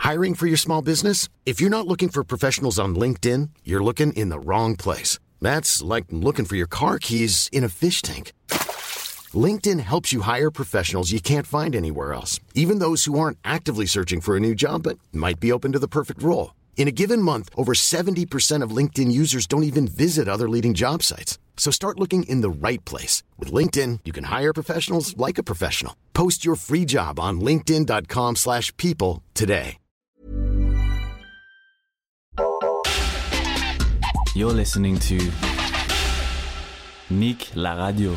Hiring for your small business? If you're not looking for professionals on LinkedIn, you're looking in the wrong place. That's like looking for your car keys in a fish tank. LinkedIn helps you hire professionals you can't find anywhere else, even those who aren't actively searching for a new job but might be open to the perfect role. In a given month, over 70% of LinkedIn users don't even visit other leading job sites. So start looking in the right place. With LinkedIn, you can hire professionals like a professional. Post your free job on linkedin.com/people today. You're listening to Nick la radio.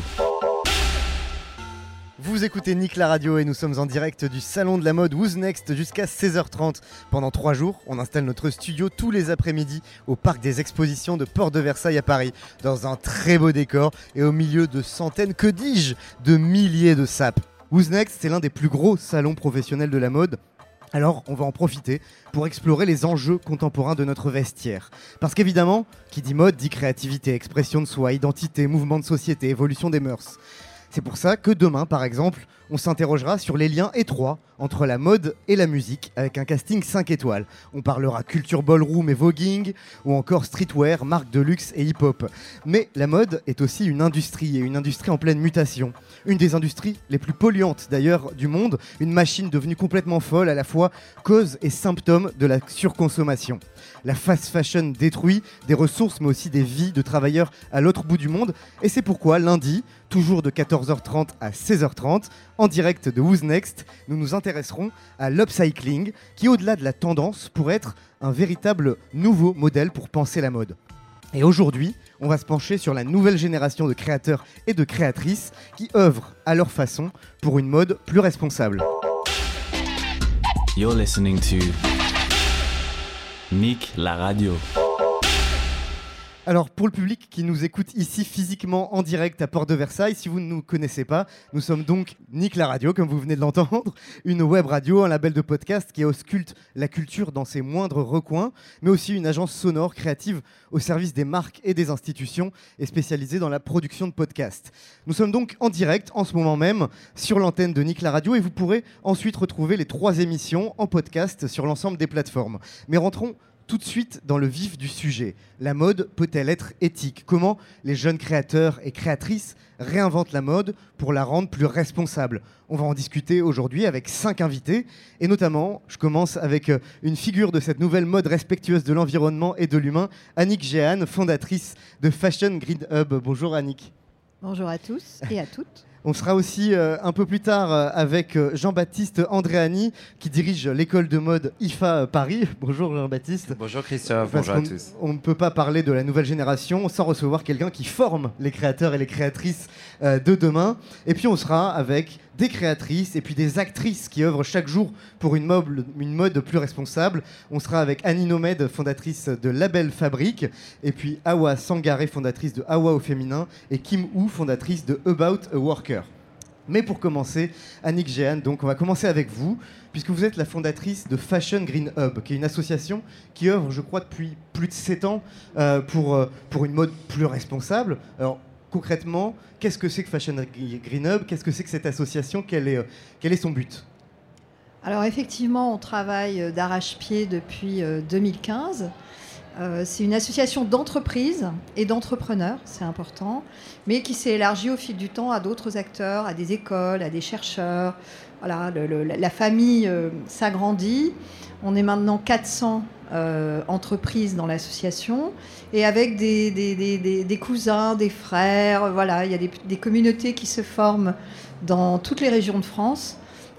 Vous écoutez Nick la radio et nous sommes en direct du salon de la mode Who's Next jusqu'à 16h30. Pendant 3 jours, on installe notre studio tous les après-midi au parc des expositions de Porte de Versailles à Paris, dans un très beau décor et au milieu de centaines, que dis-je, de milliers de sapes. Who's Next, c'est l'un des plus gros salons professionnels de la mode. Alors, on va en profiter pour explorer les enjeux contemporains de notre vestiaire. Parce qu'évidemment, qui dit mode dit créativité, expression de soi, identité, mouvement de société, évolution des mœurs. C'est pour ça que demain, par exemple, on s'interrogera sur les liens étroits entre la mode et la musique avec un casting 5 étoiles. On parlera culture ballroom et voguing, ou encore streetwear, marque de luxe et hip-hop. Mais la mode est aussi une industrie, et une industrie en pleine mutation. Une des industries les plus polluantes d'ailleurs du monde, une machine devenue complètement folle, à la fois cause et symptôme de la surconsommation. La fast fashion détruit des ressources mais aussi des vies de travailleurs à l'autre bout du monde. Et c'est pourquoi lundi, toujours de 14h30 à 16h30, en direct de Who's Next, nous nous intéresserons à l'upcycling, qui au-delà de la tendance pourrait être un véritable nouveau modèle pour penser la mode. Et aujourd'hui, on va se pencher sur la nouvelle génération de créateurs et de créatrices qui œuvrent à leur façon pour une mode plus responsable. You're listening to Nick la radio. Alors pour le public qui nous écoute ici physiquement en direct à Porte de Versailles, si vous ne nous connaissez pas, nous sommes donc Nick la radio, comme vous venez de l'entendre, une web radio, un label de podcast qui ausculte la culture dans ses moindres recoins, mais aussi une agence sonore créative au service des marques et des institutions et spécialisée dans la production de podcasts. Nous sommes donc en direct en ce moment même sur l'antenne de Nick la radio et vous pourrez ensuite retrouver les 3 émissions en podcast sur l'ensemble des plateformes. Mais rentrons tout de suite dans le vif du sujet. La mode peut-elle être éthique ? Comment les jeunes créateurs et créatrices réinventent la mode pour la rendre plus responsable ? On va en discuter aujourd'hui avec 5 invités. Et notamment, je commence avec une figure de cette nouvelle mode respectueuse de l'environnement et de l'humain, Annick Jehan, fondatrice de Fashion Green Hub. Bonjour Annick. Bonjour à tous et à toutes. On sera aussi un peu plus tard avec Jean-Baptiste Andréani qui dirige l'école de mode IFA Paris. Bonjour Jean-Baptiste. Bonjour Christophe, bonjour à tous. On ne peut pas parler de la nouvelle génération sans recevoir quelqu'un qui forme les créateurs et les créatrices de demain. Et puis on sera avec des créatrices et puis des actrices qui œuvrent chaque jour pour une mode plus responsable. On sera avec Annie Nomède, fondatrice de Label Fabrique, et puis Awa Sangaré, fondatrice de Awa au féminin, et Kim Hu, fondatrice de About a Worker. Mais pour commencer, Annick Jehan, donc on va commencer avec vous, puisque vous êtes la fondatrice de Fashion Green Hub, qui est une association qui œuvre, je crois, depuis plus de 7 ans pour une mode plus responsable. Alors, concrètement, qu'est-ce que c'est que Fashion Green Hub ? Qu'est-ce que c'est que cette association ? Quel est son but ? Alors effectivement, on travaille d'arrache-pied depuis 2015. C'est une association d'entreprises et d'entrepreneurs, c'est important, mais qui s'est élargie au fil du temps à d'autres acteurs, à des écoles, à des chercheurs. Voilà, la famille s'agrandit. On est maintenant 400 entreprises dans l'association et avec des cousins, des frères. Voilà, il y a des communautés qui se forment dans toutes les régions de France.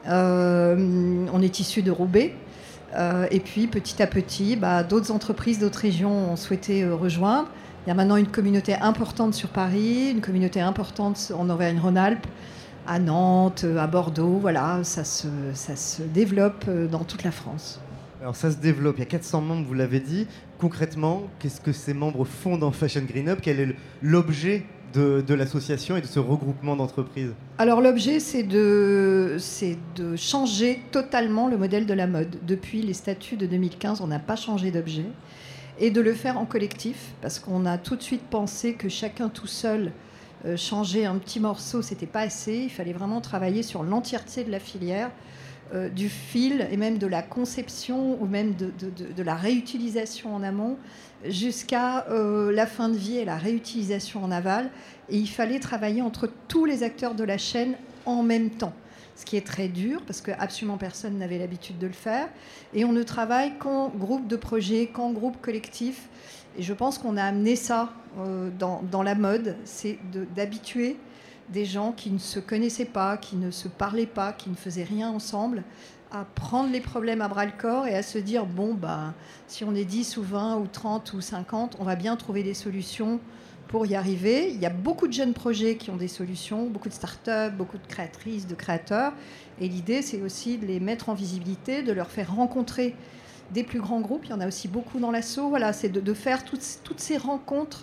On est issu de Roubaix. Et puis petit à petit, d'autres entreprises, d'autres régions ont souhaité rejoindre. Il y a maintenant une communauté importante sur Paris, une communauté importante en Auvergne-Rhône-Alpes, à Nantes, à Bordeaux. Voilà, ça se développe dans toute la France. Alors ça se développe, il y a 400 membres, vous l'avez dit. Concrètement, qu'est-ce que ces membres font dans Fashion Green Hub ? Quel est l'objet de l'association et de ce regroupement d'entreprises ? Alors l'objet, c'est de changer totalement le modèle de la mode. Depuis les statuts de 2015, on n'a pas changé d'objet. Et de le faire en collectif, parce qu'on a tout de suite pensé que chacun tout seul, changer un petit morceau, c'était pas assez. Il fallait vraiment travailler sur l'entièreté de la filière du fil et même de la conception ou même de la réutilisation en amont jusqu'à la fin de vie et la réutilisation en aval. Et il fallait travailler entre tous les acteurs de la chaîne en même temps. Ce qui est très dur parce que absolument personne n'avait l'habitude de le faire. Et on ne travaille qu'en groupe de projet, qu'en groupe collectif. Et je pense qu'on a amené ça dans la mode, c'est d'habituer des gens qui ne se connaissaient pas, qui ne se parlaient pas, qui ne faisaient rien ensemble, à prendre les problèmes à bras-le-corps et à se dire, bon, bah, si on est 10 ou 20 ou 30 ou 50, on va bien trouver des solutions pour y arriver. Il y a beaucoup de jeunes projets qui ont des solutions, beaucoup de start-up, beaucoup de créatrices, de créateurs. Et l'idée, c'est aussi de les mettre en visibilité, de leur faire rencontrer des plus grands groupes. Il y en a aussi beaucoup dans l'asso. Voilà, c'est de faire toutes ces rencontres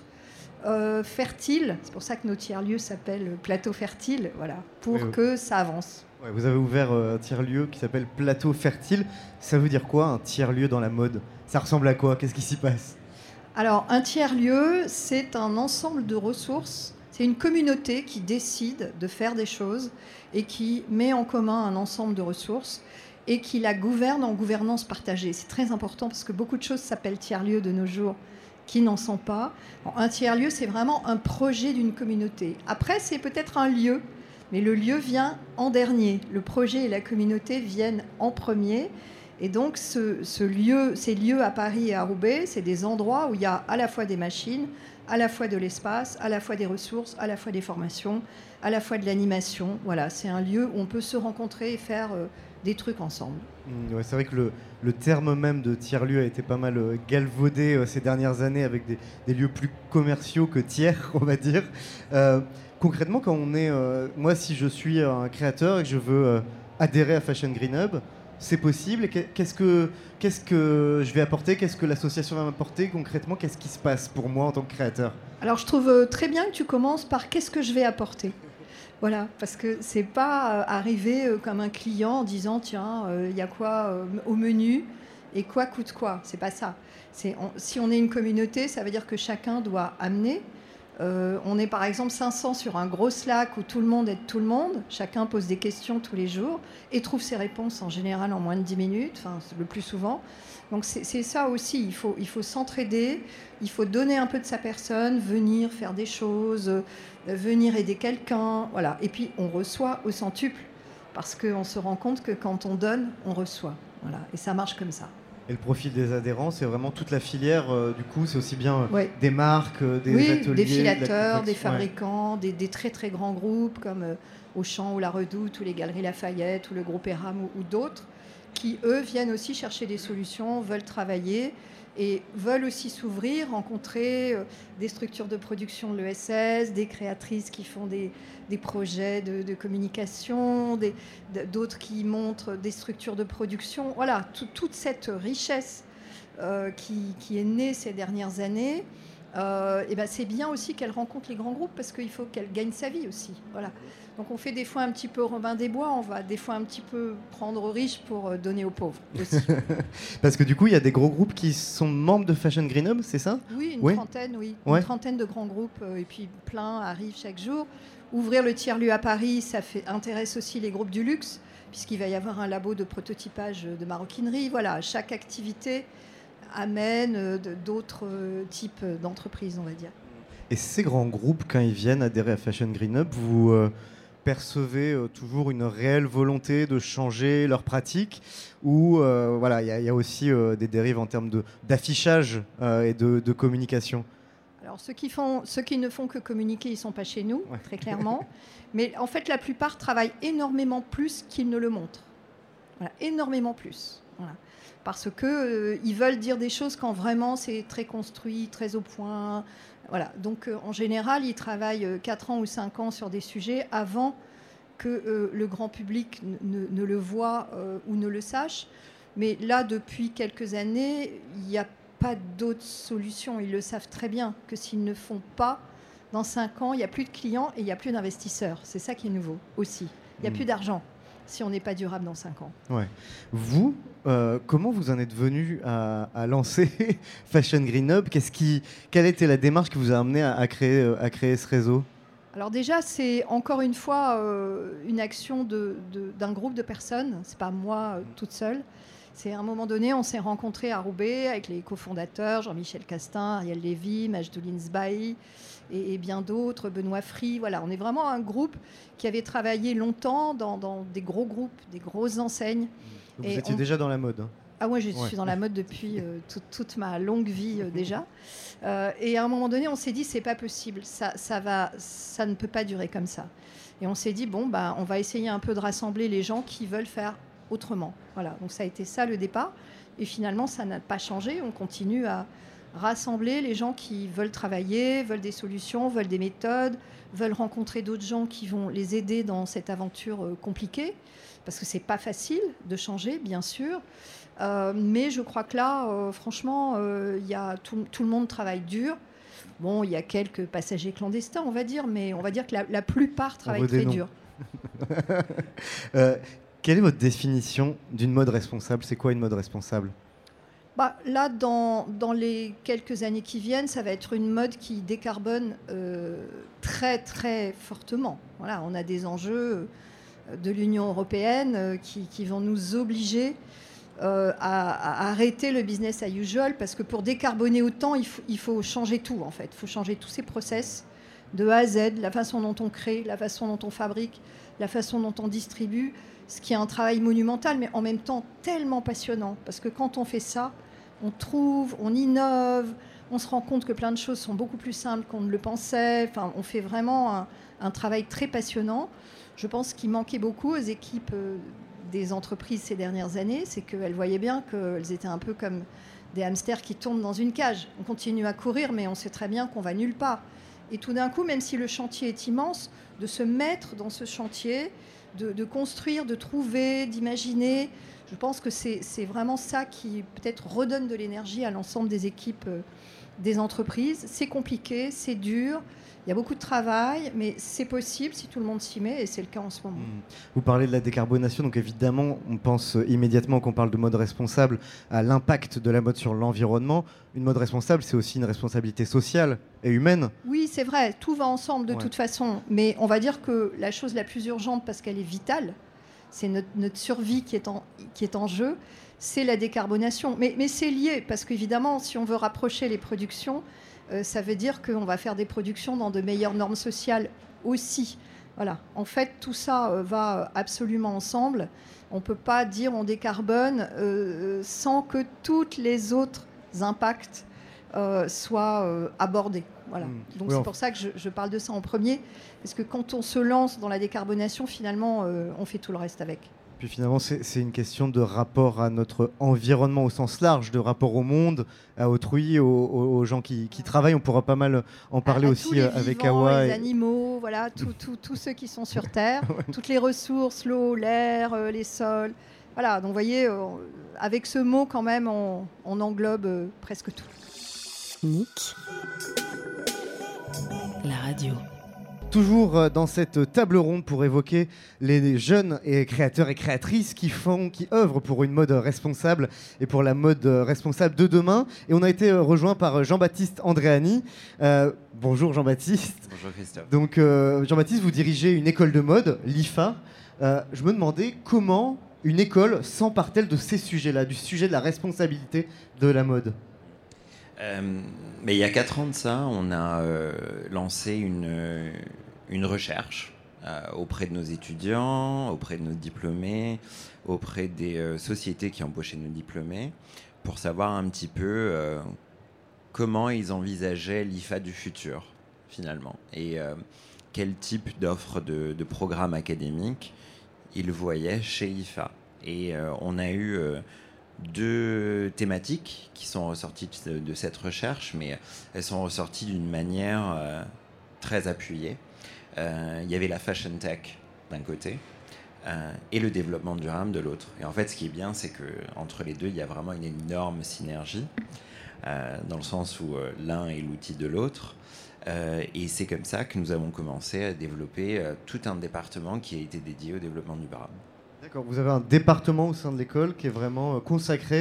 fertiles. C'est pour ça que nos tiers-lieux s'appellent Plateau Fertile, voilà, pour que ça avance. Ouais, vous avez ouvert un tiers-lieu qui s'appelle Plateau Fertile. Ça veut dire quoi, un tiers-lieu dans la mode? Ça ressemble à quoi? Qu'est-ce qui s'y passe? Alors, un tiers-lieu, c'est un ensemble de ressources. C'est une communauté qui décide de faire des choses et qui met en commun un ensemble de ressources et qui la gouverne en gouvernance partagée. C'est très important parce que beaucoup de choses s'appellent tiers-lieux de nos jours qui n'en sont pas. Bon, un tiers-lieu, c'est vraiment un projet d'une communauté. Après, c'est peut-être un lieu, mais le lieu vient en dernier. Le projet et la communauté viennent en premier. Et donc, ces lieux à Paris et à Roubaix, c'est des endroits où il y a à la fois des machines, à la fois de l'espace, à la fois des ressources, à la fois des formations, à la fois de l'animation. Voilà, c'est un lieu où on peut se rencontrer et faire des trucs ensemble. Ouais, c'est vrai que le terme même de tiers-lieu a été pas mal galvaudé ces dernières années avec des lieux plus commerciaux que tiers, on va dire. Concrètement, quand on est... moi, si je suis un créateur et que je veux adhérer à Fashion Green Hub, c'est possible. Qu'est-ce que je vais apporter? Qu'est-ce que l'association va m'apporter concrètement? Qu'est-ce qui se passe pour moi en tant que créateur? Alors, je trouve très bien que tu commences par qu'est-ce que je vais apporter. Voilà, parce que c'est pas arriver comme un client en disant tiens, il y a quoi au menu et quoi coûte quoi. C'est pas ça. Si on est une communauté, ça veut dire que chacun doit amener. On est par exemple 500 sur un gros Slack où tout le monde aide tout le monde. Chacun pose des questions tous les jours et trouve ses réponses en général en moins de 10 minutes, enfin le plus souvent. Donc c'est ça aussi, il faut s'entraider, il faut donner un peu de sa personne, venir faire des choses, venir aider quelqu'un, voilà. Et puis on reçoit au centuple, parce qu'on se rend compte que quand on donne, on reçoit. Voilà. Et ça marche comme ça. Et le profil des adhérents, c'est vraiment toute la filière, du coup, c'est aussi bien des marques, des ateliers... des filateurs, des fabricants, des très très grands groupes comme Auchan ou La Redoute ou les Galeries Lafayette ou le groupe Eram ou d'autres, qui, eux, viennent aussi chercher des solutions, veulent travailler et veulent aussi s'ouvrir, rencontrer des structures de production de l'ESS, des créatrices qui font des projets de communication, d'autres qui montrent des structures de production. Voilà, toute cette richesse qui est née ces dernières années, et ben c'est bien aussi qu'elle rencontre les grands groupes parce qu'il faut qu'elle gagne sa vie aussi. Voilà. Donc on fait des fois un petit peu Robin des Bois, on va des fois un petit peu prendre aux riches pour donner aux pauvres aussi. Parce que du coup, il y a des gros groupes qui sont membres de Fashion Green Hub, c'est ça? Oui, une trentaine, oui. Une trentaine de grands groupes, et puis plein arrivent chaque jour. Ouvrir le tiers-lieu à Paris, ça intéresse aussi les groupes du luxe, puisqu'il va y avoir un labo de prototypage de maroquinerie. Voilà, chaque activité amène d'autres types d'entreprises, on va dire. Et ces grands groupes, quand ils viennent adhérer à Fashion Green Hub, vous percevez toujours une réelle volonté de changer leurs pratiques, ou voilà, il y a aussi des dérives en termes d'affichage et de communication? Alors ceux qui ne font que communiquer, ils ne sont pas chez nous, très clairement. Mais en fait, la plupart travaillent énormément plus qu'ils ne le montrent. Voilà, énormément plus. Voilà. Parce qu'ils veulent dire des choses quand vraiment c'est très construit, très au point. Voilà. Donc en général, ils travaillent 4 ans ou 5 ans sur des sujets avant que le grand public ne le voit ou ne le sache. Mais là, depuis quelques années, il n'y a pas d'autre solution. Ils le savent très bien que s'ils ne font pas, dans 5 ans, il n'y a plus de clients et il n'y a plus d'investisseurs. C'est ça qui est nouveau aussi. Il n'y a plus d'argent si on n'est pas durable dans 5 ans. Ouais. Vous, comment vous en êtes venu à lancer Fashion Green Hub? Quelle était la démarche qui vous a amené à créer ce réseau? Alors déjà, c'est encore une fois une action d'un groupe de personnes. C'est pas moi toute seule. C'est à un moment donné, on s'est rencontrés à Roubaix avec les cofondateurs Jean-Michel Castin, Ariel Lévy, Majdoulin Sbahi et bien d'autres, Benoît Free. Voilà, on est vraiment un groupe qui avait travaillé longtemps dans des gros groupes, des grosses enseignes. Vous étiez déjà dans la mode, hein. Ah ouais, je suis dans la mode depuis toute ma longue vie déjà. Et à un moment donné, on s'est dit, c'est pas possible, ça ne peut pas durer comme ça. Et on s'est dit, bon, on va essayer un peu de rassembler les gens qui veulent faire autrement. Voilà, donc ça a été ça le départ. Et finalement, ça n'a pas changé. On continue à rassembler les gens qui veulent travailler, veulent des solutions, veulent des méthodes, veulent rencontrer d'autres gens qui vont les aider dans cette aventure compliquée. Parce que c'est pas facile de changer, bien sûr. Mais je crois que là, franchement, tout le monde travaille dur. Bon, il y a quelques passagers clandestins, on va dire, mais on va dire que la plupart travaillent très dur. Quelle est votre définition d'une mode responsable ? C'est quoi une mode responsable ? Là, dans les quelques années qui viennent, ça va être une mode qui décarbone très, très fortement. Voilà, on a des enjeux de l'Union européenne qui vont nous obliger à arrêter le business as usual, parce que pour décarboner autant, il faut changer tout, en fait. Il faut changer tous ces process de A à Z, la façon dont on crée, la façon dont on fabrique, la façon dont on distribue, ce qui est un travail monumental, mais en même temps tellement passionnant, parce que quand on fait ça, on trouve, on innove, on se rend compte que plein de choses sont beaucoup plus simples qu'on ne le pensait. Enfin, on fait vraiment un travail très passionnant. Je pense qu'il manquait beaucoup aux équipes des entreprises ces dernières années, c'est qu'elles voyaient bien qu'elles étaient un peu comme des hamsters qui tombent dans une cage. On continue à courir, mais on sait très bien qu'on va nulle part. Et tout d'un coup, même si le chantier est immense, de se mettre dans ce chantier, de construire, de trouver, d'imaginer, je pense que c'est vraiment ça qui peut-être redonne de l'énergie à l'ensemble des équipes des entreprises. C'est compliqué, c'est dur, il y a beaucoup de travail, mais c'est possible si tout le monde s'y met, et c'est le cas en ce moment. Vous parlez de la décarbonation, donc évidemment, on pense immédiatement, quand on parle de mode responsable, à l'impact de la mode sur l'environnement. Une mode responsable, c'est aussi une responsabilité sociale et humaine. Oui, c'est vrai, tout va ensemble de toute façon, mais on va dire que la chose la plus urgente, parce qu'elle est vitale, c'est notre survie qui est en jeu, c'est la décarbonation. Mais c'est lié, parce qu'évidemment, si on veut rapprocher les productions, ça veut dire qu'on va faire des productions dans de meilleures normes sociales aussi. Voilà. En fait, tout ça va absolument ensemble. On ne peut pas dire on décarbone sans que tous les autres impacts soient abordés. Voilà. Donc c'est pour ça que je parle de ça en premier, parce que quand on se lance dans la décarbonation, finalement, on fait tout le reste avec. Puis finalement, c'est une question de rapport à notre environnement au sens large, de rapport au monde, à autrui, aux gens qui travaillent. On pourra pas mal en parler aussi tous avec vivants, Awa. Les animaux, voilà, tous ceux qui sont sur Terre, toutes les ressources, l'eau, l'air, les sols. Voilà, donc vous voyez, avec ce mot quand même, on englobe presque tout. Nick, la radio. Toujours dans cette table ronde pour évoquer les jeunes et créateurs et créatrices qui œuvrent pour une mode responsable et pour la mode responsable de demain. Et on a été rejoint par Jean-Baptiste Andréani. Bonjour Jean-Baptiste. Bonjour Christophe. Donc Jean-Baptiste, vous dirigez une école de mode, l'IFA. Je me demandais comment une école s'empare-t-elle de ces sujets-là, du sujet de la responsabilité de la mode ? Mais il y a 4 ans de ça, on a lancé une recherche auprès de nos étudiants, auprès de nos diplômés, auprès des sociétés qui embauchaient nos diplômés, pour savoir un petit peu comment ils envisageaient l'IFA du futur, finalement, et quel type d'offre de programme académique ils voyaient chez IFA. Et on a eu 2 thématiques qui sont ressorties de cette recherche, mais elles sont ressorties d'une manière très appuyée. Il y avait la fashion tech d'un côté et le développement durable de l'autre. Et en fait, ce qui est bien, c'est qu'entre les deux, il y a vraiment une énorme synergie, dans le sens où l'un est l'outil de l'autre. Et c'est comme ça que nous avons commencé à développer tout un département qui a été dédié au développement durable. D'accord, vous avez un département au sein de l'école qui est vraiment consacré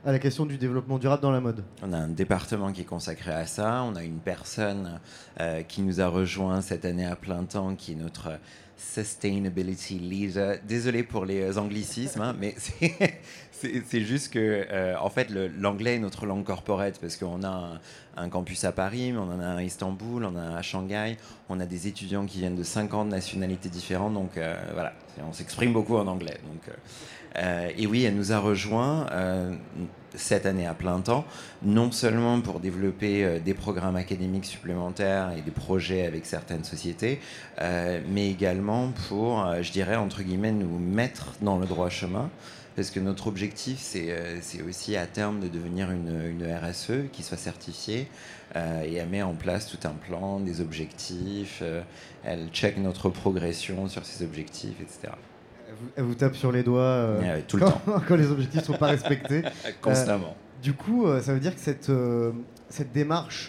à la question du développement durable dans la mode. On a un département qui est consacré à ça. On a une personne qui nous a rejoint cette année à plein temps, qui est notre Sustainability Leader. Désolé pour les anglicismes, hein, mais c'est juste que, en fait, l'anglais est notre langue corporate parce qu'on a un campus à Paris, mais on en a un à Istanbul, on en a un à Shanghai. On a des étudiants qui viennent de 50 nationalités différentes, donc voilà, on s'exprime beaucoup en anglais. Donc, et oui, elle nous a rejoint cette année à plein temps, non seulement pour développer des programmes académiques supplémentaires et des projets avec certaines sociétés, mais également pour, je dirais, entre guillemets, nous mettre dans le droit chemin. Parce que notre objectif, c'est aussi à terme de devenir une RSE qui soit certifiée. Et elle met en place tout un plan, des objectifs. Elle check notre progression sur ces objectifs, etc. Elle vous tape sur les doigts tout le temps. Quand les objectifs ne sont pas respectés. Constamment. Du coup, ça veut dire que cette démarche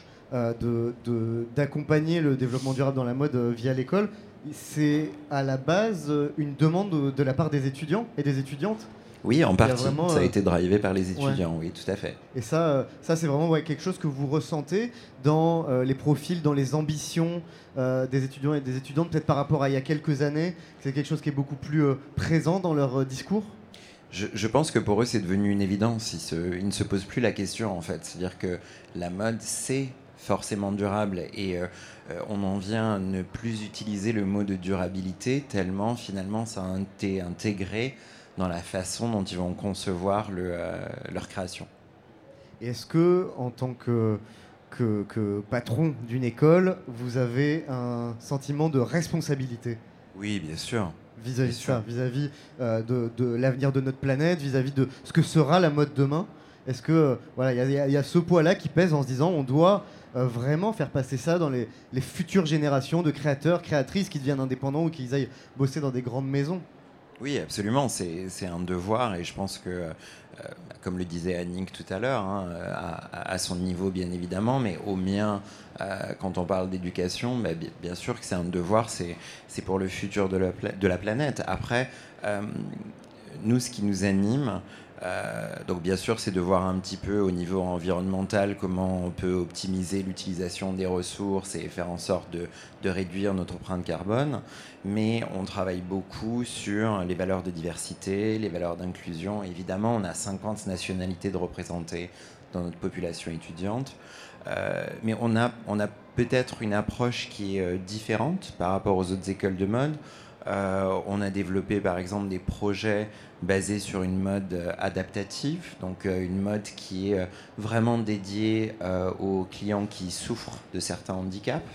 d'accompagner le développement durable dans la mode via l'école, c'est à la base une demande de la part des étudiants et des étudiantes. Oui, en partie, vraiment, ça a été drivé par les étudiants, oui, tout à fait. Et ça c'est vraiment quelque chose que vous ressentez dans les profils, dans les ambitions des étudiants et des étudiantes, peut-être par rapport à il y a quelques années, c'est quelque chose qui est beaucoup plus présent dans leur discours. Je pense que pour eux, c'est devenu une évidence. Ils ne se posent plus la question, en fait. C'est-à-dire que la mode, c'est forcément durable et on en vient à ne plus utiliser le mot de durabilité tellement, finalement, ça a été intégré dans la façon dont ils vont concevoir leur création. Et est-ce que, en tant que patron d'une école, vous avez un sentiment de responsabilité ? Oui, bien sûr. Vis-à-vis de ça, vis-à-vis de l'avenir de notre planète, vis-à-vis de ce que sera la mode demain. Est-ce que voilà, il y a ce poids-là qui pèse en se disant on doit vraiment faire passer ça dans les futures générations de créateurs, créatrices qui deviennent indépendants ou qui aillent bosser dans des grandes maisons ? Oui, absolument, c'est un devoir et je pense que, comme le disait Annick tout à l'heure, hein, à son niveau bien évidemment, mais au mien, quand on parle d'éducation, bien sûr que c'est un devoir, c'est pour le futur de la planète. Après, nous, ce qui nous anime, donc bien sûr, c'est de voir un petit peu au niveau environnemental comment on peut optimiser l'utilisation des ressources et faire en sorte de réduire notre empreinte carbone. Mais on travaille beaucoup sur les valeurs de diversité, les valeurs d'inclusion. Évidemment, on a 50 nationalités de représentées dans notre population étudiante. Mais on a peut-être une approche qui est différente par rapport aux autres écoles de mode. On a développé par exemple des projets basés sur une mode adaptative, donc une mode qui est vraiment dédiée aux clients qui souffrent de certains handicaps.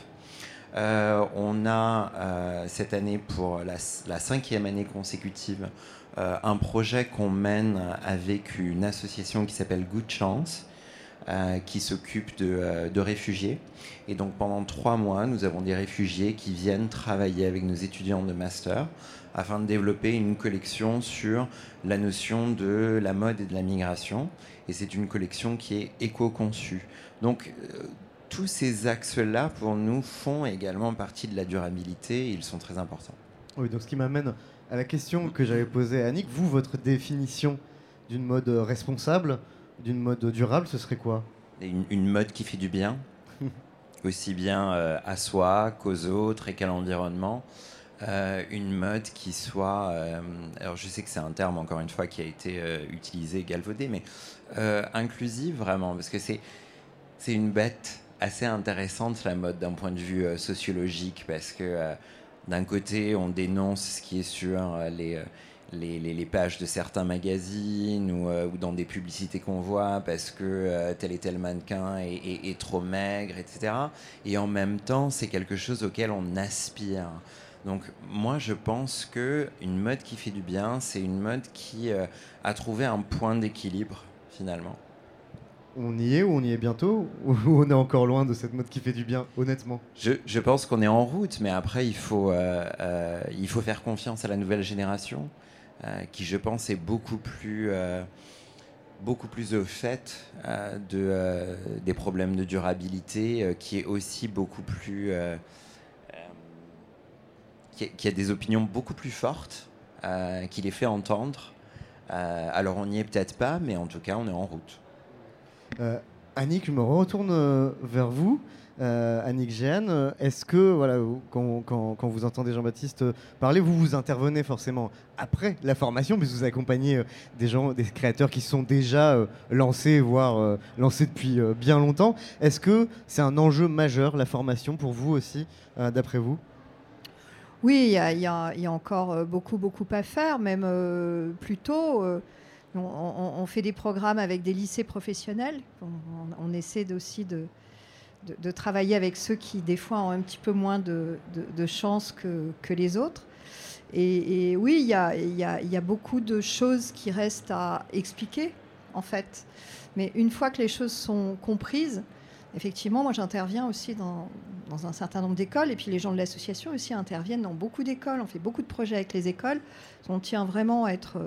On a cette année pour la 5e année consécutive un projet qu'on mène avec une association qui s'appelle Good Chance, qui s'occupe de réfugiés. Et donc pendant 3 mois, nous avons des réfugiés qui viennent travailler avec nos étudiants de master afin de développer une collection sur la notion de la mode et de la migration. Et c'est une collection qui est éco-conçue. Donc tous ces axes-là, pour nous, font également partie de la durabilité et ils sont très importants. Oui, donc ce qui m'amène à la question que j'avais posée à Annick. Vous, votre définition d'une mode responsable, d'une mode durable, ce serait quoi ? Une mode qui fait du bien, aussi bien à soi qu'aux autres et qu'à l'environnement. Une mode qui soit... alors je sais que c'est un terme, encore une fois, qui a été utilisé, galvaudé, mais inclusive vraiment, parce que c'est une bête assez intéressante, la mode, d'un point de vue sociologique, parce que d'un côté, on dénonce ce qui est sur les pages de certains magazines ou dans des publicités qu'on voit parce que tel et tel mannequin est trop maigre, etc. Et en même temps, c'est quelque chose auquel on aspire. Donc moi, je pense qu'une mode qui fait du bien, c'est une mode qui a trouvé un point d'équilibre, finalement. On y est ou on y est bientôt ? Ou on est encore loin de cette mode qui fait du bien, honnêtement ? Je pense qu'on est en route, mais après, il faut faire confiance à la nouvelle génération, qui, je pense, est beaucoup plus au fait des problèmes de durabilité, qui est aussi beaucoup plus... qui a des opinions beaucoup plus fortes, qui les fait entendre, Alors on n'y est peut-être pas, mais en tout cas on est en route. Annick, je me retourne vers vous. Annick Jeanne, est-ce que voilà, quand vous entendez Jean-Baptiste parler, vous intervenez forcément après la formation, mais vous accompagnez des créateurs qui sont déjà lancés, voire lancés depuis bien longtemps. Est-ce que c'est un enjeu majeur, la formation, pour vous aussi, d'après vous ? Oui, il y a encore beaucoup à faire, même plus tôt. On fait des programmes avec des lycées professionnels. On essaie aussi de travailler avec ceux qui, des fois, ont un petit peu moins de chance que les autres. Et oui, il y a beaucoup de choses qui restent à expliquer, en fait. Mais une fois que les choses sont comprises, effectivement, moi, j'interviens aussi dans un certain nombre d'écoles. Et puis, les gens de l'association aussi interviennent dans beaucoup d'écoles. On fait beaucoup de projets avec les écoles. On tient vraiment à être...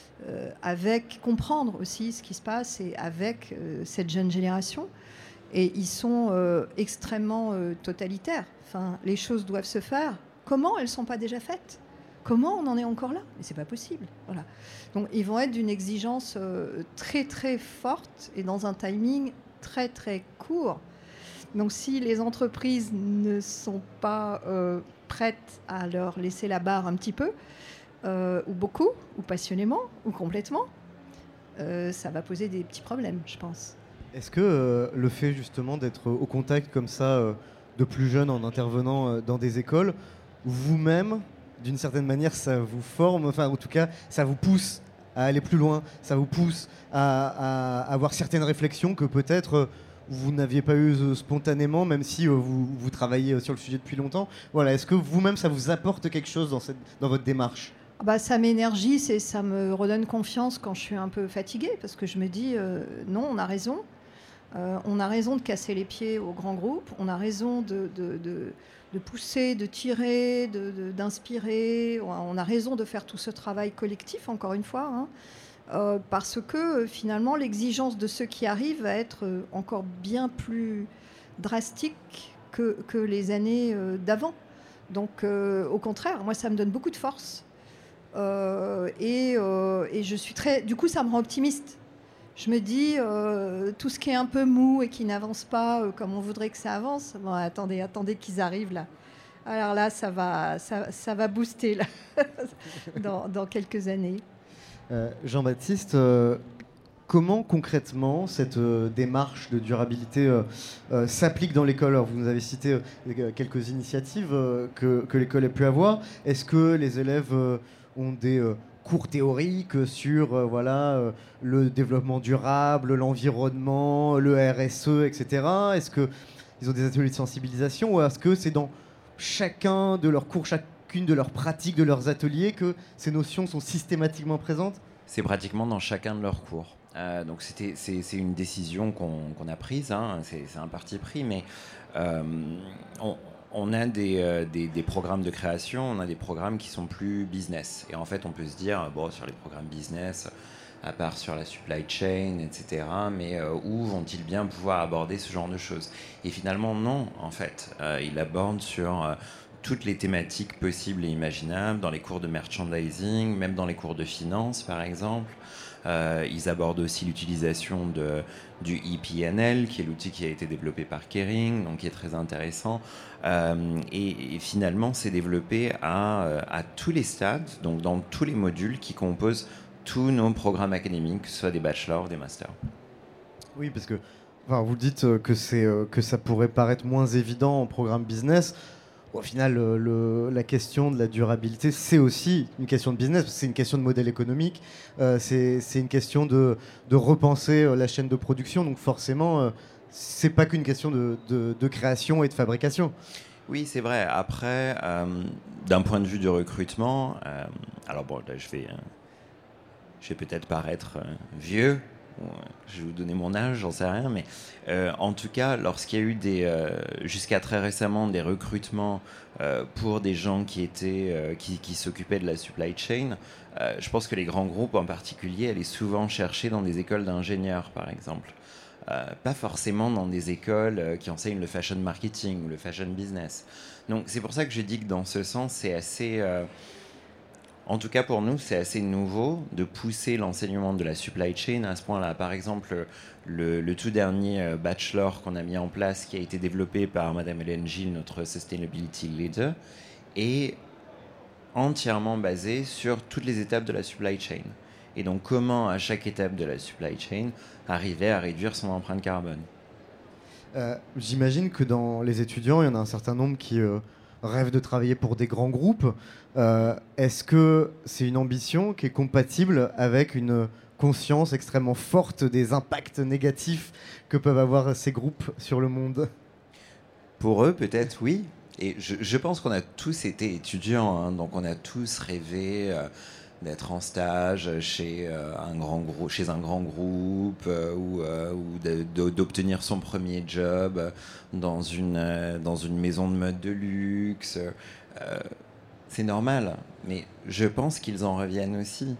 comprendre aussi ce qui se passe et avec cette jeune génération. Et ils sont extrêmement totalitaires. Enfin, les choses doivent se faire. Comment elles ne sont pas déjà faites ? Comment on en est encore là ? Mais c'est pas possible. Voilà. Donc ils vont être d'une exigence très très forte et dans un timing très très court. Donc si les entreprises ne sont pas prêtes à leur laisser la barre un petit peu, ou beaucoup, ou passionnément, ou complètement, ça va poser des petits problèmes, je pense. Est-ce que le fait justement d'être au contact comme ça de plus jeunes en intervenant dans des écoles, vous-même, d'une certaine manière, ça vous forme, enfin en tout cas, ça vous pousse à aller plus loin, ça vous pousse à avoir certaines réflexions que peut-être vous n'aviez pas eues spontanément, même si vous travaillez sur le sujet depuis longtemps. Voilà, est-ce que vous-même, ça vous apporte quelque chose dans votre démarche ? Ça m'énergise et ça me redonne confiance quand je suis un peu fatiguée, parce que je me dis, non, on a raison. On a raison de casser les pieds aux grands groupes, on a raison de pousser, de tirer, d'inspirer, on a raison de faire tout ce travail collectif, encore une fois, parce que finalement l'exigence de ceux qui arrivent va être encore bien plus drastique que les années d'avant. Donc au contraire, moi ça me donne beaucoup de force et je suis très... Du coup ça me rend optimiste. Je me dis, tout ce qui est un peu mou et qui n'avance pas comme on voudrait que ça avance, bon, attendez qu'ils arrivent là. Alors là, ça va booster là, dans quelques années. Jean-Baptiste, comment concrètement cette démarche de durabilité s'applique dans l'école ? Alors, vous nous avez cité quelques initiatives que l'école a pu avoir. Est-ce que les élèves ont des... cours théoriques sur le développement durable, l'environnement, le RSE, etc. Est-ce qu'ils ont des ateliers de sensibilisation ou est-ce que c'est dans chacun de leurs cours, chacune de leurs pratiques, de leurs ateliers que ces notions sont systématiquement présentes ? C'est pratiquement dans chacun de leurs cours. Donc c'est une décision qu'on a prise, c'est un parti pris, mais on a des programmes de création, on a des programmes qui sont plus business. Et en fait, on peut se dire, sur les programmes business, à part sur la supply chain, etc., mais où vont-ils bien pouvoir aborder ce genre de choses ? Et finalement, non, en fait. Ils abordent sur toutes les thématiques possibles et imaginables, dans les cours de merchandising, même dans les cours de finance, par exemple. Ils abordent aussi l'utilisation du ePNL, qui est l'outil qui a été développé par Kering, donc qui est très intéressant. Et finalement, c'est développé à tous les stades, donc dans tous les modules qui composent tous nos programmes académiques, que ce soit des bachelors ou des masters. Oui, parce que vous dites que ça pourrait paraître moins évident en programme business. Au final, la question de la durabilité, c'est aussi une question de business, c'est une question de modèle économique, c'est une question de repenser la chaîne de production, donc forcément, c'est pas qu'une question de création et de fabrication. Oui, c'est vrai. Après, d'un point de vue du recrutement, alors bon, là, je vais peut-être paraître vieux, je vais vous donner mon âge, j'en sais rien, mais en tout cas, lorsqu'il y a eu jusqu'à très récemment des recrutements pour des gens qui s'occupaient de la supply chain, je pense que les grands groupes en particulier allaient souvent chercher dans des écoles d'ingénieurs, par exemple. Pas forcément dans des écoles qui enseignent le fashion marketing ou le fashion business. Donc c'est pour ça que je dis que dans ce sens, c'est assez... En tout cas, pour nous, c'est assez nouveau de pousser l'enseignement de la supply chain à ce point-là. Par exemple, le tout dernier bachelor qu'on a mis en place, qui a été développé par Madame Hélène Gilles, notre Sustainability Leader, est entièrement basé sur toutes les étapes de la supply chain. Et donc, comment, à chaque étape de la supply chain, arriver à réduire son empreinte carbone. J'imagine que dans les étudiants, il y en a un certain nombre qui rêvent de travailler pour des grands groupes. Est-ce que c'est une ambition qui est compatible avec une conscience extrêmement forte des impacts négatifs que peuvent avoir ces groupes sur le monde ? Pour eux, peut-être, oui. Et je pense qu'on a tous été étudiants, hein, donc on a tous rêvé d'être en stage chez un grand groupe ou d'obtenir son premier job dans une maison de mode de luxe. C'est normal, mais je pense qu'ils en reviennent aussi.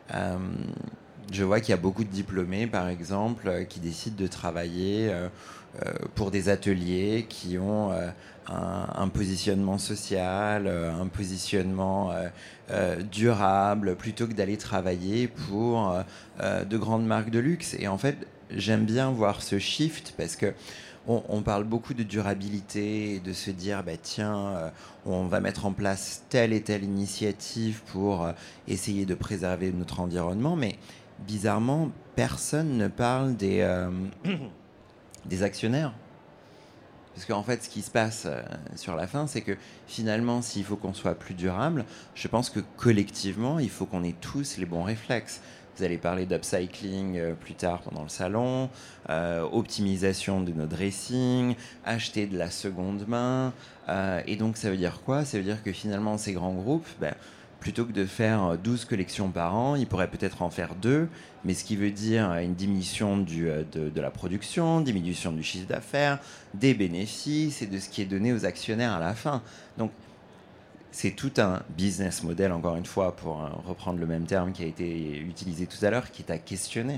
Je vois qu'il y a beaucoup de diplômés, par exemple, qui décident de travailler pour des ateliers qui ont un positionnement social, un positionnement durable, plutôt que d'aller travailler pour de grandes marques de luxe. Et en fait, j'aime bien voir ce shift parce que on parle beaucoup de durabilité et de se dire, tiens, on va mettre en place telle et telle initiative pour essayer de préserver notre environnement, mais bizarrement, personne ne parle des actionnaires. Parce qu'en fait, ce qui se passe sur la fin, c'est que finalement, s'il faut qu'on soit plus durable, je pense que collectivement, il faut qu'on ait tous les bons réflexes. Vous allez parler d'upcycling plus tard pendant le salon, optimisation de nos dressings, acheter de la seconde main. Et donc, ça veut dire quoi ? Ça veut dire que finalement, ces grands groupes, plutôt que de faire 12 collections par an, ils pourraient peut-être en faire 2, mais ce qui veut dire une diminution de la production, diminution du chiffre d'affaires, des bénéfices et de ce qui est donné aux actionnaires à la fin. Donc, c'est tout un business model, encore une fois, pour reprendre le même terme qui a été utilisé tout à l'heure, qui est à questionner.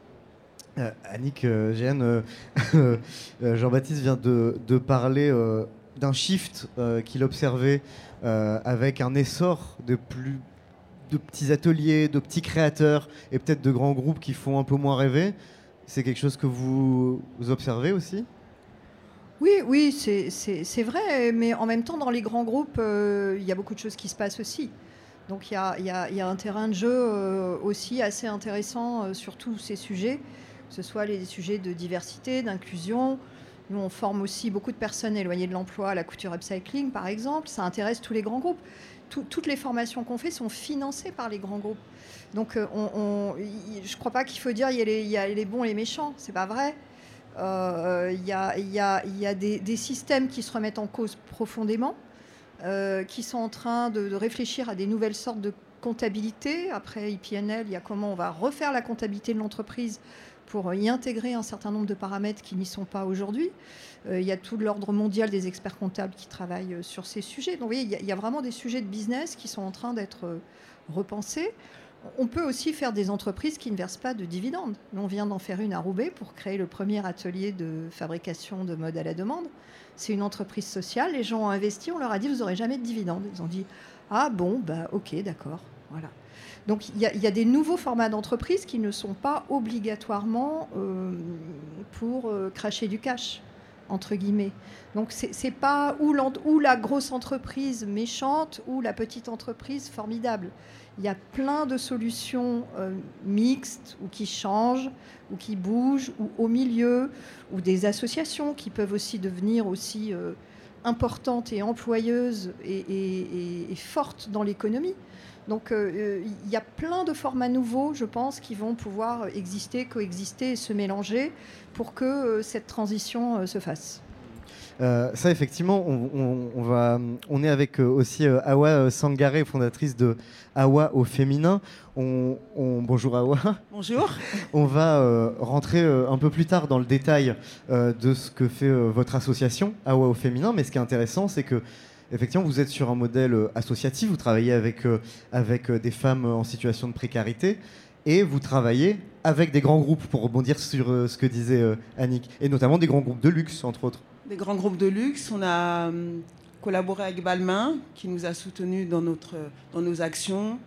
Annick, Jeanne, Jean-Baptiste vient de parler d'un shift qu'il observait avec un essor de petits ateliers, de petits créateurs et peut-être de grands groupes qui font un peu moins rêver. C'est quelque chose que vous observez aussi ? Oui, c'est vrai, mais en même temps, dans les grands groupes, il y a beaucoup de choses qui se passent aussi. Donc il y a un terrain de jeu aussi assez intéressant sur tous ces sujets, que ce soit les sujets de diversité, d'inclusion. Nous, on forme aussi beaucoup de personnes éloignées de l'emploi à la couture upcycling, par exemple. Ça intéresse tous les grands groupes. Toutes les formations qu'on fait sont financées par les grands groupes. Donc je ne crois pas qu'il faut dire il y a les bons et les méchants. C'est pas vrai. Il y a des systèmes qui se remettent en cause profondément, qui sont en train de réfléchir à des nouvelles sortes de comptabilité. Après IPNL, il y a comment on va refaire la comptabilité de l'entreprise pour y intégrer un certain nombre de paramètres qui n'y sont pas aujourd'hui. Il y a tout l'ordre mondial des experts comptables qui travaillent sur ces sujets. Donc vous voyez, il y a vraiment des sujets de business qui sont en train d'être repensés. On peut aussi faire des entreprises qui ne versent pas de dividendes. Nous, on vient d'en faire une à Roubaix pour créer le premier atelier de fabrication de mode à la demande. C'est une entreprise sociale. Les gens ont investi, on leur a dit, vous n'aurez jamais de dividendes. Ils ont dit, ah bon, ok, d'accord. Voilà. Donc il y a des nouveaux formats d'entreprise qui ne sont pas obligatoirement pour cracher du cash, entre guillemets. Donc c'est pas ou la grosse entreprise méchante ou la petite entreprise formidable. Il y a plein de solutions mixtes ou qui changent ou qui bougent ou au milieu, ou des associations qui peuvent aussi devenir aussi importantes et employeuses et fortes dans l'économie. Donc il y a plein de formats nouveaux, je pense, qui vont pouvoir exister, coexister et se mélanger pour que cette transition se fasse. Ça, effectivement, on est avec aussi Awa Sangaré, fondatrice de Awa au féminin. Bonjour Awa. Bonjour. On va rentrer un peu plus tard dans le détail de ce que fait votre association, Awa au féminin. Mais ce qui est intéressant, c'est que effectivement, vous êtes sur un modèle associatif, vous travaillez avec des femmes en situation de précarité et vous travaillez avec des grands groupes, pour rebondir sur ce que disait Annick, et notamment des grands groupes de luxe, entre autres. Des grands groupes de luxe. On a collaboré avec Balmain, qui nous a soutenus dans nos actions.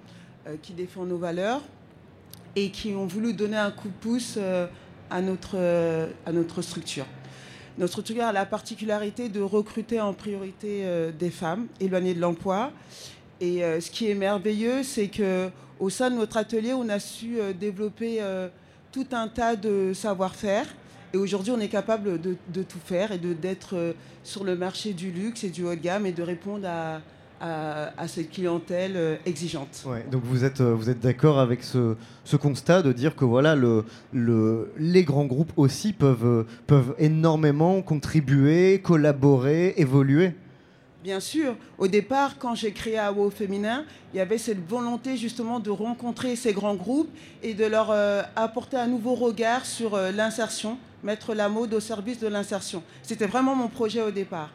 qui défend nos valeurs et qui ont voulu donner un coup de pouce à notre structure. Notre structure a la particularité de recruter en priorité des femmes éloignées de l'emploi. Et ce qui est merveilleux, c'est qu'au sein de notre atelier, on a su développer tout un tas de savoir-faire. Et aujourd'hui, on est capable de tout faire et d'être sur le marché du luxe et du haut de gamme et de répondre à cette clientèle exigeante. Ouais, donc vous êtes d'accord avec ce constat de dire que voilà, les grands groupes aussi peuvent énormément contribuer, collaborer, évoluer. Bien sûr, au départ, quand j'ai créé AWO Féminin, il y avait cette volonté justement de rencontrer ces grands groupes et de leur apporter un nouveau regard sur l'insertion, mettre la mode au service de l'insertion. C'était vraiment mon projet au départ.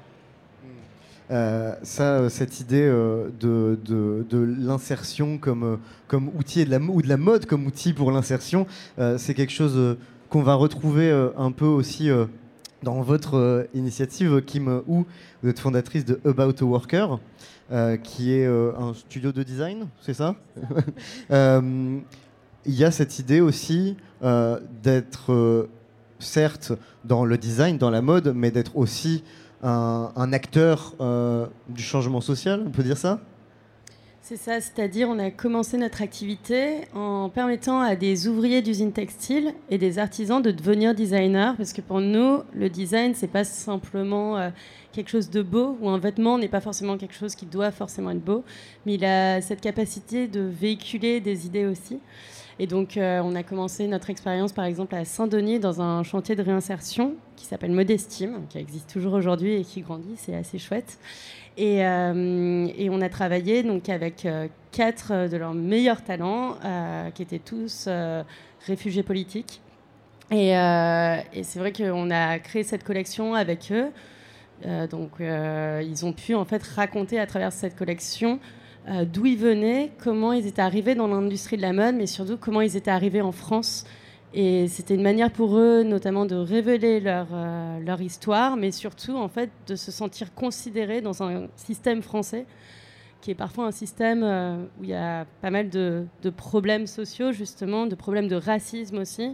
Cette idée de l'insertion comme outil ou de la mode comme outil pour l'insertion, c'est quelque chose qu'on va retrouver un peu aussi dans votre initiative, Kim Hu. Vous êtes fondatrice de About a Worker, qui est un studio de design, c'est ça? Il y a cette idée aussi d'être certes dans le design, dans la mode, mais d'être aussi un acteur du changement social, on peut dire ça? C'est ça, c'est-à-dire on a commencé notre activité en permettant à des ouvriers d'usines textiles et des artisans de devenir designers, parce que pour nous, le design, c'est pas simplement quelque chose de beau, ou un vêtement n'est pas forcément quelque chose qui doit forcément être beau, mais il a cette capacité de véhiculer des idées aussi. Et donc, on a commencé notre expérience, par exemple, à Saint-Denis, dans un chantier de réinsertion qui s'appelle Modestime, qui existe toujours aujourd'hui et qui grandit, c'est assez chouette. Et on a travaillé donc, avec 4 de leurs meilleurs talents, qui étaient tous réfugiés politiques. Et c'est vrai qu'on a créé cette collection avec eux. Ils ont pu en fait raconter à travers cette collection d'où ils venaient, comment ils étaient arrivés dans l'industrie de la mode, mais surtout comment ils étaient arrivés en France. Et c'était une manière pour eux, notamment, de révéler leur histoire, mais surtout, en fait, de se sentir considérés dans un système français, qui est parfois un système où il y a pas mal de problèmes sociaux, justement, de problèmes de racisme aussi,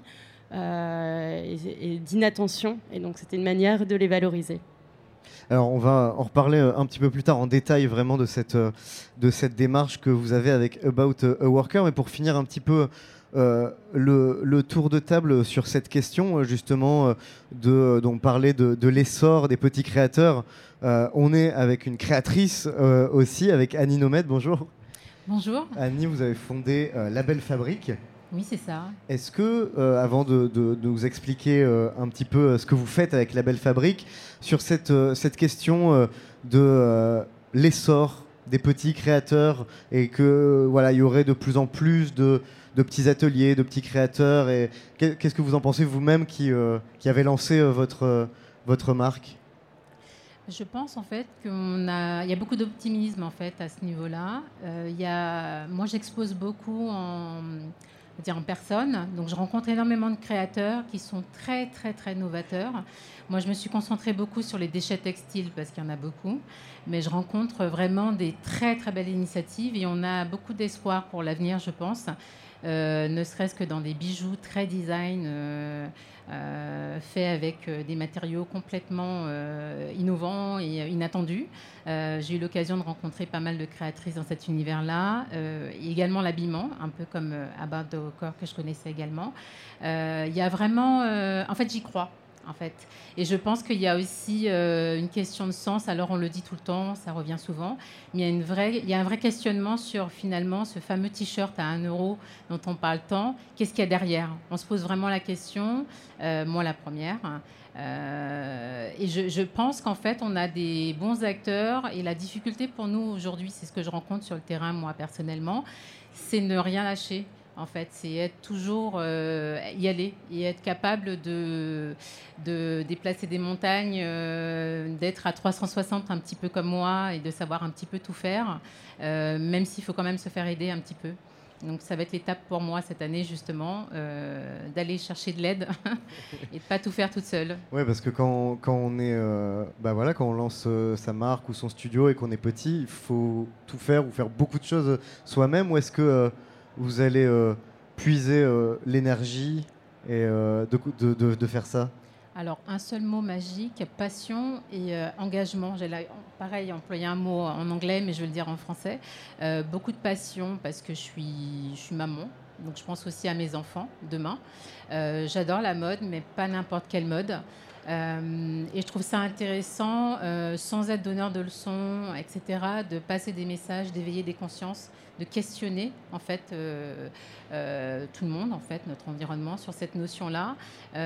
et d'inattention. Et donc, c'était une manière de les valoriser. Alors on va en reparler un petit peu plus tard en détail vraiment de cette démarche que vous avez avec About a Worker. Mais pour finir un petit peu le tour de table sur cette question justement dont parlait de l'essor des petits créateurs, on est avec une créatrice aussi, avec Annie Nomède. Bonjour. Bonjour. Annie, vous avez fondé Label Fabrique. Oui, c'est ça. Est-ce que, avant de nous expliquer un petit peu ce que vous faites avec Label Fabrique, sur cette question de l'essor des petits créateurs et que voilà, il y aurait de plus en plus de petits ateliers, de petits créateurs, et qu'est-ce que vous en pensez vous-même qui avez lancé votre marque? Je pense en fait il y a beaucoup d'optimisme en fait à ce niveau-là. Moi, j'expose beaucoup en personne. Donc, je rencontre énormément de créateurs qui sont très, très, très novateurs. Moi, je me suis concentrée beaucoup sur les déchets textiles parce qu'il y en a beaucoup. Mais je rencontre vraiment des très, très belles initiatives et on a beaucoup d'espoir pour l'avenir, je pense. Ne serait-ce que dans des bijoux très design, faits avec des matériaux complètement innovants et inattendus. J'ai eu l'occasion de rencontrer pas mal de créatrices dans cet univers-là. Et également l'habillement, un peu comme About a Worker que je connaissais également. Il y a vraiment... en fait, j'y crois. En fait. Et je pense qu'il y a aussi une question de sens. Alors, on le dit tout le temps, ça revient souvent. Mais il y a un vrai questionnement sur, finalement, ce fameux T-shirt à 1 € dont on parle tant. Qu'est-ce qu'il y a derrière? On se pose vraiment la question. Moi, la première. Et je pense qu'en fait, on a des bons acteurs. Et la difficulté pour nous, aujourd'hui, c'est ce que je rencontre sur le terrain, moi, personnellement, c'est ne rien lâcher. En fait, c'est être toujours y aller et être capable de déplacer des montagnes, d'être à 360 un petit peu comme moi et de savoir un petit peu tout faire, même s'il faut quand même se faire aider un petit peu. Donc ça va être l'étape pour moi cette année justement, d'aller chercher de l'aide et de pas tout faire toute seule. Ouais, parce que quand on est, quand on lance sa marque ou son studio et qu'on est petit, il faut tout faire ou faire beaucoup de choses soi-même. Ou est-ce que vous allez puiser l'énergie et de faire ça? Alors, un seul mot magique, passion et engagement. Pareil, employer un mot en anglais, mais je vais le dire en français. Beaucoup de passion parce que je suis maman, donc je pense aussi à mes enfants demain. J'adore la mode, mais pas n'importe quelle mode. Et je trouve ça intéressant, sans être donneur de leçons, etc., de passer des messages, d'éveiller des consciences, de questionner en fait tout le monde, en fait, notre environnement sur cette notion-là.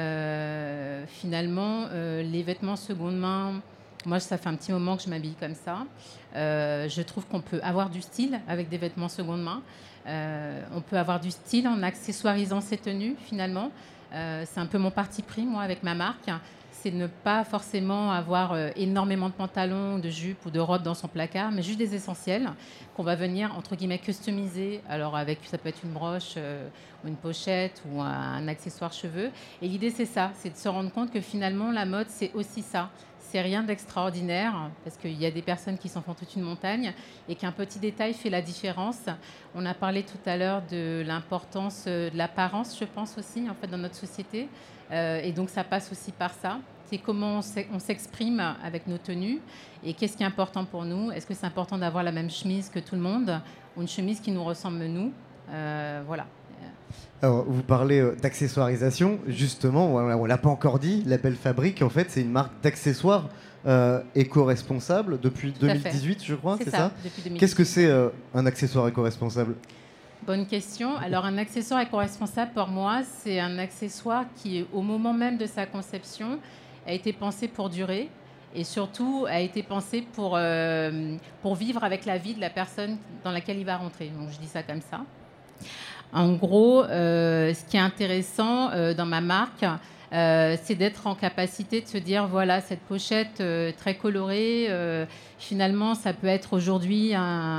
Finalement, les vêtements seconde main, moi ça fait un petit moment que je m'habille comme ça. Je trouve qu'on peut avoir du style avec des vêtements seconde main. On peut avoir du style en accessoirisant ses tenues finalement. C'est un peu mon parti pris moi avec ma marque. C'est de ne pas forcément avoir énormément de pantalons, de jupes ou de robes dans son placard, mais juste des essentiels qu'on va venir, entre guillemets, customiser. Alors, ça peut être une broche ou une pochette ou un accessoire cheveux. Et l'idée, c'est ça, c'est de se rendre compte que finalement, la mode, c'est aussi ça. C'est rien d'extraordinaire, parce qu'il y a des personnes qui s'en font toute une montagne et qu'un petit détail fait la différence. On a parlé tout à l'heure de l'importance de l'apparence, je pense aussi, en fait, dans notre société. Et donc, ça passe aussi par ça. C'est comment on s'exprime avec nos tenues et qu'est-ce qui est important pour nous. Est-ce que c'est important d'avoir la même chemise que tout le monde ou une chemise qui nous ressemble, nous? Voilà. Alors, vous parlez d'accessoirisation. Justement, on ne l'a pas encore dit, La Belle Fabrique, en fait, c'est une marque d'accessoires éco-responsables depuis 2018, je crois, c'est ça depuis 2018. Qu'est-ce que c'est un accessoire éco-responsable? Bonne question. Alors, un accessoire éco-responsable, pour moi, c'est un accessoire qui, au moment même de sa conception, a été pensé pour durer et surtout a été pensé pour vivre avec la vie de la personne dans laquelle il va rentrer. Donc, je dis ça comme ça. En gros, ce qui est intéressant dans ma marque, c'est d'être en capacité de se dire, voilà, cette pochette très colorée, finalement, ça peut être aujourd'hui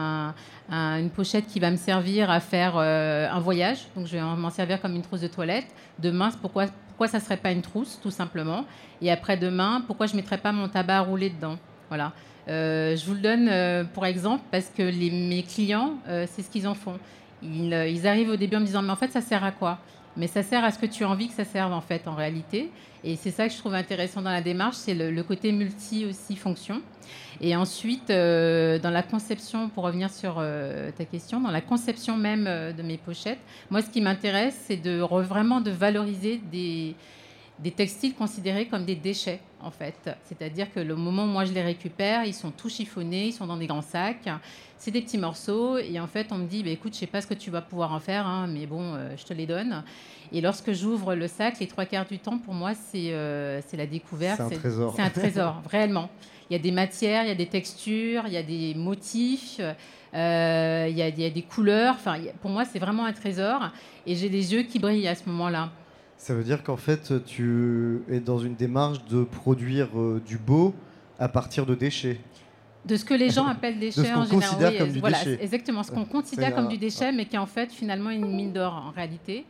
une pochette qui va me servir à faire un voyage. Donc, je vais m'en servir comme une trousse de toilette. Demain, pourquoi ça ne serait pas une trousse, tout simplement. Et après-demain, pourquoi je ne mettrais pas mon tabac à rouler dedans? Voilà. Je vous le donne pour exemple parce que mes clients, c'est ce qu'ils en font. Ils arrivent au début en me disant, mais en fait, ça sert à quoi? Mais ça sert à ce que tu as envie que ça serve, en fait, en réalité. Et c'est ça que je trouve intéressant dans la démarche, c'est le côté multi-fonction. Et ensuite, dans la conception, pour revenir sur ta question, dans la conception même de mes pochettes, moi, ce qui m'intéresse, c'est vraiment de valoriser des textiles considérés comme des déchets, en fait. C'est-à-dire que le moment où moi je les récupère, ils sont tout chiffonnés, ils sont dans des grands sacs, c'est des petits morceaux, et en fait on me dit, bah, écoute, je sais pas ce que tu vas pouvoir en faire, hein, mais bon, je te les donne. Et lorsque j'ouvre le sac, les 3/4 du temps, pour moi, c'est la découverte. C'est un trésor. C'est un trésor, réellement. Il y a des matières, il y a des textures, il y a des motifs, il y a des couleurs. Enfin, pour moi, c'est vraiment un trésor, et j'ai les yeux qui brillent à ce moment-là. Ça veut dire qu'en fait, tu es dans une démarche de produire du beau à partir de déchets. De ce que les gens appellent déchets en général. De ce qu'on considère comme du déchet. Exactement, ce qu'on considère comme du déchet, mais qui est en fait finalement une mine d'or en réalité.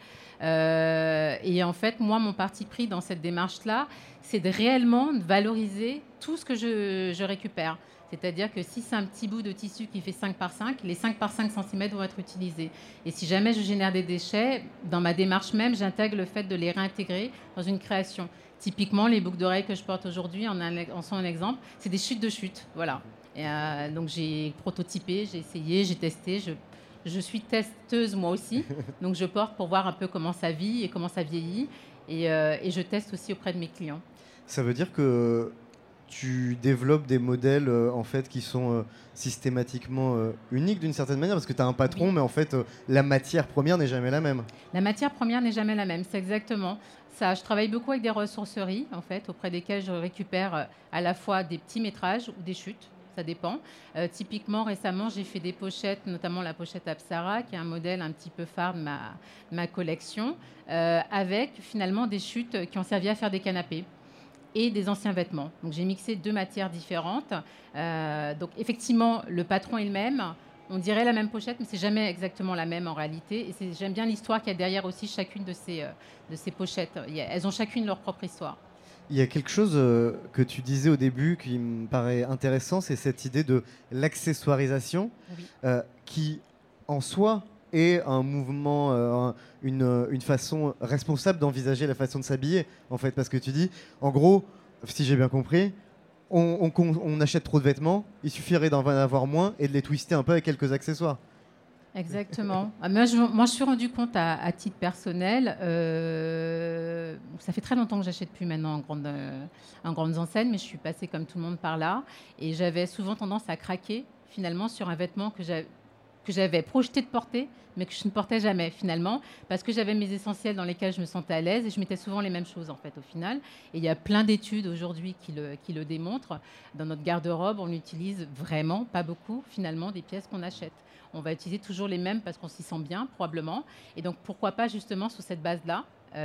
Et en fait, moi, mon parti pris dans cette démarche-là, c'est de réellement valoriser tout ce que je récupère. C'est-à-dire que si c'est un petit bout de tissu qui fait 5 par 5, les 5 par 5 cm vont être utilisés. Et si jamais je génère des déchets, dans ma démarche même, j'intègre le fait de les réintégrer dans une création. Typiquement, les boucles d'oreilles que je porte aujourd'hui en sont un exemple. C'est des chutes de chute. Voilà. Et, donc j'ai prototypé, j'ai essayé, j'ai testé. Je suis testeuse moi aussi. Donc je porte pour voir un peu comment ça vit et comment ça vieillit. Et je teste aussi auprès de mes clients. Ça veut dire que tu développes des modèles en fait, qui sont systématiquement uniques d'une certaine manière, parce que tu as un patron, oui. Mais en fait, la matière première n'est jamais la même. La matière première n'est jamais la même, c'est exactement ça. Je travaille beaucoup avec des ressourceries, en fait, auprès desquelles je récupère à la fois des petits métrages ou des chutes. Ça dépend. Typiquement, récemment, j'ai fait des pochettes, notamment la pochette Apsara, qui est un modèle un petit peu phare de ma collection, avec finalement des chutes qui ont servi à faire des canapés et des anciens vêtements. Donc j'ai mixé deux matières différentes. Donc effectivement, le patron est le même. On dirait la même pochette, mais c'est jamais exactement la même en réalité. Et j'aime bien l'histoire qu'il y a derrière aussi chacune de ces pochettes. Elles ont chacune leur propre histoire. Il y a quelque chose que tu disais au début qui me paraît intéressant, c'est cette idée de l'accessoirisation qui, en soi, est un mouvement, une façon responsable d'envisager la façon de s'habiller, en fait. Parce que tu dis, en gros, si j'ai bien compris, on achète trop de vêtements, il suffirait d'en avoir moins et de les twister un peu avec quelques accessoires. Exactement. Moi, je suis rendu compte à titre personnel. Ça fait très longtemps que j'achète plus maintenant en grandes enseignes, mais je suis passée comme tout le monde par là. Et j'avais souvent tendance à craquer finalement sur un vêtement que j'avais projeté de porter, mais que je ne portais jamais finalement, parce que j'avais mes essentiels dans lesquels je me sentais à l'aise et je mettais souvent les mêmes choses en fait au final. Et il y a plein d'études aujourd'hui qui le démontrent. Dans notre garde-robe, on utilise vraiment pas beaucoup finalement des pièces qu'on achète. On va utiliser toujours les mêmes parce qu'on s'y sent bien probablement. Et donc pourquoi pas justement sous cette base-là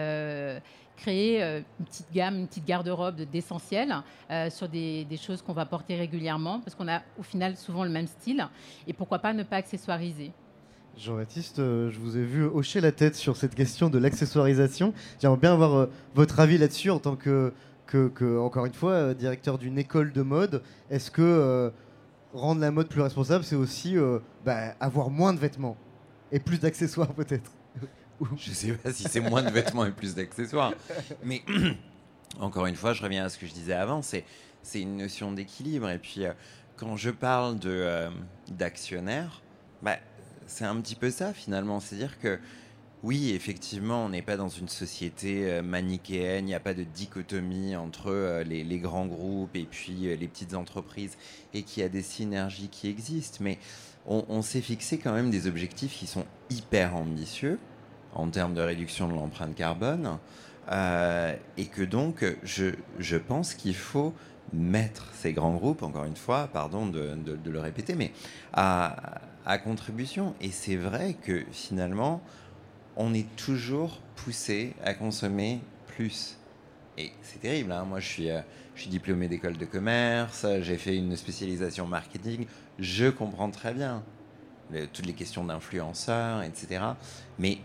créer une petite gamme, une petite garde-robe d'essentiels sur des choses qu'on va porter régulièrement parce qu'on a au final souvent le même style. Et pourquoi pas ne pas accessoiriser. Jean-Baptiste, je vous ai vu hocher la tête sur cette question de l'accessoirisation. J'aimerais bien avoir votre avis là-dessus en tant que encore une fois, directeur d'une école de mode. Est-ce que rendre la mode plus responsable, c'est aussi avoir moins de vêtements et plus d'accessoires peut-être? Je ne sais pas si c'est moins de vêtements et plus d'accessoires. Mais encore une fois, je reviens à ce que je disais avant, c'est une notion d'équilibre. Et puis, quand je parle d'actionnaire, c'est un petit peu ça finalement. C'est-à-dire que oui, effectivement, on n'est pas dans une société manichéenne, il n'y a pas de dichotomie entre les grands groupes et puis les petites entreprises et qu'il y a des synergies qui existent. Mais on s'est fixé quand même des objectifs qui sont hyper ambitieux en termes de réduction de l'empreinte carbone et que donc je pense qu'il faut mettre ces grands groupes, encore une fois, pardon de le répéter, mais à contribution. Et c'est vrai que finalement, on est toujours poussé à consommer plus. Et c'est terrible, hein. Moi, je suis diplômé d'école de commerce, j'ai fait une spécialisation marketing, je comprends très bien toutes les questions d'influenceurs, etc. Mais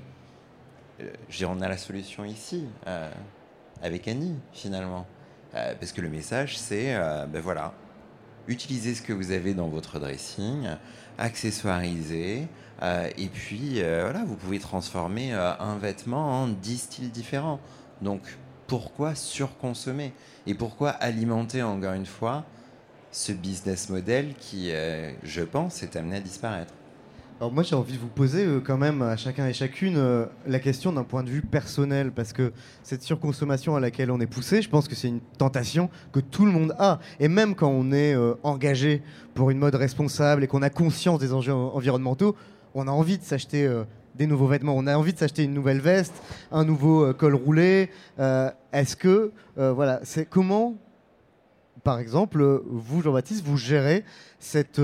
on a la solution ici, avec Annie, finalement. Parce que le message, c'est, voilà, utilisez ce que vous avez dans votre dressing, accessoirisez, et puis, voilà, vous pouvez transformer un vêtement en 10 styles différents. Donc, pourquoi surconsommer? Et pourquoi alimenter, encore une fois, ce business model qui, je pense, est amené à disparaître? Alors moi j'ai envie de vous poser quand même à chacun et chacune la question d'un point de vue personnel, parce que cette surconsommation à laquelle on est poussé, je pense que c'est une tentation que tout le monde a. Et même quand on est engagé pour une mode responsable et qu'on a conscience des enjeux environnementaux, on a envie de s'acheter des nouveaux vêtements, on a envie de s'acheter une nouvelle veste, un nouveau col roulé. Est-ce que, voilà, c'est comment, par exemple, vous Jean-Baptiste, vous gérez cette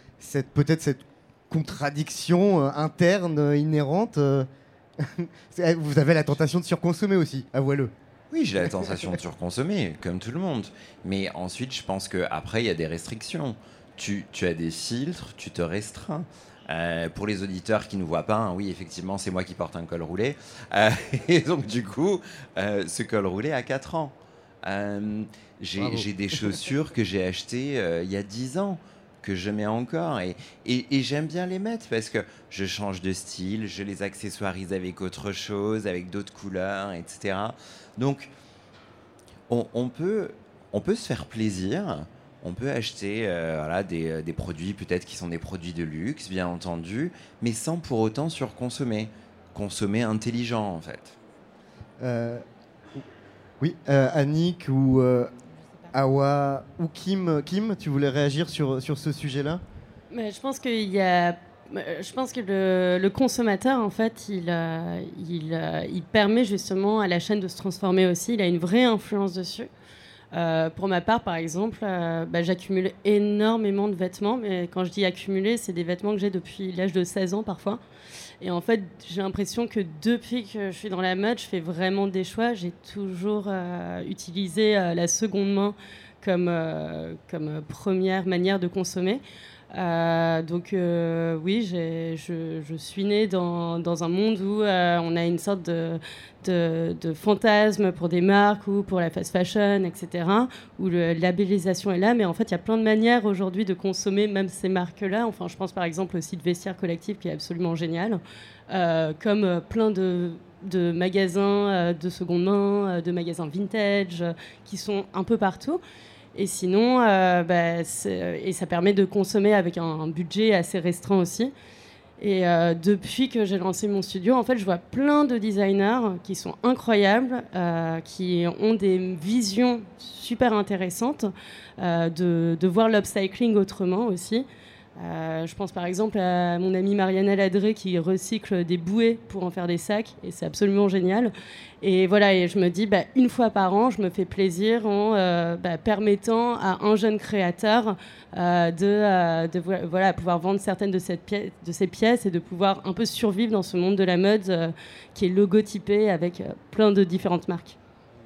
contradiction interne, inhérente. Vous avez la tentation de surconsommer aussi, avouez-le. Oui, j'ai la tentation de surconsommer, comme tout le monde. Mais ensuite, je pense qu'après, il y a des restrictions. Tu as des filtres, tu te restreins. Pour les auditeurs qui ne nous voient pas, oui, effectivement, c'est moi qui porte un col roulé. Et donc, du coup, ce col roulé a 4 ans. J'ai des chaussures que j'ai achetées il y a 10 ans. Que je mets encore et j'aime bien les mettre parce que je change de style, je les accessoirise avec autre chose, avec d'autres couleurs, etc. Donc on peut se faire plaisir, on peut acheter des produits peut-être qui sont des produits de luxe, bien entendu, mais sans pour autant surconsommer, consommer intelligent en fait. Oui, Annick ou Awa ou Kim, tu voulais réagir sur ce sujet-là? Mais je pense qu'il y a, je pense que le consommateur, en fait, il permet justement à la chaîne de se transformer aussi. Il a une vraie influence dessus. Pour ma part, par exemple, j'accumule énormément de vêtements, mais quand je dis accumuler, c'est des vêtements que j'ai depuis l'âge de 16 ans parfois. Et en fait, j'ai l'impression que depuis que je suis dans la mode, je fais vraiment des choix. J'ai toujours utilisé la seconde main comme première manière de consommer. Donc oui, je suis née dans un monde où on a une sorte de fantasme pour des marques ou pour la fast fashion, etc., où la labellisation est là, mais en fait, il y a plein de manières aujourd'hui de consommer même ces marques-là. Enfin, je pense par exemple au site Vestiaire Collectif qui est absolument génial, comme plein de magasins de seconde main, de magasins vintage, qui sont un peu partout. Et sinon, et ça permet de consommer avec un budget assez restreint aussi. Et depuis que j'ai lancé mon studio, en fait, je vois plein de designers qui sont incroyables, qui ont des visions super intéressantes, de voir l'upcycling autrement aussi. Je pense par exemple à mon amie Mariana Ladré qui recycle des bouées pour en faire des sacs, et c'est absolument génial. Et voilà, et je me dis, une fois par an, je me fais plaisir en permettant à un jeune créateur de pouvoir vendre certaines de ces pièces et de pouvoir un peu survivre dans ce monde de la mode qui est logotypé avec plein de différentes marques.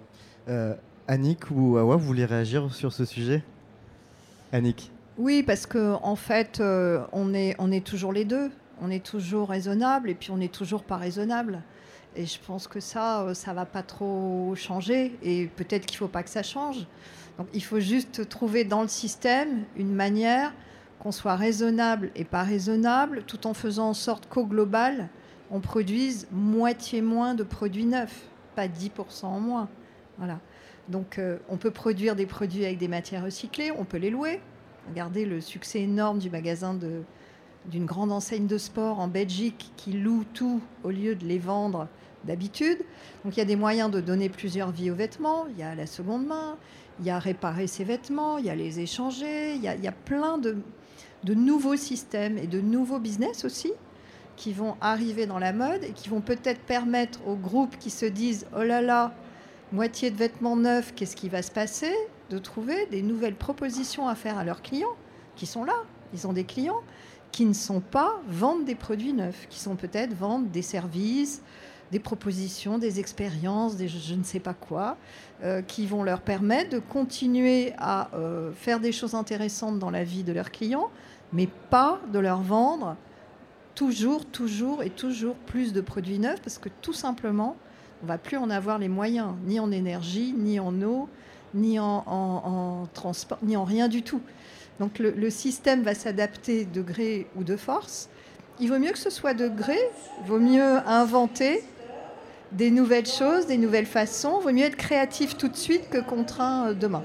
Annick ou Awa, vous voulez réagir sur ce sujet ? Annick. Oui, parce qu'en fait, on est toujours les deux. On est toujours raisonnable et puis on n'est toujours pas raisonnable. Et je pense que ça va pas trop changer. Et peut-être qu'il faut pas que ça change. Donc il faut juste trouver dans le système une manière qu'on soit raisonnable et pas raisonnable, tout en faisant en sorte qu'au global, on produise moitié moins de produits neufs, pas 10% en moins. Voilà. Donc on peut produire des produits avec des matières recyclées, on peut les louer. Regardez le succès énorme du magasin d'une grande enseigne de sport en Belgique qui loue tout au lieu de les vendre d'habitude. Donc il y a des moyens de donner plusieurs vies aux vêtements. Il y a la seconde main, il y a réparer ses vêtements, il y a les échanger. Il y a plein de nouveaux systèmes et de nouveaux business aussi qui vont arriver dans la mode et qui vont peut-être permettre aux groupes qui se disent « Oh là là, moitié de vêtements neufs, qu'est-ce qui va se passer ?» de trouver des nouvelles propositions à faire à leurs clients qui sont là. Ils ont des clients qui ne sont pas vendre des produits neufs, qui sont peut-être vendre des services, des propositions, des expériences, des je ne sais pas quoi, qui vont leur permettre de continuer à faire des choses intéressantes dans la vie de leurs clients, mais pas de leur vendre toujours et toujours plus de produits neufs, parce que tout simplement, on ne va plus en avoir les moyens, ni en énergie, ni en eau, ni en transport, ni en rien du tout. Donc le système va s'adapter de gré ou de force. Il vaut mieux que ce soit de gré, il vaut mieux inventer des nouvelles choses, des nouvelles façons, il vaut mieux être créatif tout de suite que contraint demain.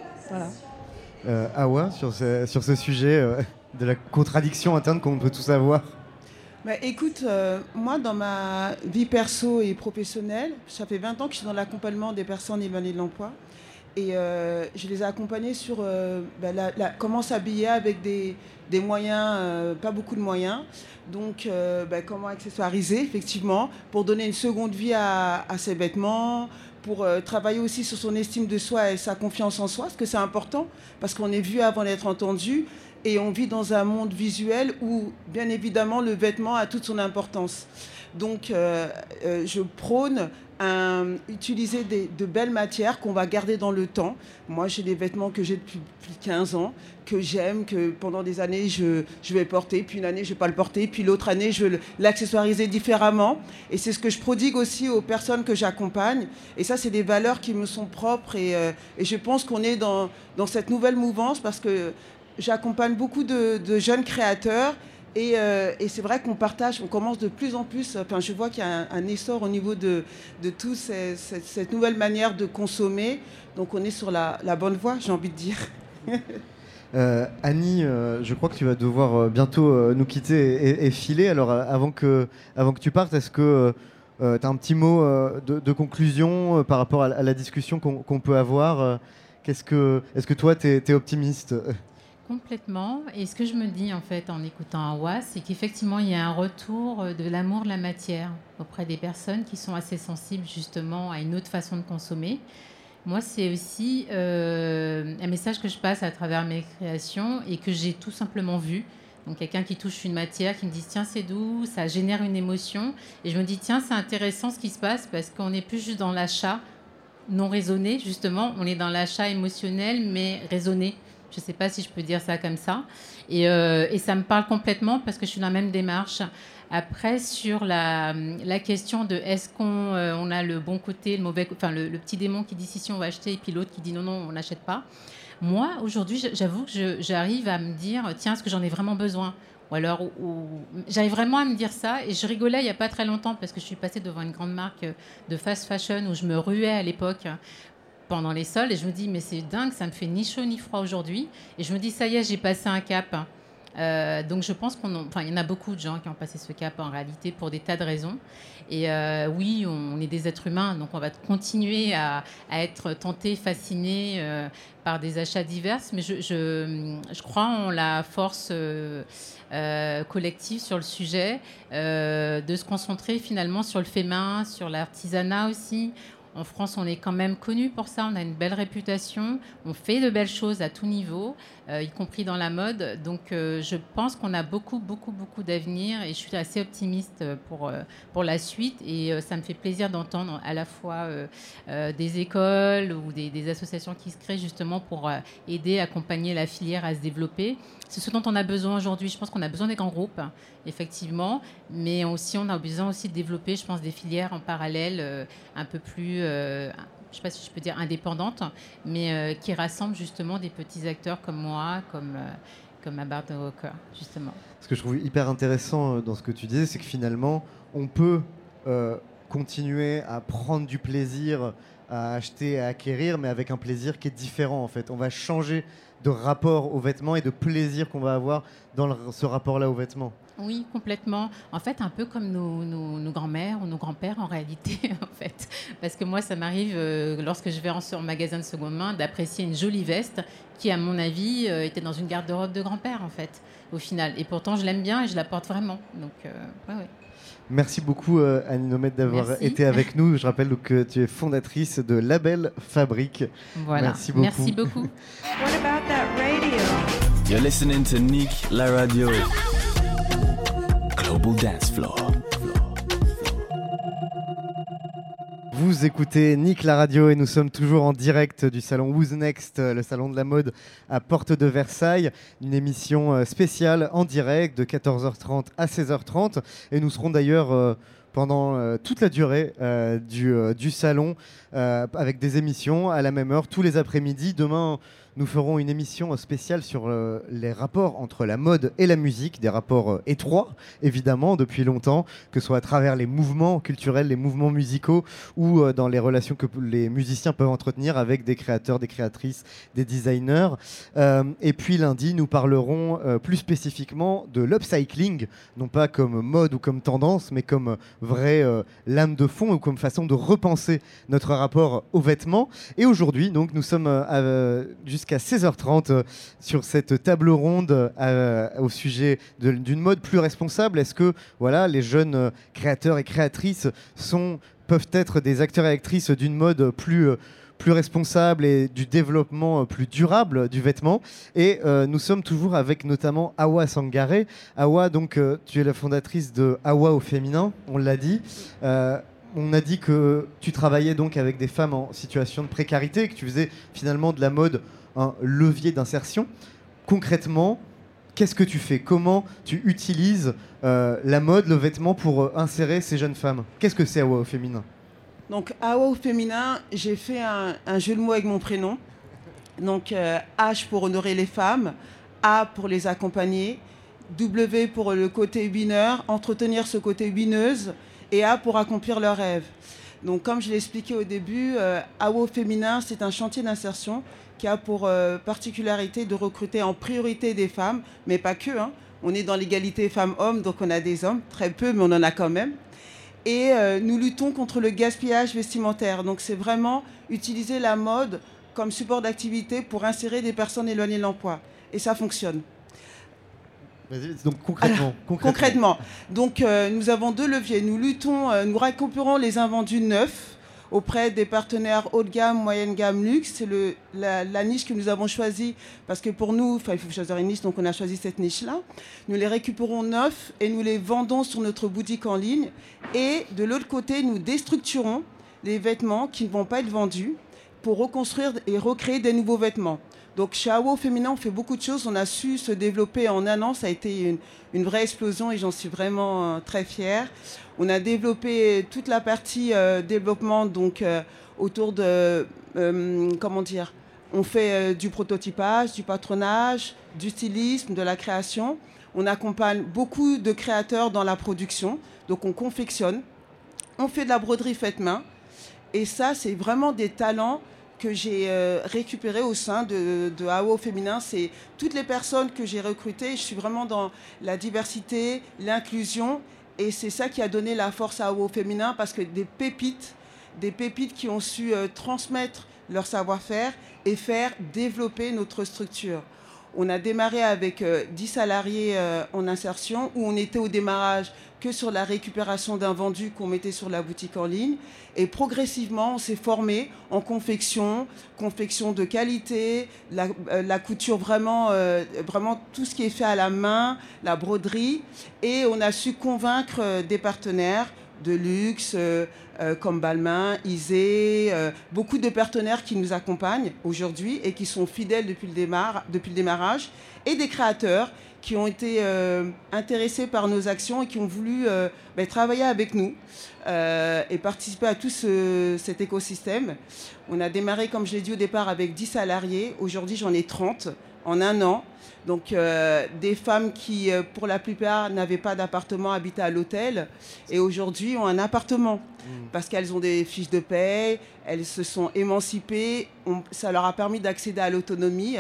Voilà. Awa, sur ce sujet de la contradiction interne qu'on peut tous avoir. Écoute, moi, dans ma vie perso et professionnelle, ça fait 20 ans que je suis dans l'accompagnement des personnes éloignées de l'emploi. Et je les ai accompagnés sur comment s'habiller avec des moyens, pas beaucoup de moyens. Donc, comment accessoiriser, effectivement, pour donner une seconde vie à ses vêtements, pour travailler aussi sur son estime de soi et sa confiance en soi, parce que c'est important, parce qu'on est vu avant d'être entendu. Et on vit dans un monde visuel où, bien évidemment, le vêtement a toute son importance. Donc, je prône utiliser de belles matières qu'on va garder dans le temps. Moi, j'ai des vêtements que j'ai depuis plus de 15 ans, que j'aime, que pendant des années, je vais porter, puis une année, je ne vais pas le porter, puis l'autre année, je vais l'accessoiriser différemment. Et c'est ce que je prodigue aussi aux personnes que j'accompagne. Et ça, c'est des valeurs qui me sont propres. Et je pense qu'on est dans cette nouvelle mouvance parce que j'accompagne beaucoup de jeunes créateurs et c'est vrai qu'on partage, on commence de plus en plus, je vois qu'il y a un essor au niveau de toute cette nouvelle manière de consommer. Donc on est sur la bonne voie, j'ai envie de dire. Annie, je crois que tu vas devoir bientôt nous quitter et filer. Alors avant que tu partes, est-ce que tu as un petit mot de conclusion par rapport à la discussion qu'on peut avoir est-ce que toi, tu es optimiste ? Complètement. Et ce que je me dis en fait en écoutant Awa, c'est qu'effectivement il y a un retour de l'amour de la matière auprès des personnes qui sont assez sensibles justement à une autre façon de consommer. Moi, c'est aussi un message que je passe à travers mes créations et que j'ai tout simplement vu. Donc quelqu'un qui touche une matière, qui me dit tiens c'est doux, ça génère une émotion. Et je me dis tiens c'est intéressant ce qui se passe parce qu'on n'est plus juste dans l'achat non raisonné justement, on est dans l'achat émotionnel mais raisonné. Je ne sais pas si je peux dire ça comme ça. Et ça me parle complètement parce que je suis dans la même démarche. Après, sur la question de est-ce qu'on on a le bon côté, le mauvais, enfin le petit démon qui dit si on va acheter et puis l'autre qui dit non, on n'achète pas. Moi, aujourd'hui, j'avoue que j'arrive à me dire tiens, est-ce que j'en ai vraiment besoin ? Ou alors, j'arrive vraiment à me dire ça. Et je rigolais il n'y a pas très longtemps parce que je suis passée devant une grande marque de fast fashion où je me ruais à l'époque pendant les soldes. Et je me dis, mais c'est dingue, ça me fait ni chaud ni froid aujourd'hui. Et je me dis, ça y est, j'ai passé un cap. Donc je pense il y en a beaucoup de gens qui ont passé ce cap en réalité pour des tas de raisons. Et oui, on est des êtres humains, donc on va continuer à être tentés, fascinés par des achats divers. Mais je crois en la force collective sur le sujet, de se concentrer finalement sur le fait main, sur l'artisanat aussi. En France, on est quand même connu pour ça, on a une belle réputation, on fait de belles choses à tout niveau, y compris dans la mode. Donc je pense qu'on a beaucoup d'avenir et je suis assez optimiste pour la suite. Et ça me fait plaisir d'entendre à la fois des écoles ou des associations qui se créent justement pour aider, accompagner la filière à se développer. C'est ce dont on a besoin aujourd'hui. Je pense qu'on a besoin des grands groupes, effectivement, mais aussi on a besoin aussi de développer, je pense, des filières en parallèle un peu plus, je ne sais pas si je peux dire indépendantes, mais qui rassemblent justement des petits acteurs comme moi, comme Abar de Walker, justement. Ce que je trouve hyper intéressant dans ce que tu disais, c'est que finalement, on peut continuer à prendre du plaisir à acheter, à acquérir, mais avec un plaisir qui est différent en fait. On va changer de rapport aux vêtements et de plaisir qu'on va avoir dans ce rapport-là aux vêtements. Oui, complètement. En fait, un peu comme nos grands-mères ou nos grands-pères en réalité, en fait. Parce que moi, ça m'arrive, lorsque je vais en magasin de seconde main, d'apprécier une jolie veste qui, à mon avis, était dans une garde-robe de grand-père, en fait, au final. Et pourtant, je l'aime bien et je la porte vraiment. Donc, ouais. Merci beaucoup Annie Nomède d'avoir été avec nous. Je rappelle que tu es fondatrice de Label Fabrique. Voilà. Merci beaucoup. Merci beaucoup. What about that radio? You're listening to Nick La Radio. Global Dance Floor. Vous écoutez Nick La Radio et nous sommes toujours en direct du salon Who's Next, le salon de la mode à Porte de Versailles. Une émission spéciale en direct de 14h30 à 16h30. Et nous serons d'ailleurs pendant toute la durée du salon avec des émissions à la même heure tous les après-midi. Demain, nous ferons une émission spéciale sur les rapports entre la mode et la musique, des rapports étroits, évidemment, depuis longtemps, que ce soit à travers les mouvements culturels, les mouvements musicaux, ou dans les relations que les musiciens peuvent entretenir avec des créateurs, des créatrices, des designers. Et puis lundi, nous parlerons plus spécifiquement de l'upcycling, non pas comme mode ou comme tendance, mais comme vraie lame de fond ou comme façon de repenser notre rapport aux vêtements. Et aujourd'hui, donc, nous sommes jusqu'à 16h30 sur cette table ronde au sujet d'une mode plus responsable. Est-ce que les jeunes créateurs et créatrices peuvent être des acteurs et actrices d'une mode plus responsable et du développement plus durable du vêtement? Et nous sommes toujours avec notamment Awa Sangaré. Awa, donc, tu es la fondatrice de Awa au féminin, on l'a dit. On a dit que tu travaillais donc avec des femmes en situation de précarité, que tu faisais finalement de la mode un levier d'insertion. Concrètement, qu'est-ce que tu fais? Comment tu utilises la mode, le vêtement pour insérer ces jeunes femmes? Qu'est-ce que c'est Awa au féminin? Donc Awa au féminin, j'ai fait un jeu de mots avec mon prénom. Donc H pour honorer les femmes, A pour les accompagner, W pour le côté winner, entretenir ce côté winneuse, et A pour accomplir leurs rêves. Donc comme je l'ai expliqué au début, Awa au féminin, c'est un chantier d'insertion qui a pour particularité de recruter en priorité des femmes, mais pas que. On est dans l'égalité femmes-hommes, donc on a des hommes, très peu, mais on en a quand même. Et nous luttons contre le gaspillage vestimentaire. Donc c'est vraiment utiliser la mode comme support d'activité pour insérer des personnes éloignées de l'emploi. Et ça fonctionne. Donc concrètement. Donc nous avons deux leviers. Nous luttons, nous récupérons les invendus neufs auprès des partenaires haut de gamme, moyenne gamme, luxe. C'est la niche que nous avons choisie parce que pour nous, il faut choisir une niche, donc on a choisi cette niche-là. Nous les récupérons neufs et nous les vendons sur notre boutique en ligne. Et de l'autre côté, nous déstructurons les vêtements qui ne vont pas être vendus pour reconstruire et recréer des nouveaux vêtements. Donc chez AO Féminin, on fait beaucoup de choses. On a su se développer en un an. Ça a été une vraie explosion et j'en suis vraiment très fière. On a développé toute la partie développement donc, autour de... comment dire ? On fait du prototypage, du patronage, du stylisme, de la création. On accompagne beaucoup de créateurs dans la production. Donc on confectionne. On fait de la broderie faite main. Et ça, c'est vraiment des talents que j'ai récupérés au sein de AO Féminin. C'est toutes les personnes que j'ai recrutées. Je suis vraiment dans la diversité, l'inclusion. Et c'est ça qui a donné la force à AO Féminin, parce que des pépites qui ont su transmettre leur savoir-faire et faire développer notre structure. On a démarré avec 10 salariés en insertion, où on était au démarrage que sur la récupération d'un vendu qu'on mettait sur la boutique en ligne. Et progressivement, on s'est formé en confection de qualité, la couture vraiment tout ce qui est fait à la main, la broderie. Et on a su convaincre des partenaires de luxe, comme Balmain, Isée, beaucoup de partenaires qui nous accompagnent aujourd'hui et qui sont fidèles depuis le démarrage, et des créateurs qui ont été intéressés par nos actions et qui ont voulu travailler avec nous et participer à tout cet écosystème. On a démarré, comme je l'ai dit au départ, avec 10 salariés. Aujourd'hui, j'en ai 30 en un an. Donc des femmes qui, pour la plupart, n'avaient pas d'appartement, habitaient à l'hôtel, et aujourd'hui ont un appartement parce qu'elles ont des fiches de paie, elles se sont émancipées, ça leur a permis d'accéder à l'autonomie,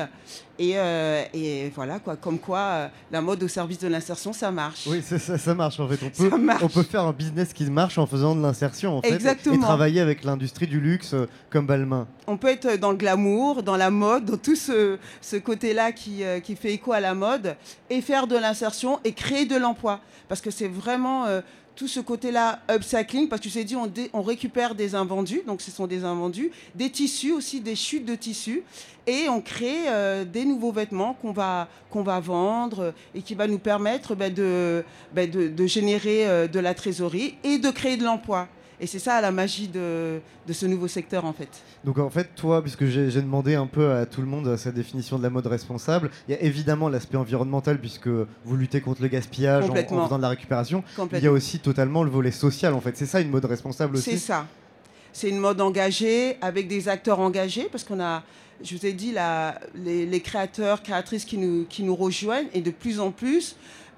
et voilà, quoi, comme quoi la mode au service de l'insertion, ça marche. Oui, ça marche en fait. On peut faire un business qui marche en faisant de l'insertion en fait. Exactement. Et travailler avec l'industrie du luxe comme Balmain. On peut être dans le glamour, dans la mode, dans tout ce côté-là qui fait écho à la mode, et faire de l'insertion et créer de l'emploi. Parce que c'est vraiment tout ce côté-là upcycling, parce que je vous ai dit, on récupère des invendus, donc ce sont des invendus, des tissus aussi, des chutes de tissus, et on crée des nouveaux vêtements qu'on va vendre et qui va nous permettre de générer de la trésorerie et de créer de l'emploi. Et c'est ça la magie de ce nouveau secteur en fait. Donc en fait, toi, puisque j'ai demandé un peu à tout le monde sa définition de la mode responsable, il y a évidemment l'aspect environnemental puisque vous luttez contre le gaspillage en faisant de la récupération. Il y a aussi totalement le volet social en fait. C'est ça une mode responsable aussi ? C'est ça. C'est une mode engagée avec des acteurs engagés, parce qu'on a, je vous ai dit, les créateurs, créatrices qui nous rejoignent, et de plus en plus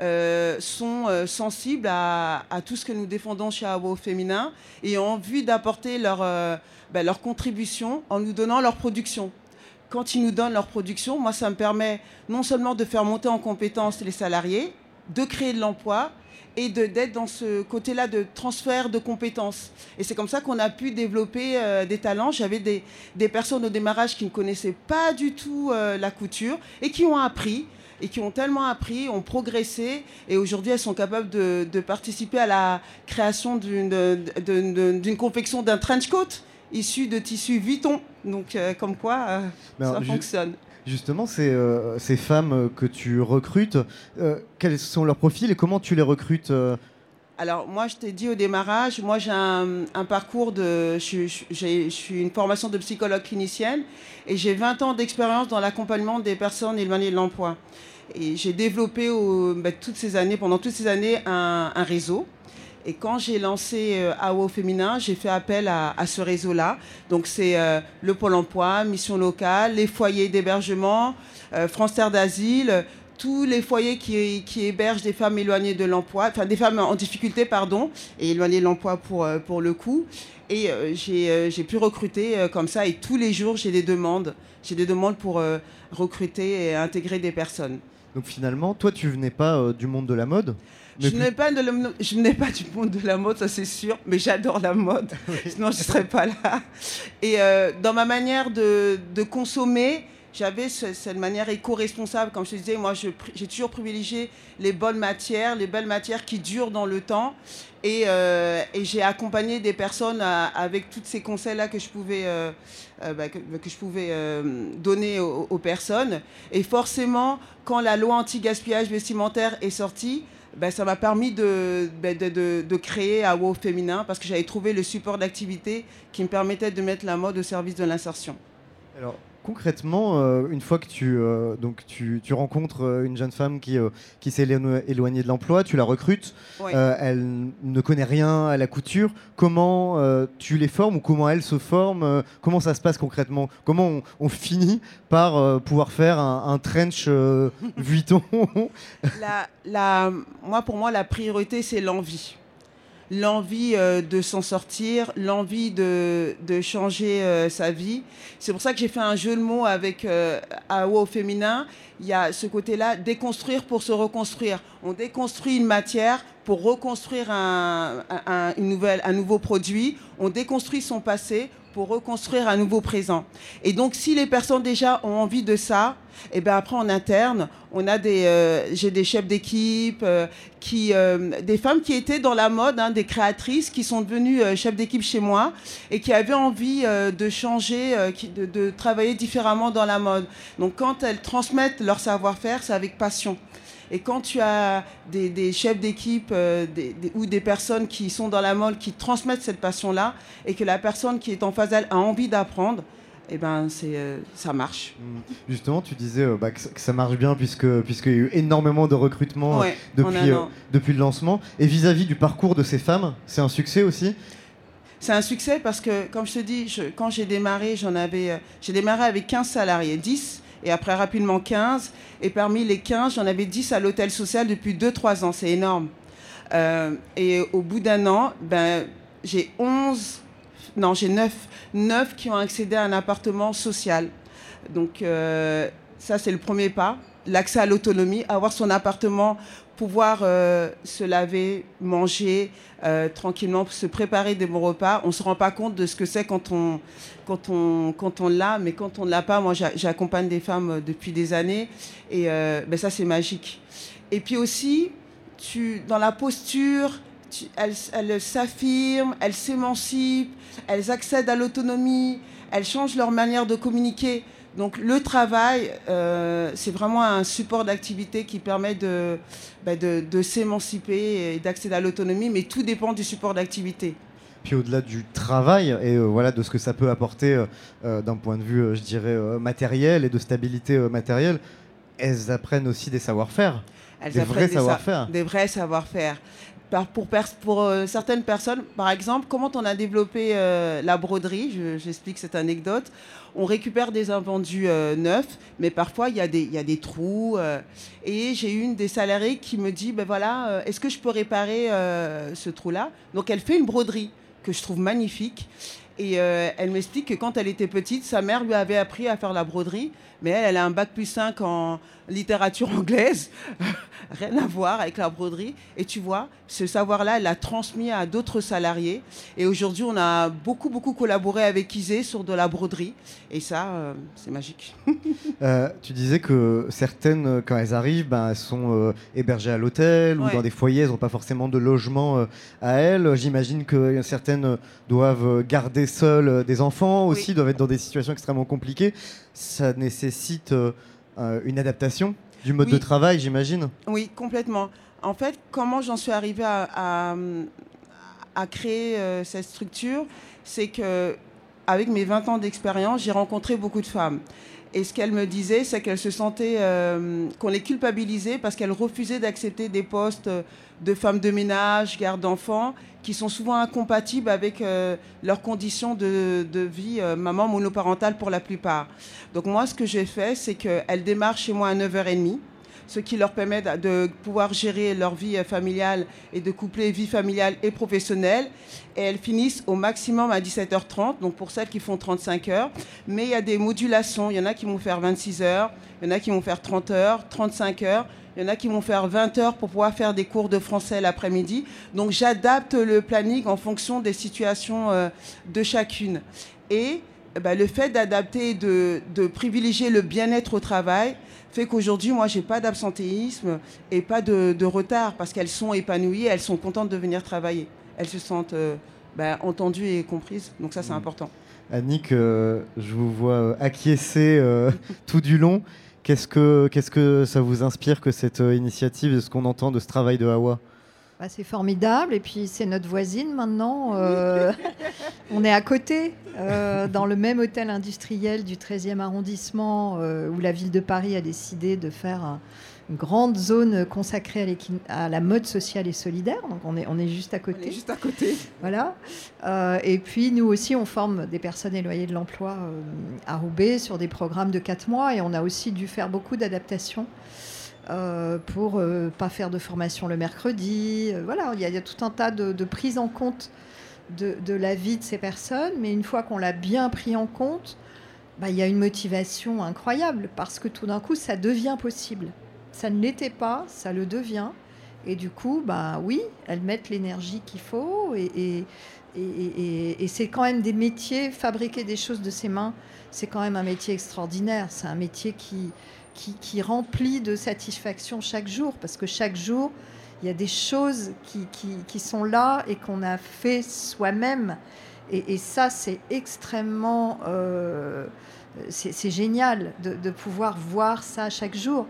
sont sensibles à tout ce que nous défendons chez AO Féminin et ont envie d'apporter leur contribution en nous donnant leur production. Quand ils nous donnent leur production, moi, ça me permet non seulement de faire monter en compétence les salariés, de créer de l'emploi et d'être dans ce côté-là de transfert de compétences. Et c'est comme ça qu'on a pu développer des talents. J'avais des personnes au démarrage qui ne connaissaient pas du tout la couture et qui ont appris. Et qui ont tellement appris, ont progressé, et aujourd'hui elles sont capables de participer à la création d'une confection d'un trench coat issu de tissu Vuitton. Donc comme quoi ça fonctionne. Justement, ces femmes que tu recrutes, quels sont leurs profils et comment tu les recrutes Alors moi je t'ai dit au démarrage, moi j'ai un parcours je suis une formation de psychologue clinicienne et j'ai 20 ans d'expérience dans l'accompagnement des personnes éloignées de l'emploi. Et j'ai développé pendant toutes ces années un réseau. Et quand j'ai lancé AO Féminin, j'ai fait appel à ce réseau-là. Donc c'est le Pôle emploi, Mission locale, les foyers d'hébergement, France Terre d'Asile, tous les foyers qui hébergent des femmes éloignées de l'emploi, enfin des femmes en difficulté, pardon, et éloignées de l'emploi pour le coup. Et j'ai pu recruter comme ça, et tous les jours j'ai des demandes. J'ai des demandes pour recruter et intégrer des personnes. Donc finalement, toi tu venais pas du monde de la mode ? Je n'ai pas du monde de la mode, ça c'est sûr, mais j'adore la mode, sinon je ne serais pas là. Et dans ma manière de consommer, j'avais cette manière éco-responsable. Comme je te disais, moi j'ai toujours privilégié les bonnes matières, les belles matières qui durent dans le temps. Et j'ai accompagné des personnes avec tous ces conseils-là que je pouvais donner aux personnes. Et forcément, quand la loi anti-gaspillage vestimentaire est sortie, ça m'a permis de créer à WOW Féminin parce que j'avais trouvé le support d'activité qui me permettait de mettre la mode au service de l'insertion. Alors, concrètement, une fois que tu rencontres une jeune femme qui s'est éloignée de l'emploi, tu la recrutes, Ouais. Elle ne connaît rien à la couture, comment tu les formes ou comment elle se forme, comment ça se passe concrètement? Comment on finit par pouvoir faire un trench Vuitton? Pour moi, la priorité, c'est l'envie. L'envie de s'en sortir, l'envie de changer sa vie. C'est pour ça que j'ai fait un jeu de mots avec à WOW Féminin. Il y a ce côté-là, déconstruire pour se reconstruire. On déconstruit une matière pour reconstruire un nouveau produit. On déconstruit son passé pour reconstruire un nouveau présent. Et donc, si les personnes déjà ont envie de ça, et ben après en interne, on a j'ai des chefs d'équipe, des femmes qui étaient dans la mode, des créatrices qui sont devenues chefs d'équipe chez moi et qui avaient envie de changer, de travailler différemment dans la mode. Donc, quand elles transmettent leur savoir-faire, c'est avec passion. Et quand tu as des chefs d'équipe ou des personnes qui sont dans la mode, qui transmettent cette passion-là, et que la personne qui est en face d'elle a envie d'apprendre, eh ben ça marche. Justement, tu disais que ça marche bien puisqu'il y a eu énormément de recrutements depuis le lancement. Et vis-à-vis du parcours de ces femmes, c'est un succès aussi? C'est un succès parce que, comme je te dis, quand j'ai démarré, j'ai démarré avec 15 salariés, 10. Et après, rapidement, 15. Et parmi les 15, j'en avais 10 à l'hôtel social depuis 2-3 ans. C'est énorme. Et au bout d'un an, j'ai 9 qui ont accédé à un appartement social. Donc, ça, c'est le premier pas. L'accès à l'autonomie, avoir son appartement, pouvoir se laver, manger tranquillement, se préparer des bons repas. On ne se rend pas compte de ce que c'est quand on l'a, mais quand on ne l'a pas, moi j'accompagne des femmes depuis des années et ça c'est magique. Et puis aussi, dans la posture, elles s'affirment, elles s'émancipent, elles accèdent à l'autonomie, elles changent leur manière de communiquer. Donc le travail, c'est vraiment un support d'activité qui permet de s'émanciper et d'accéder à l'autonomie, mais tout dépend du support d'activité. Puis au-delà du travail et de ce que ça peut apporter d'un point de vue, je dirais, matériel et de stabilité matérielle, elles apprennent aussi des savoir-faire, des vrais savoir-faire. Des vrais savoir-faire. Pour certaines personnes, par exemple, comment on a développé la broderie, j'explique cette anecdote. On récupère des invendus neufs, mais parfois il y a des trous. Et j'ai une des salariées qui me dit, est-ce que je peux réparer ce trou-là? Donc elle fait une broderie que je trouve magnifique. Et elle m'explique que quand elle était petite, sa mère lui avait appris à faire la broderie, mais elle a un bac+5 en littérature anglaise, rien à voir avec la broderie. Et tu vois, ce savoir-là, elle l'a transmis à d'autres salariés. Et aujourd'hui, on a beaucoup collaboré avec Isée sur de la broderie. Et ça, c'est magique. Tu disais que certaines, quand elles arrivent, elles sont hébergées à l'hôtel ou dans des foyers, elles n'ont pas forcément de logement à elles. J'imagine que certaines doivent garder seules des enfants aussi, doivent être dans des situations extrêmement compliquées. Ça nécessite une adaptation du mode de travail, j'imagine. Oui, complètement. En fait, comment j'en suis arrivée à créer cette structure, c'est qu'avec mes 20 ans d'expérience, j'ai rencontré beaucoup de femmes. Et ce qu'elles me disaient, c'est qu'elles se sentaient qu'on les culpabilisait parce qu'elles refusaient d'accepter des postes de femmes de ménage, garde d'enfants, qui sont souvent incompatibles avec leurs conditions de vie maman monoparentale pour la plupart. Donc moi, ce que j'ai fait, c'est qu'elles démarrent chez moi à 9h30, ce qui leur permet de pouvoir gérer leur vie familiale et de coupler vie familiale et professionnelle. Et elles finissent au maximum à 17h30, donc pour celles qui font 35 heures. Mais il y a des modulations. Il y en a qui vont faire 26 heures, il y en a qui vont faire 30 heures, 35 heures. Il y en a qui vont faire 20 heures pour pouvoir faire des cours de français l'après-midi. Donc j'adapte le planning en fonction des situations de chacune. Et le fait d'adapter et de privilégier le bien-être au travail fait qu'aujourd'hui, moi, je n'ai pas d'absentéisme et pas de retard parce qu'elles sont épanouies, elles sont contentes de venir travailler. Elles se sentent entendues et comprises. Donc ça, c'est important. Annick, je vous vois acquiescer tout du long. Qu'est-ce que ça vous inspire que cette initiative, de ce qu'on entend de ce travail de Hawa ? C'est formidable, et puis c'est notre voisine maintenant. On est à côté, dans le même hôtel industriel du 13e arrondissement, où la ville de Paris a décidé de faire une grande zone consacrée à la mode sociale et solidaire. Donc on est juste à côté. On est juste à côté. Voilà. Et puis nous aussi, on forme des personnes éloignées de l'emploi à Roubaix sur des programmes de 4 mois, et on a aussi dû faire beaucoup d'adaptations. Pour pas faire de formation le mercredi. Voilà, il y a tout un tas de prise en compte de la vie de ces personnes, mais une fois qu'on l'a bien pris en compte, il y a une motivation incroyable, parce que tout d'un coup, ça devient possible. Ça ne l'était pas, ça le devient, et du coup, oui, elles mettent l'énergie qu'il faut, et c'est quand même des métiers, fabriquer des choses de ses mains, c'est quand même un métier extraordinaire, c'est un métier qui remplit de satisfaction chaque jour, parce que chaque jour, il y a des choses qui sont là et qu'on a fait soi-même. Et ça, c'est extrêmement... c'est génial de pouvoir voir ça chaque jour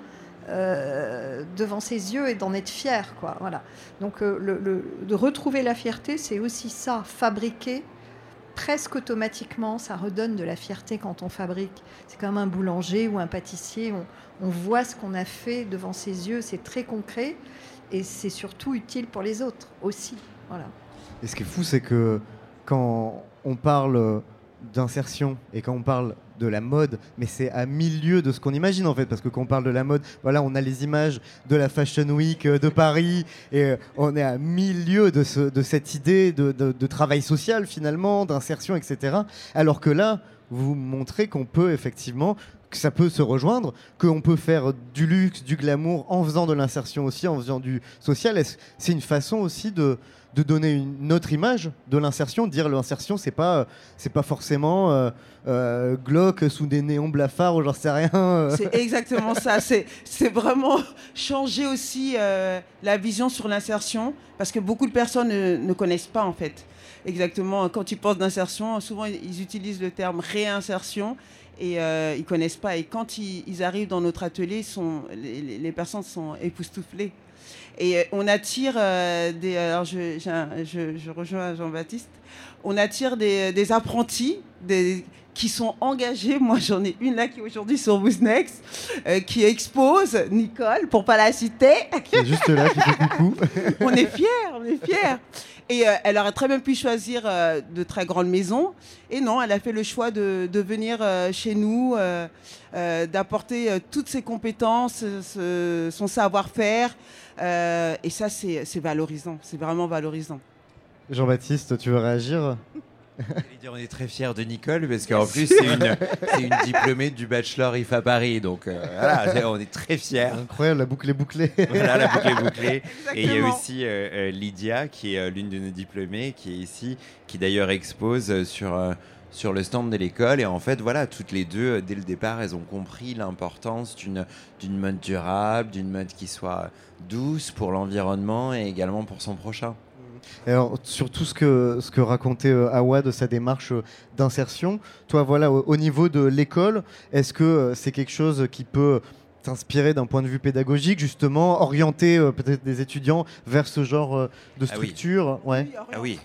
devant ses yeux et d'en être fier, quoi. Voilà. Donc, de retrouver la fierté, c'est aussi ça, fabriquer. Presque automatiquement, ça redonne de la fierté quand on fabrique. C'est comme un boulanger ou un pâtissier. On voit ce qu'on a fait devant ses yeux. C'est très concret et c'est surtout utile pour les autres aussi. Voilà. Et ce qui est fou, c'est que quand on parle d'insertion et quand on parle de la mode, mais c'est à 1000 lieues de ce qu'on imagine en fait, parce que quand on parle de la mode, voilà, on a les images de la Fashion Week de Paris, et on est à 1000 lieues de cette idée de travail social finalement, d'insertion, etc. Alors que là, vous montrez qu'on peut effectivement, que ça peut se rejoindre, qu'on peut faire du luxe, du glamour, en faisant de l'insertion aussi, en faisant du social. C'est une façon aussi de donner une autre image de l'insertion, de dire l'insertion, c'est pas forcément glauque sous des néons blafards ou j'en sais rien. C'est exactement ça. C'est vraiment changer aussi la vision sur l'insertion, parce que beaucoup de personnes ne connaissent pas en fait. Exactement, quand ils pensent d'insertion, souvent ils utilisent le terme réinsertion et ils ne connaissent pas. Et quand ils arrivent dans notre atelier, les personnes sont époustouflées. Et on attire alors je rejoins Jean-Baptiste, on attire des apprentis qui sont engagés. Moi, j'en ai une là qui est aujourd'hui sur Who's Next, qui expose, Nicole, pour ne pas la citer. Qui est juste là, qui fait coucou. On est fiers. Et elle aurait très bien pu choisir de très grandes maisons. Et non, elle a fait le choix de venir chez nous, d'apporter toutes ses compétences, son savoir-faire. Et ça, c'est valorisant. C'est vraiment valorisant. Jean-Baptiste, tu veux réagir ? On est très fiers de Nicole, parce qu'en plus, c'est une diplômée du bachelor IFA Paris. Donc voilà, on est très fiers. Incroyable, la boucle est bouclée. Voilà, la boucle est bouclée. Et il y a aussi Lydia, qui est l'une de nos diplômées, qui est ici, qui d'ailleurs expose sur le stand de l'école. Et en fait, voilà, toutes les deux, dès le départ, elles ont compris l'importance d'une mode durable, d'une mode qui soit douce pour l'environnement et également pour son prochain. Alors, sur tout ce que racontait Hawa de sa démarche d'insertion, toi, voilà, au niveau de l'école, est-ce que c'est quelque chose qui peut t'inspirer d'un point de vue pédagogique, justement, orienter peut-être des étudiants vers ce genre de structure? Oui. Ah oui.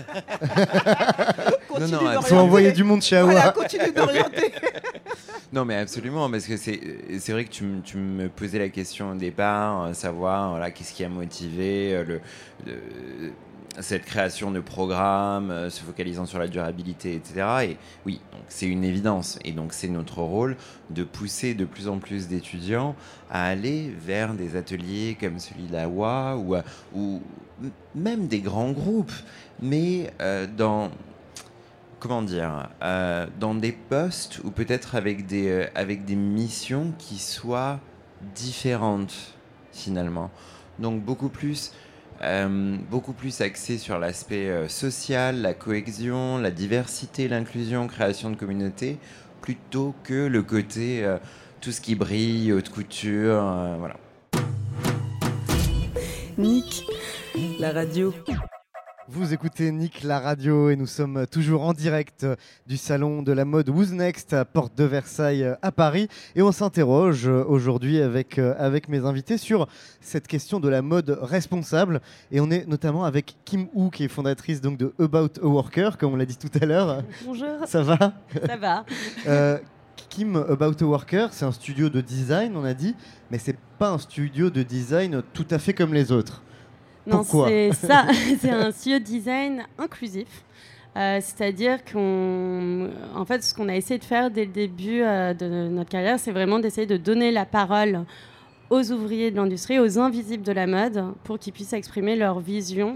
Il faut envoyer du monde chez Hawa. Voilà, continue d'orienter. Non, mais absolument, parce que c'est vrai que tu me posais la question au départ, savoir voilà, qu'est-ce qui a motivé cette création de programmes, se focalisant sur la durabilité, etc. Et oui, donc c'est une évidence. Et donc c'est notre rôle de pousser de plus en plus d'étudiants à aller vers des ateliers comme celui d'Hawa ou même des grands groupes, mais dans des postes ou peut-être avec des missions qui soient différentes finalement. Donc beaucoup plus axé sur l'aspect social, la cohésion, la diversité, l'inclusion, création de communautés, plutôt que le côté tout ce qui brille, haute couture, voilà. Nick, la radio. Vous écoutez Nick la radio et nous sommes toujours en direct du salon de la mode Who's Next à Porte de Versailles à Paris et on s'interroge aujourd'hui avec mes invités sur cette question de la mode responsable et on est notamment avec Kim Woo qui est fondatrice donc de About a Worker comme on l'a dit tout à l'heure. Bonjour. Ça va ? Ça va. Kim, About a Worker, c'est un studio de design on a dit, mais c'est pas un studio de design tout à fait comme les autres. Non, Pourquoi ? c'est ça. C'est un studio de design inclusif. C'est-à-dire en fait, ce qu'on a essayé de faire dès le début de notre carrière, c'est vraiment d'essayer de donner la parole aux ouvriers de l'industrie, aux invisibles de la mode, pour qu'ils puissent exprimer leur vision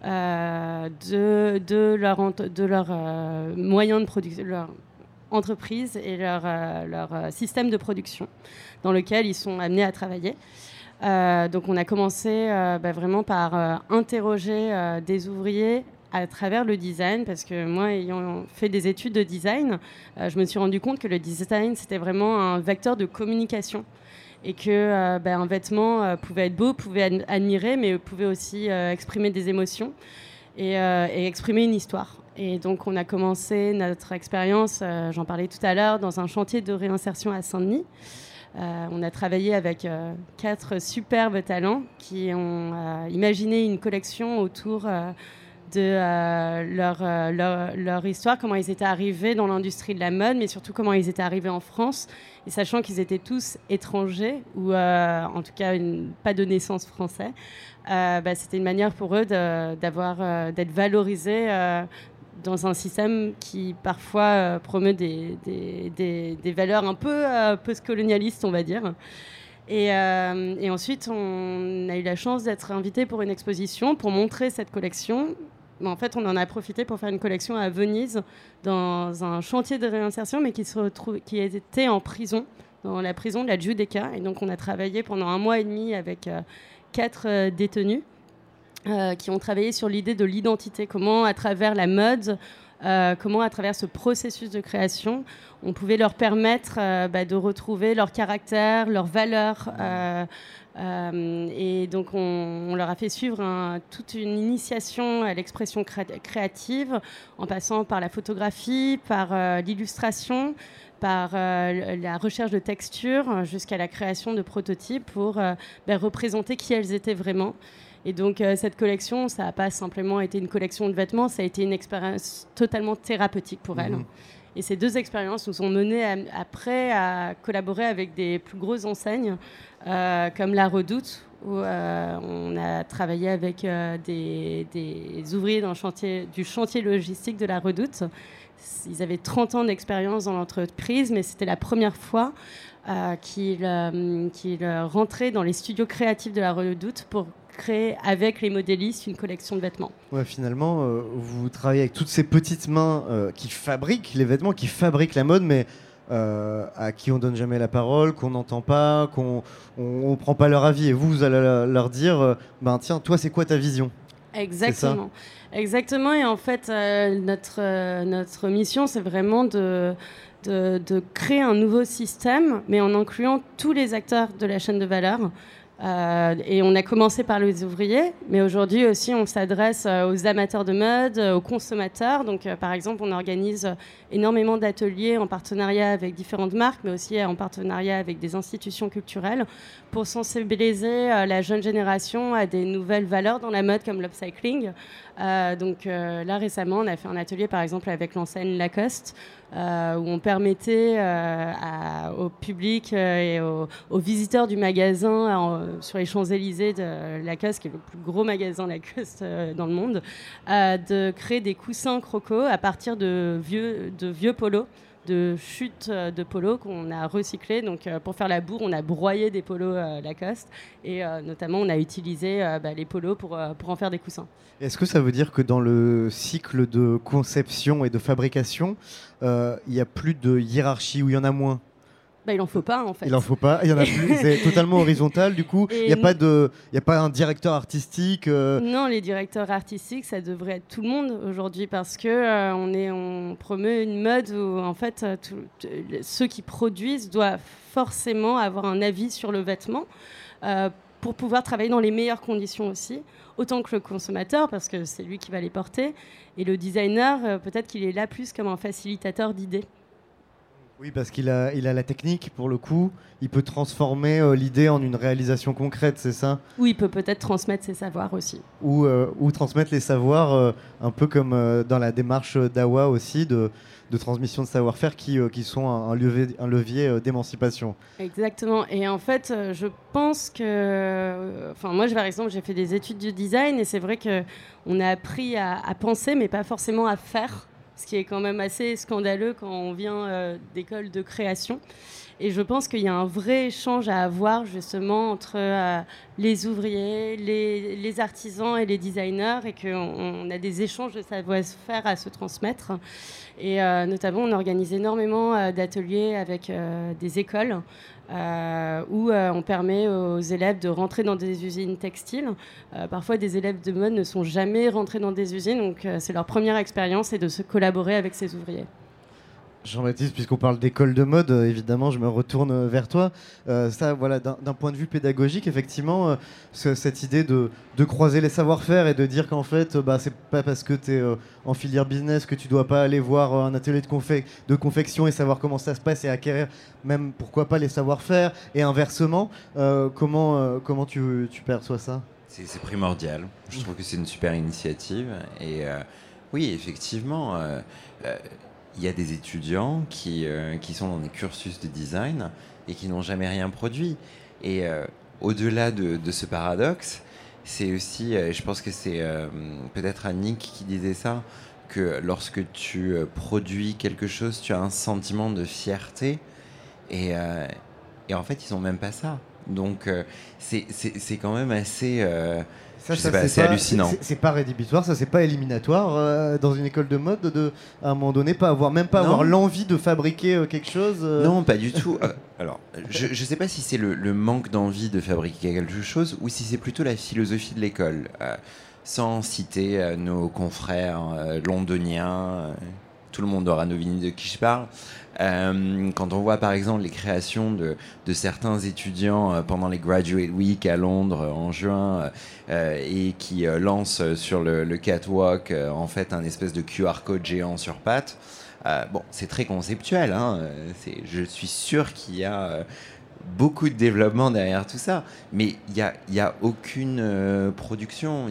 de leur moyens de production, leur entreprise et leur système de production dans lequel ils sont amenés à travailler. Donc on a commencé vraiment par interroger des ouvriers à travers le design, parce que moi, ayant fait des études de design, je me suis rendu compte que le design, c'était vraiment un vecteur de communication et que un vêtement pouvait être beau, pouvait admirer, mais pouvait aussi exprimer des émotions et exprimer une histoire. Et donc on a commencé notre expérience, j'en parlais tout à l'heure, dans un chantier de réinsertion à Saint-Denis. On a travaillé avec 4 superbes talents qui ont imaginé une collection autour de leur histoire, comment ils étaient arrivés dans l'industrie de la mode, mais surtout comment ils étaient arrivés en France. Et sachant qu'ils étaient tous étrangers, ou en tout cas pas de naissance français, c'était une manière pour eux d'être valorisés dans un système qui parfois promeut des valeurs un peu post-colonialistes, on va dire. Et ensuite, on a eu la chance d'être invité pour une exposition, pour montrer cette collection. Mais en fait, on en a profité pour faire une collection à Venise, dans un chantier de réinsertion, mais qui était en prison, dans la prison de la Giudecca. Et donc, on a travaillé pendant 1 mois et demi avec 4 détenus. Qui ont travaillé sur l'idée de l'identité, comment à travers la mode, comment à travers ce processus de création, on pouvait leur permettre de retrouver leur caractère, leurs valeurs. Et donc on leur a fait suivre toute une initiation à l'expression créative, en passant par la photographie, par l'illustration, par la recherche de textures, jusqu'à la création de prototypes pour représenter qui elles étaient vraiment. Et donc, cette collection, ça n'a pas simplement été une collection de vêtements, ça a été une expérience totalement thérapeutique pour elles. Et ces 2 expériences nous ont menés après à collaborer avec des plus grosses enseignes, comme La Redoute, où on a travaillé avec des ouvriers du chantier logistique de La Redoute. Ils avaient 30 ans d'expérience dans l'entreprise, mais c'était la première fois qu'ils rentraient dans les studios créatifs de La Redoute pour créer avec les modélistes une collection de vêtements. Ouais, finalement, vous travaillez avec toutes ces petites mains qui fabriquent les vêtements, qui fabriquent la mode, mais à qui on donne jamais la parole, qu'on n'entend pas, qu'on prend pas leur avis. Et vous allez leur dire, tiens, toi, c'est quoi ta vision ? Exactement. Exactement. Et en fait, notre mission, c'est vraiment de créer un nouveau système, mais en incluant tous les acteurs de la chaîne de valeur. Et on a commencé par les ouvriers, mais aujourd'hui aussi on s'adresse aux amateurs de mode, aux consommateurs. Donc par exemple on organise énormément d'ateliers en partenariat avec différentes marques, mais aussi en partenariat avec des institutions culturelles pour sensibiliser la jeune génération à des nouvelles valeurs dans la mode comme l'upcycling. Donc là récemment on a fait un atelier par exemple avec l'enseigne Lacoste, où on permettait au public et aux visiteurs du magasin sur les Champs-Élysées de Lacoste, qui est le plus gros magasin Lacoste dans le monde, de créer des coussins croco à partir de vieux polos, de chutes de polos qu'on a recyclés. Donc pour faire la bourre, on a broyé des polos Lacoste et notamment on a utilisé les polos pour en faire des coussins. Est-ce que ça veut dire que dans le cycle de conception et de fabrication, il n'y a plus de hiérarchie ou il y en a moins ? Il n'en faut pas en fait. Il n'en faut pas, il y en a plus, c'est totalement horizontal du coup. Il n'y a pas un directeur artistique Non, les directeurs artistiques, ça devrait être tout le monde aujourd'hui parce que on promeut une mode où en fait ceux qui produisent doivent forcément avoir un avis sur le vêtement. pour pouvoir travailler dans les meilleures conditions aussi, autant que le consommateur, parce que c'est lui qui va les porter. Et le designer, peut-être qu'il est là plus comme un facilitateur d'idées. Oui, parce qu'il a la technique, pour le coup. Il peut transformer l'idée en une réalisation concrète, c'est ça ? Ou il peut peut-être transmettre ses savoirs aussi. Ou transmettre les savoirs, un peu comme dans la démarche d'AWA aussi, de transmission de savoir-faire qui sont un levier d'émancipation. Exactement. Et en fait, je pense que... moi, par exemple, j'ai fait des études de design et c'est vrai qu'on a appris à penser, mais pas forcément à faire. Ce qui est quand même assez scandaleux quand on vient d'écoles de création. Et je pense qu'il y a un vrai échange à avoir justement entre les ouvriers, les artisans et les designers, et qu'on a des échanges de savoir-faire à se transmettre. Et notamment, on organise énormément d'ateliers avec des écoles où on permet aux élèves de rentrer dans des usines textiles. Parfois, des élèves de mode ne sont jamais rentrés dans des usines, donc c'est leur première expérience et de se collaborer avec ces ouvriers. Jean-Baptiste, puisqu'on parle d'école de mode, évidemment, je me retourne vers toi. Ça, voilà, d'un point de vue pédagogique, effectivement, cette idée de croiser les savoir-faire et de dire qu'en fait, c'est pas parce que tu es en filière business que tu dois pas aller voir un atelier de confection et savoir comment ça se passe et acquérir même, pourquoi pas, les savoir-faire. Et inversement, comment tu perçois ça ? C'est primordial. Je trouve que c'est une super initiative. Et oui, effectivement... il y a des étudiants qui sont dans des cursus de design et qui n'ont jamais rien produit. Et au-delà de ce paradoxe, c'est aussi, je pense que c'est peut-être Annick qui disait ça, que lorsque tu produis quelque chose, tu as un sentiment de fierté. Et en fait, ils n'ont même pas ça. Donc, c'est quand même assez... c'est hallucinant. C'est pas rédhibitoire, ça c'est pas éliminatoire dans une école de mode à un moment donné avoir l'envie de fabriquer quelque chose. Non, pas du tout. Alors, je sais pas si c'est le manque d'envie de fabriquer quelque chose ou si c'est plutôt la philosophie de l'école. Sans citer nos confrères londoniens, tout le monde aura deviné de qui je parle. Quand on voit par exemple les créations de certains étudiants pendant les Graduate Week à Londres en juin et qui lancent sur le catwalk en fait un espèce de QR code géant sur pattes, c'est très conceptuel, hein. Je suis sûr qu'il y a beaucoup de développement derrière tout ça, mais il y a aucune production,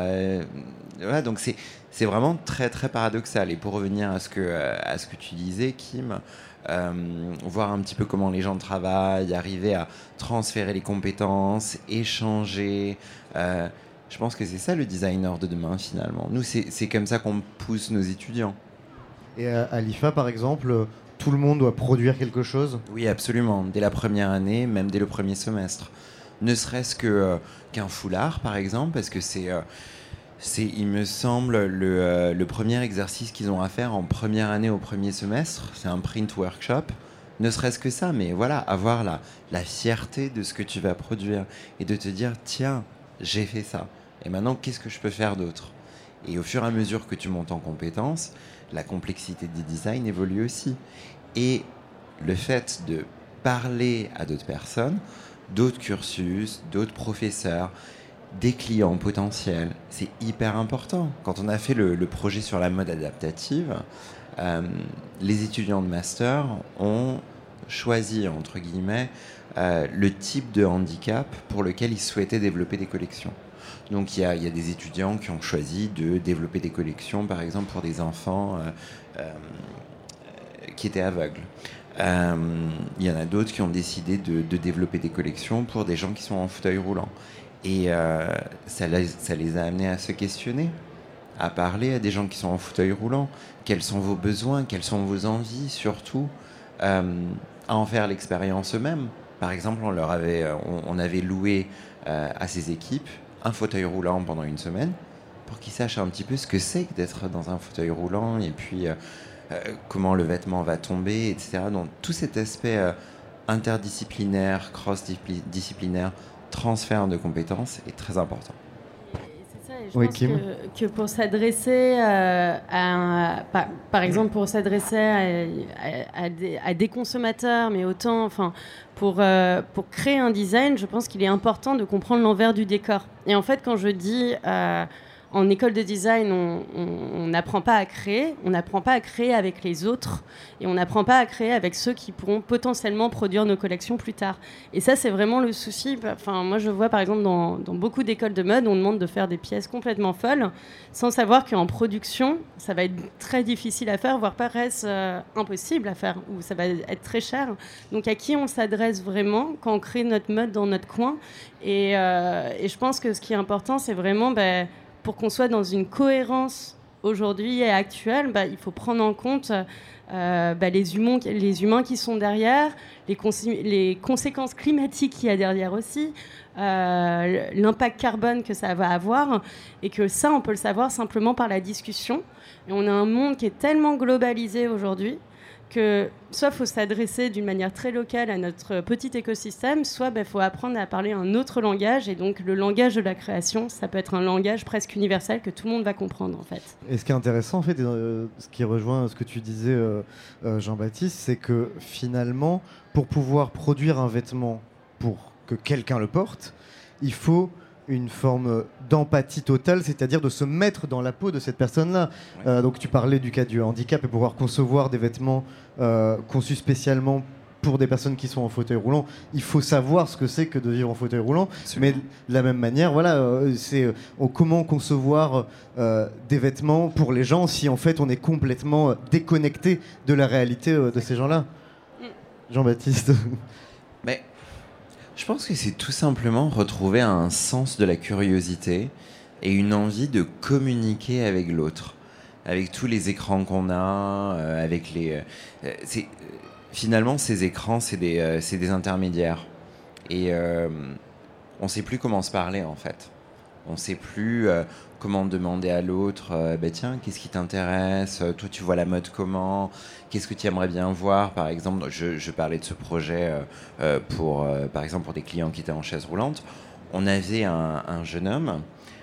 donc c'est vraiment très très paradoxal. Et pour revenir à ce que tu disais, Kim, voir un petit peu comment les gens travaillent, arriver à transférer les compétences, échanger, je pense que c'est ça le designer de demain finalement. Nous, c'est comme ça qu'on pousse nos étudiants. Et à l'IFA par exemple, tout le monde doit produire quelque chose ? Oui, absolument. Dès la première année, même dès le premier semestre. Ne serait-ce qu'un foulard par exemple, parce que c'est, il me semble, le premier exercice qu'ils ont à faire en première année au premier semestre. C'est un print workshop. Ne serait-ce que ça, mais voilà, avoir la fierté de ce que tu vas produire et de te dire, tiens, j'ai fait ça. Et maintenant, qu'est-ce que je peux faire d'autre ? Et au fur et à mesure que tu montes en compétences, la complexité des designs évolue aussi. Et le fait de parler à d'autres personnes, d'autres cursus, d'autres professeurs, des clients potentiels, c'est hyper important. Quand on a fait le projet sur la mode adaptative, les étudiants de master ont choisi, entre guillemets, le type de handicap pour lequel ils souhaitaient développer des collections. Donc il y a des étudiants qui ont choisi de développer des collections, par exemple pour des enfants qui étaient aveugles. Il y en a d'autres qui ont décidé de développer des collections pour des gens qui sont en fauteuil roulant. Et ça les a amenés à se questionner, à parler à des gens qui sont en fauteuil roulant. Quels sont vos besoins, quelles sont vos envies, surtout, à en faire l'expérience eux-mêmes. Par exemple, on avait loué à ces équipes un fauteuil roulant pendant une semaine pour qu'ils sachent un petit peu ce que c'est que d'être dans un fauteuil roulant et puis comment le vêtement va tomber, etc. Donc tout cet aspect cross-disciplinaire, transfert de compétences est très important. C'est ça, Je pense que pour s'adresser par exemple, pour s'adresser à des consommateurs, mais autant, pour créer un design, je pense qu'il est important de comprendre l'envers du décor. Et en fait, quand je dis en école de design, on n'apprend pas à créer, on n'apprend pas à créer avec les autres, et on n'apprend pas à créer avec ceux qui pourront potentiellement produire nos collections plus tard. Et ça, c'est vraiment le souci. Moi, je vois par exemple dans beaucoup d'écoles de mode, on demande de faire des pièces complètement folles, sans savoir qu'en production, ça va être très difficile à faire, voire presque impossible à faire, ou ça va être très cher. Donc, à qui on s'adresse vraiment quand on crée notre mode dans notre coin ? Et je pense que ce qui est important, c'est vraiment... pour qu'on soit dans une cohérence aujourd'hui et actuelle, il faut prendre en compte les humains qui sont derrière, les conséquences climatiques qu'il y a derrière aussi, l'impact carbone que ça va avoir, et que ça, on peut le savoir simplement par la discussion. Et on a un monde qui est tellement globalisé aujourd'hui que soit il faut s'adresser d'une manière très locale à notre petit écosystème, soit il faut apprendre à parler un autre langage. Et donc le langage de la création, ça peut être un langage presque universel que tout le monde va comprendre en fait. Et ce qui est intéressant en fait, ce qui rejoint ce que tu disais Jean-Baptiste, c'est que finalement, pour pouvoir produire un vêtement pour que quelqu'un le porte, il faut une forme d'empathie totale, c'est-à-dire de se mettre dans la peau de cette personne-là. Ouais. Donc tu parlais du cas du handicap et pouvoir concevoir des vêtements conçus spécialement pour des personnes qui sont en fauteuil roulant. Il faut savoir ce que c'est que de vivre en fauteuil roulant. Mais de la même manière, c'est comment concevoir des vêtements pour les gens si en fait on est complètement déconnecté de la réalité de ces gens-là. Jean-Baptiste. Mais je pense que c'est tout simplement retrouver un sens de la curiosité et une envie de communiquer avec l'autre, avec tous les écrans qu'on a, avec les... finalement, ces écrans, c'est des intermédiaires. Et on ne sait plus comment se parler, en fait. On ne sait plus comment demander à l'autre, tiens, qu'est-ce qui t'intéresse ? Toi, tu vois la mode comment ? Qu'est-ce que tu aimerais bien voir ? Par exemple, je parlais de ce projet par exemple, pour des clients qui étaient en chaise roulante. On avait un jeune homme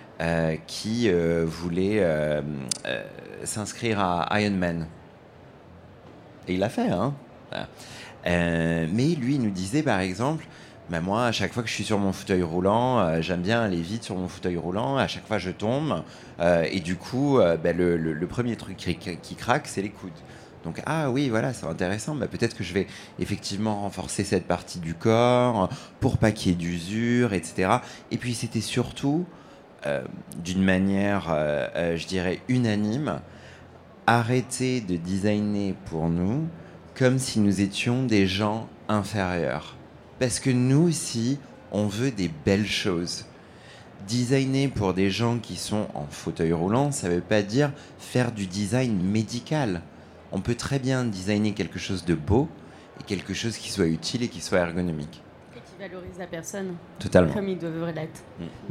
qui voulait s'inscrire à Ironman. Et il l'a fait, hein. Voilà. Mais lui, il nous disait, par exemple... moi, à chaque fois que je suis sur mon fauteuil roulant, j'aime bien aller vite sur mon fauteuil roulant. À chaque fois, je tombe. Et du coup, le premier truc qui craque, c'est les coudes. Donc, oui, voilà, c'est intéressant. Peut-être que je vais effectivement renforcer cette partie du corps pour pas qu'il y ait d'usure, etc. Et puis, c'était surtout, d'une manière, je dirais, unanime, arrêter de designer pour nous comme si nous étions des gens inférieurs. Parce que nous aussi, on veut des belles choses. Designer pour des gens qui sont en fauteuil roulant, ça ne veut pas dire faire du design médical. On peut très bien designer quelque chose de beau et quelque chose qui soit utile et qui soit ergonomique. Et qui valorise la personne. Totalement. Comme il devrait l'être.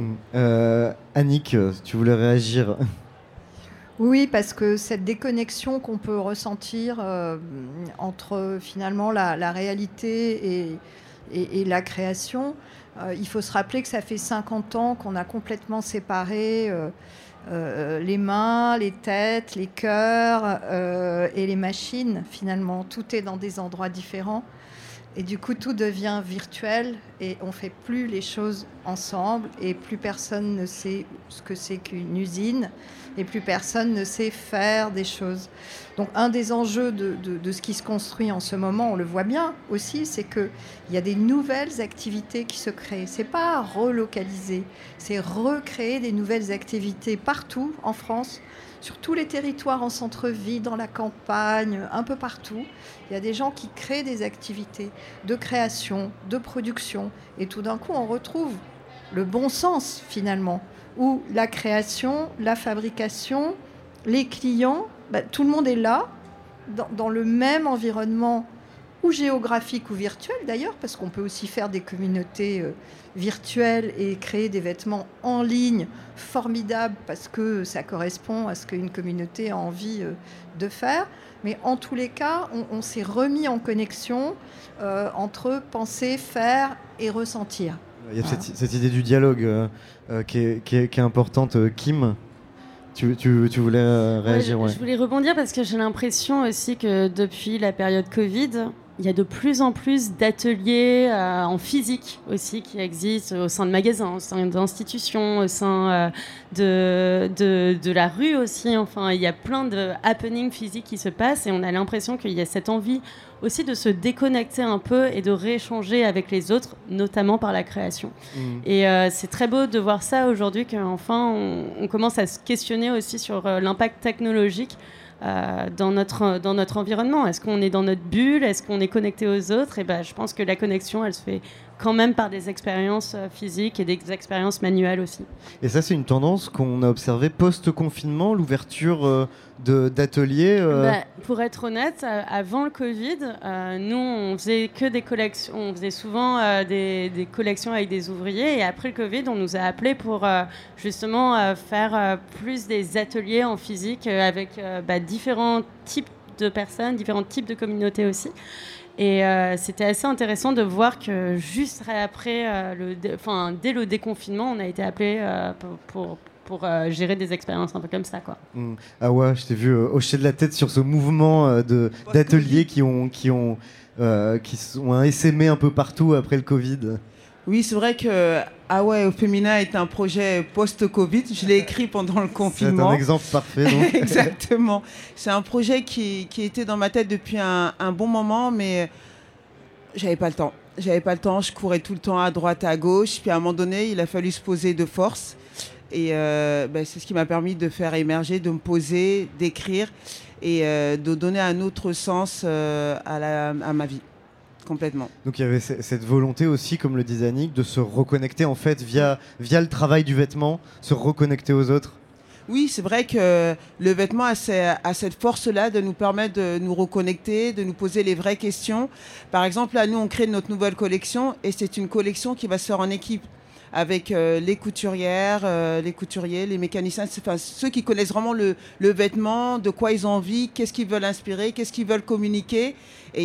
Annick, tu voulais réagir ? Oui, parce que cette déconnexion qu'on peut ressentir entre finalement la réalité et la création, il faut se rappeler que ça fait 50 ans qu'on a complètement séparé les mains, les têtes, les cœurs et les machines. Finalement, tout est dans des endroits différents. Et du coup, tout devient virtuel et on ne fait plus les choses ensemble et plus personne ne sait ce que c'est qu'une usine et plus personne ne sait faire des choses. Donc, un des enjeux de ce qui se construit en ce moment, on le voit bien aussi, c'est qu'il y a des nouvelles activités qui se créent. Ce n'est pas relocaliser, c'est recréer des nouvelles activités partout en France, sur tous les territoires, en centre-ville, dans la campagne, un peu partout. Il y a des gens qui créent des activités de création, de production. Et tout d'un coup, on retrouve le bon sens, finalement, où la création, la fabrication, les clients, tout le monde est là, dans le même environnement, ou géographique ou virtuel d'ailleurs, parce qu'on peut aussi faire des communautés virtuelles et créer des vêtements en ligne formidables, parce que ça correspond à ce qu'une communauté a envie de faire. Mais en tous les cas, on s'est remis en connexion entre penser, faire et ressentir. Il y a cette idée du dialogue qui est importante. Kim, tu voulais réagir? Je voulais rebondir parce que j'ai l'impression aussi que depuis la période Covid, il y a de plus en plus d'ateliers en physique aussi qui existent au sein de magasins, au sein d'institutions, au sein de la rue aussi. Enfin, il y a plein de happenings physiques qui se passent et on a l'impression qu'il y a cette envie aussi de se déconnecter un peu et de rééchanger avec les autres, notamment par la création. Et c'est très beau de voir ça aujourd'hui, qu'enfin on commence à se questionner aussi sur l'impact technologique dans notre environnement. Est-ce qu'on est dans notre bulle? Est-ce qu'on est connecté aux autres? Et je pense que la connexion, elle se fait quand même par des expériences physiques et des expériences manuelles aussi. Et ça, c'est une tendance qu'on a observée post-confinement, l'ouverture d'ateliers Pour être honnête, avant le Covid, nous, on faisait que des collections. On faisait souvent des collections avec des ouvriers. Et après le Covid, on nous a appelés pour justement faire plus des ateliers en physique avec différents types de personnes, différents types de communautés aussi. Et c'était assez intéressant de voir que juste après, dès le déconfinement, on a été appelés pour gérer des expériences un peu comme ça, quoi. Ah ouais, je t'ai vu hocher de la tête sur ce mouvement d'ateliers qui sont essaimés un peu partout après le Covid. Oui, c'est vrai que Ah ouais, au féminin est un projet post-Covid. Je l'ai écrit pendant le confinement. C'est un exemple parfait, donc. Exactement. C'est un projet qui était dans ma tête depuis un bon moment, mais j'avais pas le temps. Je courais tout le temps à droite, à gauche. Puis à un moment donné, il a fallu se poser de force. Et c'est ce qui m'a permis de faire émerger, de me poser, d'écrire et de donner un autre sens à ma vie. Complètement. Donc il y avait cette volonté aussi, comme le disait Annick, de se reconnecter en fait via le travail du vêtement, se reconnecter aux autres. Oui, c'est vrai que le vêtement a cette force-là de nous permettre de nous reconnecter, de nous poser les vraies questions. Par exemple, là, nous, on crée notre nouvelle collection et c'est une collection qui va se faire en équipe avec les couturières, les couturiers, les mécaniciens, enfin, ceux qui connaissent vraiment le vêtement, de quoi ils ont envie, qu'est-ce qu'ils veulent inspirer, qu'est-ce qu'ils veulent communiquer.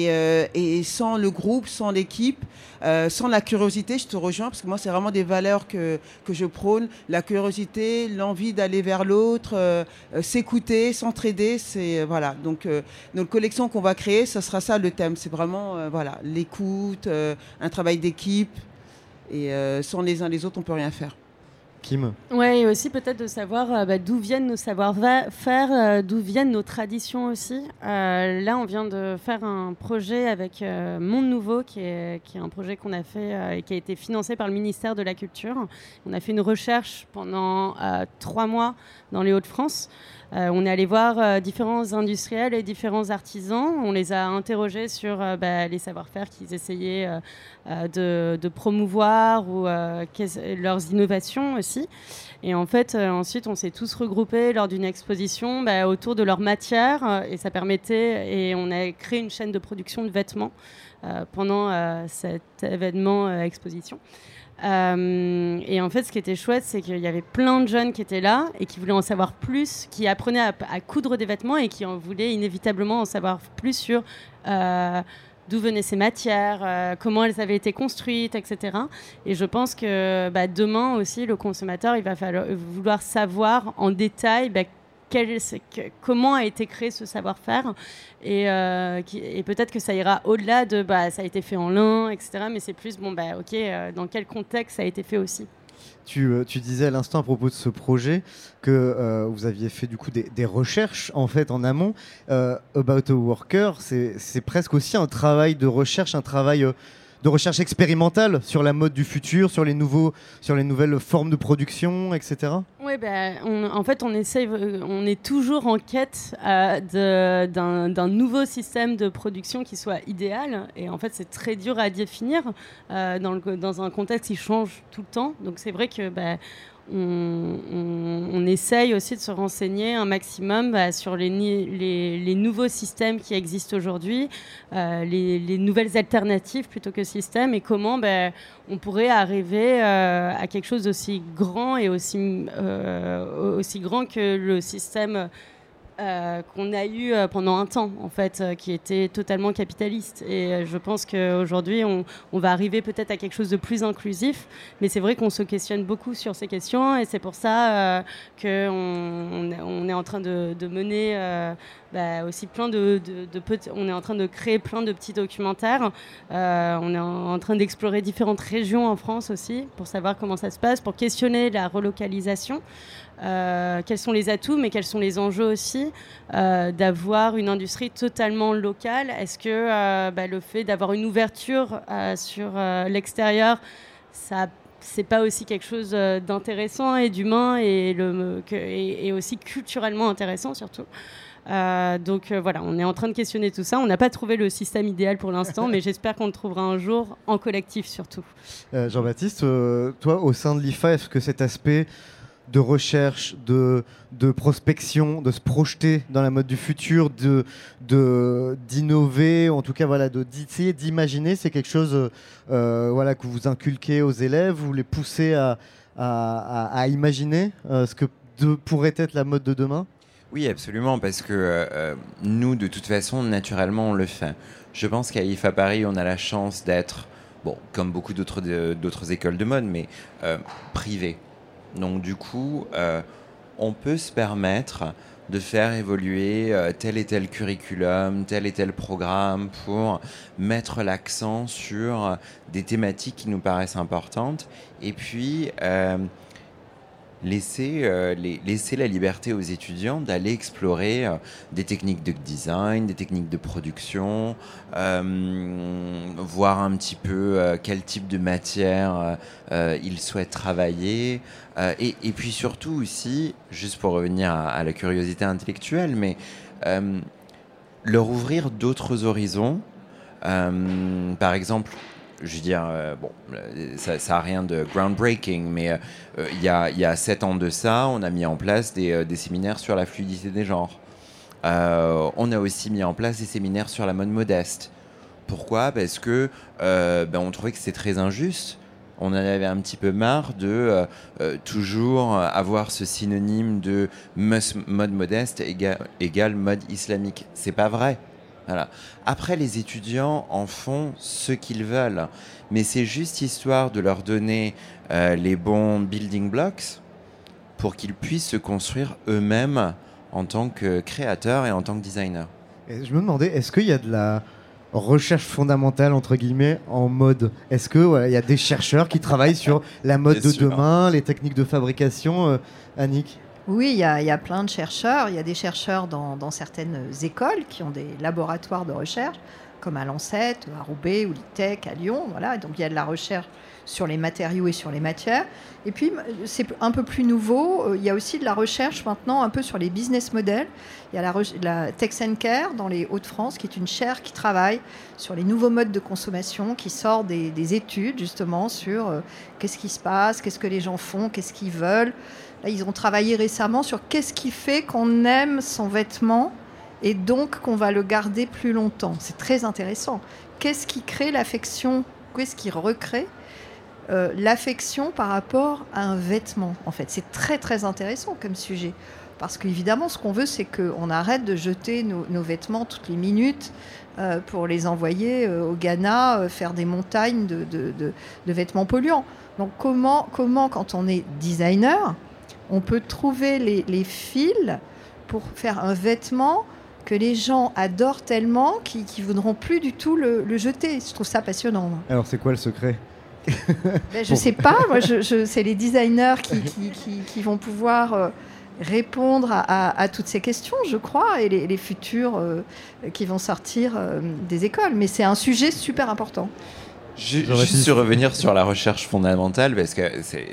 Et sans le groupe, sans l'équipe, sans la curiosité, je te rejoins, parce que moi, c'est vraiment des valeurs que je prône. La curiosité, l'envie d'aller vers l'autre, s'écouter, s'entraider. Voilà. Donc, notre collection qu'on va créer, ça sera ça le thème. C'est vraiment l'écoute, un travail d'équipe. Et sans les uns les autres, on ne peut rien faire. Kim ? Ouais, et aussi peut-être de savoir d'où viennent nos savoir-faire, d'où viennent nos traditions aussi. Là, on vient de faire un projet avec Monde Nouveau, qui est un projet qu'on a fait et qui a été financé par le ministère de la Culture. On a fait une recherche pendant 3 mois dans les Hauts-de-France. On est allé voir différents industriels et différents artisans. On les a interrogés sur les savoir-faire qu'ils essayaient de promouvoir ou leurs innovations aussi. Et en fait, ensuite, on s'est tous regroupés lors d'une exposition autour de leur matière et ça permettait, et on a créé une chaîne de production de vêtements pendant cet événement exposition. Et en fait, ce qui était chouette, c'est qu'il y avait plein de jeunes qui étaient là et qui voulaient en savoir plus, qui apprenaient à coudre des vêtements et qui en voulaient inévitablement en savoir plus sur d'où venaient ces matières, comment elles avaient été construites, etc. Et je pense que demain aussi, le consommateur, il va vouloir savoir en détail comment a été créé ce savoir-faire et peut-être que ça ira au-delà de ça a été fait en lin, etc. Mais c'est plus dans quel contexte ça a été fait aussi. Tu disais à l'instant à propos de ce projet que vous aviez fait du coup des recherches en fait en amont. About a Worker, c'est presque aussi un travail de recherche, un travail de recherche expérimentale sur la mode du futur, sur les nouvelles formes de production, etc. Oui, en fait, on est toujours en quête d'un nouveau système de production qui soit idéal. Et en fait, c'est très dur à définir dans un contexte qui change tout le temps. Donc, c'est vrai que on essaye aussi de se renseigner un maximum sur les nouveaux systèmes qui existent aujourd'hui, les nouvelles alternatives plutôt que systèmes, et comment on pourrait arriver à quelque chose d'aussi grand et aussi grand que le système qu'on a eu pendant un temps, en fait, qui était totalement capitaliste. Et je pense qu'aujourd'hui, on va arriver peut-être à quelque chose de plus inclusif, mais c'est vrai qu'on se questionne beaucoup sur ces questions, et c'est pour ça qu'on est en train de mener aussi on est en train de créer plein de petits documentaires. On est en train d'explorer différentes régions en France aussi, pour savoir comment ça se passe, pour questionner la relocalisation. Quels sont les atouts, mais quels sont les enjeux aussi d'avoir une industrie totalement locale. Est-ce que le fait d'avoir une ouverture sur l'extérieur, c'est pas aussi quelque chose d'intéressant et d'humain et aussi culturellement intéressant surtout. Donc voilà, on est en train de questionner tout ça. On n'a pas trouvé le système idéal pour l'instant, mais j'espère qu'on le trouvera un jour, en collectif surtout. Jean-Baptiste, toi, au sein de l'IFA, est-ce que cet aspect de recherche, de prospection, de se projeter dans la mode du futur, d'innover, en tout cas d'essayer d'imaginer, c'est quelque chose que vous inculquez aux élèves, vous les poussez à imaginer ce que pourrait être la mode de demain? Oui, absolument, parce que nous, de toute façon, naturellement, on le fait. Je pense qu'à IFA Paris, on a la chance d'être, comme beaucoup d'autres écoles de mode, mais privées. Donc du coup, on peut se permettre de faire évoluer tel et tel curriculum, tel et tel programme pour mettre l'accent sur des thématiques qui nous paraissent importantes et puis laisser la liberté aux étudiants d'aller explorer des techniques de design, des techniques de production, voir un petit peu quel type de matière ils souhaitent travailler. Et puis surtout aussi, juste pour revenir à la curiosité intellectuelle, mais leur ouvrir d'autres horizons. Par exemple, je veux dire, ça n'a rien de groundbreaking, mais il y a 7 ans de ça, on a mis en place des séminaires sur la fluidité des genres. On a aussi mis en place des séminaires sur la mode modeste. Pourquoi ? Parce que on trouvait que c'était très injuste. On en avait un petit peu marre de toujours avoir ce synonyme de mode modeste égale mode islamique. C'est pas vrai. Voilà. Après, les étudiants en font ce qu'ils veulent, mais c'est juste histoire de leur donner les bons building blocks pour qu'ils puissent se construire eux-mêmes en tant que créateurs et en tant que designers. Et je me demandais, est-ce qu'il y a de la recherche fondamentale, entre guillemets, en mode? Est-ce qu'il y a des chercheurs qui travaillent sur la mode de demain, les techniques de fabrication, Annick? Oui, il y a plein de chercheurs. Il y a des chercheurs dans certaines écoles qui ont des laboratoires de recherche, comme à Lancette, à Roubaix, ou l'ITEC, à Lyon. Voilà. Donc il y a de la recherche sur les matériaux et sur les matières. Et puis, c'est un peu plus nouveau. Il y a aussi de la recherche maintenant un peu sur les business models. Il y a la Tex & Care dans les Hauts-de-France, qui est une chaire qui travaille sur les nouveaux modes de consommation, qui sort des études justement sur qu'est-ce qui se passe, qu'est-ce que les gens font, qu'est-ce qu'ils veulent. Là, ils ont travaillé récemment sur qu'est-ce qui fait qu'on aime son vêtement et donc qu'on va le garder plus longtemps. C'est très intéressant. Qu'est-ce qui crée l'affection ? Qu'est-ce qui recrée l'affection par rapport à un vêtement ? En fait, c'est très très intéressant comme sujet. Parce qu'évidemment, ce qu'on veut, c'est qu'on arrête de jeter nos vêtements toutes les minutes pour les envoyer au Ghana, faire des montagnes de vêtements polluants. Donc comment, quand on est designer, on peut trouver les fils pour faire un vêtement que les gens adorent tellement qu'ils ne voudront plus du tout le jeter. Je trouve ça passionnant. Alors, c'est quoi le secret ? Je ne sais pas. Moi, c'est les designers qui vont pouvoir répondre à toutes ces questions, je crois, et les futurs qui vont sortir des écoles. Mais c'est un sujet super important. Juste revenir sur la recherche fondamentale, parce que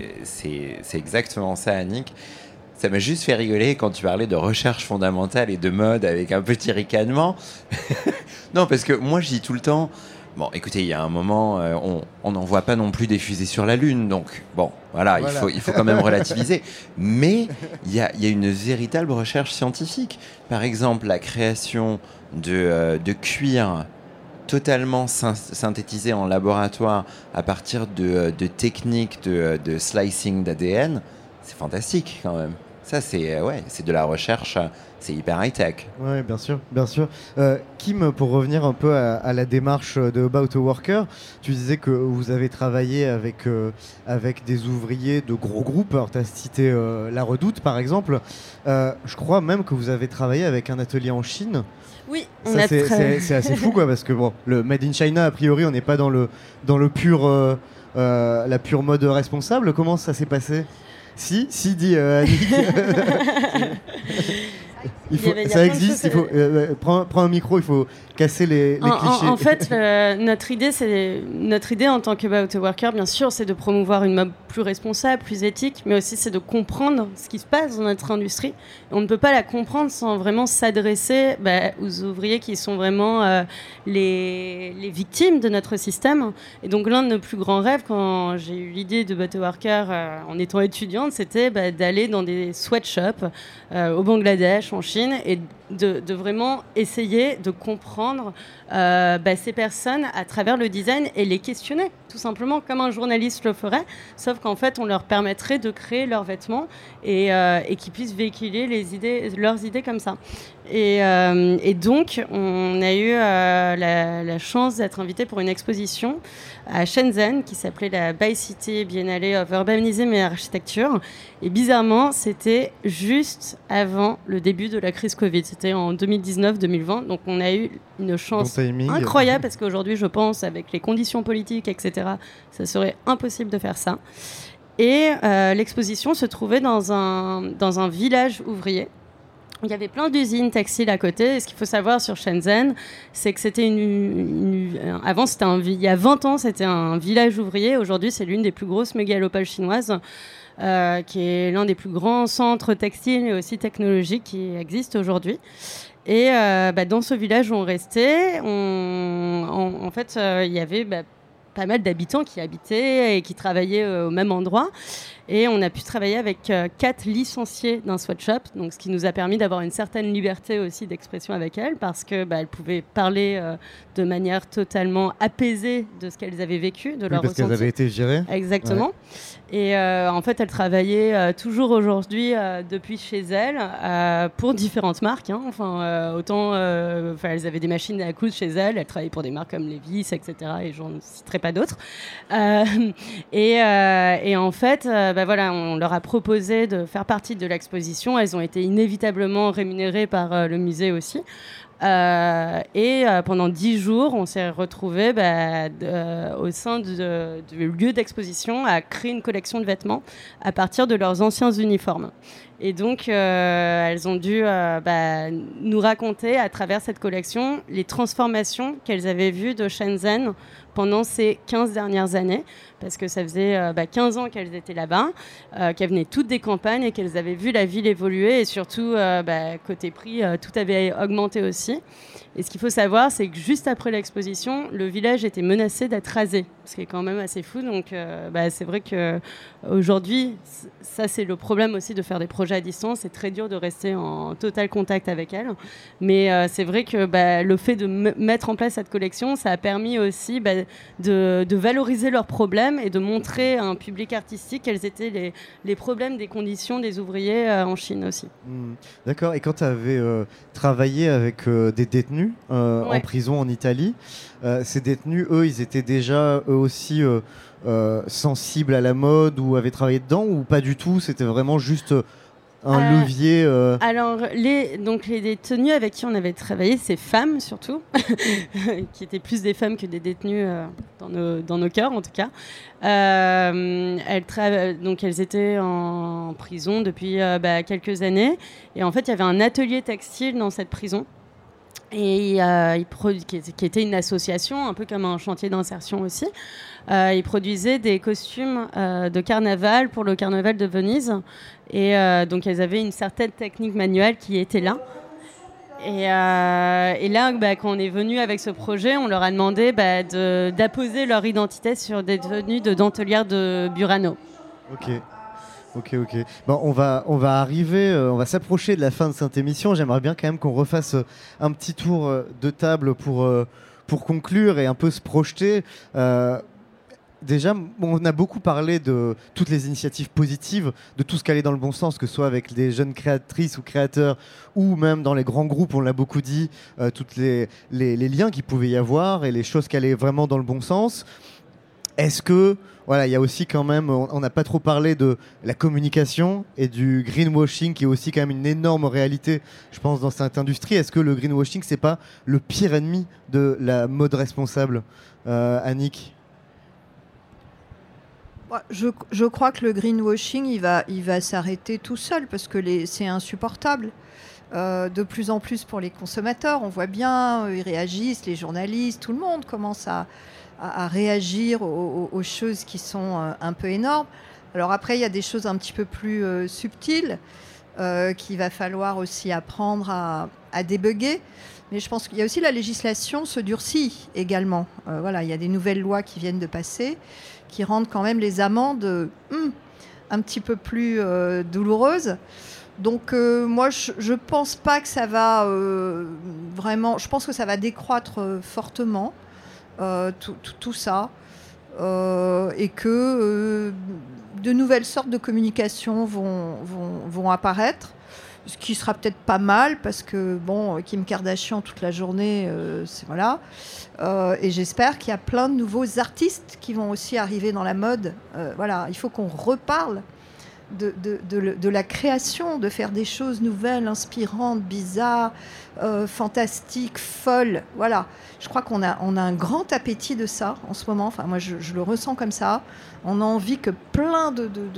c'est exactement ça, Annick. Ça m'a juste fait rigoler quand tu parlais de recherche fondamentale et de mode avec un petit ricanement. Non, parce que moi, je dis tout le temps, bon, écoutez, il y a un moment, on n'envoie pas non plus des fusées sur la Lune, donc bon, voilà. Il faut quand même relativiser. Mais il y a une véritable recherche scientifique. Par exemple, la création de cuir totalement synthétisé en laboratoire à partir de techniques de slicing d'ADN, c'est fantastique quand même. Ça, c'est de la recherche, c'est hyper high-tech. Oui, bien sûr, bien sûr. Kim, pour revenir un peu à la démarche de About a Worker, tu disais que vous avez travaillé avec des ouvriers de gros groupes. Alors, tu as cité La Redoute, par exemple. Je crois même que vous avez travaillé avec un atelier en Chine. Oui, c'est assez fou, quoi, parce que bon, le Made in China, a priori, on n'est pas dans le pur, la pure mode responsable. Comment ça s'est passé ? Si, dit Annick. Ça existe, prends un micro, il faut casser les clichés. En fait, notre idée en tant que About a Worker, bien sûr, c'est de promouvoir une mode plus responsable, plus éthique, mais aussi c'est de comprendre ce qui se passe dans notre industrie. Et on ne peut pas la comprendre sans vraiment s'adresser aux ouvriers qui sont vraiment les victimes de notre système. Et donc l'un de nos plus grands rêves, quand j'ai eu l'idée de About a Worker en étant étudiante, c'était d'aller dans des sweatshops au Bangladesh, en Chine, et de vraiment essayer de comprendre ces personnes à travers le design et les questionner, tout simplement, comme un journaliste le ferait, sauf qu'en fait, on leur permettrait de créer leurs vêtements et qu'ils puissent véhiculer leurs idées comme ça. Et donc, on a eu la chance d'être invité pour une exposition à Shenzhen qui s'appelait la Bi-City Biennale of Urbanism et Architecture. Et bizarrement, c'était juste avant le début de la crise Covid. C'était en 2019-2020. Donc, on a eu une chance incroyable parce qu'aujourd'hui, je pense, avec les conditions politiques, etc., ça serait impossible de faire ça. Et l'exposition se trouvait dans un village ouvrier. Il y avait plein d'usines textiles à côté. Et ce qu'il faut savoir sur Shenzhen, c'est que c'était avant, il y a 20 ans, c'était un village ouvrier. Aujourd'hui, c'est l'une des plus grosses mégalopoles chinoises, qui est l'un des plus grands centres textiles et aussi technologiques qui existent aujourd'hui. Et dans ce village où on restait, en fait, il y avait pas mal d'habitants qui habitaient et qui travaillaient au même endroit. Et on a pu travailler avec 4 licenciés d'un sweatshop, donc ce qui nous a permis d'avoir une certaine liberté aussi d'expression avec elles, parce qu'elles pouvaient parler de manière totalement apaisée de ce qu'elles avaient vécu, de leur ressenti. Parce qu'elles avaient été gérées. Exactement. Ouais. Et en fait, elles travaillaient toujours aujourd'hui depuis chez elles pour différentes marques. Hein. Elles avaient des machines à coudre chez elles. Elles travaillaient pour des marques comme Levi's, etc. Et j'en citerai pas d'autres. Et en fait, on leur a proposé de faire partie de l'exposition. Elles ont été inévitablement rémunérées par le musée aussi. Pendant 10 jours, on s'est retrouvés au sein du lieu d'exposition à créer une collection de vêtements à partir de leurs anciens uniformes. Et donc, elles ont dû nous raconter à travers cette collection les transformations qu'elles avaient vues de Shenzhen pendant ces 15 dernières années, parce que ça faisait 15 ans qu'elles étaient là-bas, qu'elles venaient toutes des campagnes et qu'elles avaient vu la ville évoluer, et surtout, côté prix, tout avait augmenté aussi. Et ce qu'il faut savoir, c'est que juste après l'exposition, le village était menacé d'être rasé, ce qui est quand même assez fou. Donc, c'est vrai qu'aujourd'hui, ça, c'est le problème aussi de faire des projets à distance. C'est très dur de rester en total contact avec elles. Mais c'est vrai que le fait de mettre en place cette collection, ça a permis aussi de valoriser leurs problèmes et de montrer à un public artistique quels étaient les problèmes des conditions des ouvriers en Chine aussi. D'accord. Et quand tu avais travaillé avec des détenus en prison en Italie, ces détenus, eux, ils étaient déjà eux aussi sensibles à la mode ou avaient travaillé dedans, ou pas du tout? C'était vraiment juste un levier Alors, les détenus avec qui on avait travaillé, ces femmes surtout, qui étaient plus des femmes que des détenus dans nos cœurs en tout cas. Elles étaient en prison depuis quelques années. Et en fait, il y avait un atelier textile dans cette prison. Et qui était une association, un peu comme un chantier d'insertion aussi. Ils produisaient des costumes de carnaval pour le carnaval de Venise. Et donc, elles avaient une certaine technique manuelle qui était là. Et là, quand on est venu avec ce projet, on leur a demandé d'apposer leur identité sur des tenues de dentelière de Burano. Ok. Bon, on va on va s'approcher de la fin de cette émission. J'aimerais bien quand même qu'on refasse un petit tour de table pour conclure et un peu se projeter. déjà, on a beaucoup parlé de toutes les initiatives positives, de tout ce qui allait dans le bon sens, que ce soit avec des jeunes créatrices ou créateurs, ou même dans les grands groupes, on l'a beaucoup dit, tous les liens qu'il pouvait y avoir et les choses qui allaient vraiment dans le bon sens. Est-ce que, voilà, il y a aussi quand même, on n'a pas trop parlé de la communication et du greenwashing, qui est aussi quand même une énorme réalité, je pense, dans cette industrie. Est-ce que le greenwashing, c'est pas le pire ennemi de la mode responsable, Annick ? Je crois que le greenwashing, il va s'arrêter tout seul parce que c'est insupportable. De plus en plus pour les consommateurs, on voit bien, ils réagissent, les journalistes, tout le monde commence à réagir aux choses qui sont un peu énormes. Alors après, il y a des choses un petit peu plus subtiles qu'il va falloir aussi apprendre à débugger. Mais je pense qu'il y a aussi la législation se durcit également. Voilà, il y a des nouvelles lois qui viennent de passer qui rendent quand même les amendes un petit peu plus douloureuses. Donc moi, je pense pas que ça va vraiment... Je pense que ça va décroître fortement, tout ça. Et que de nouvelles sortes de communication vont apparaître. Ce qui sera peut-être pas mal parce que bon, Kim Kardashian toute la journée, c'est voilà. Et j'espère qu'il y a plein de nouveaux artistes qui vont aussi arriver dans la mode. Voilà, il faut qu'on reparle de la création, de faire des choses nouvelles, inspirantes, bizarres, fantastiques, folles. Voilà, je crois qu'on a un grand appétit de ça en ce moment. Enfin, moi, je le ressens comme ça. On a envie que plein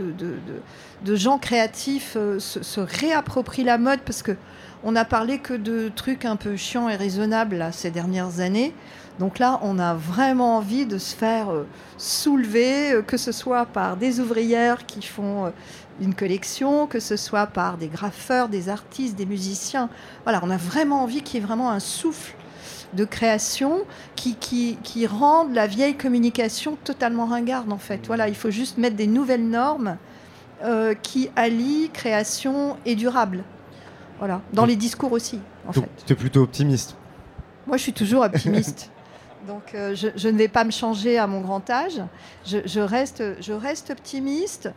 de gens créatifs se réapproprient la mode parce que on n'a parlé que de trucs un peu chiants et raisonnables là, ces dernières années. Donc là, on a vraiment envie de se faire soulever, que ce soit par des ouvrières qui font une collection, que ce soit par des graffeurs, des artistes, des musiciens. Voilà, on a vraiment envie qu'il y ait vraiment un souffle de création qui rende la vieille communication totalement ringarde, en fait. Voilà, il faut juste mettre des nouvelles normes qui allient création et durable. Voilà, dans les discours aussi, en fait. Tu es plutôt optimiste. Moi, je suis toujours optimiste. Donc, je ne vais pas me changer à mon grand âge. Je reste optimiste.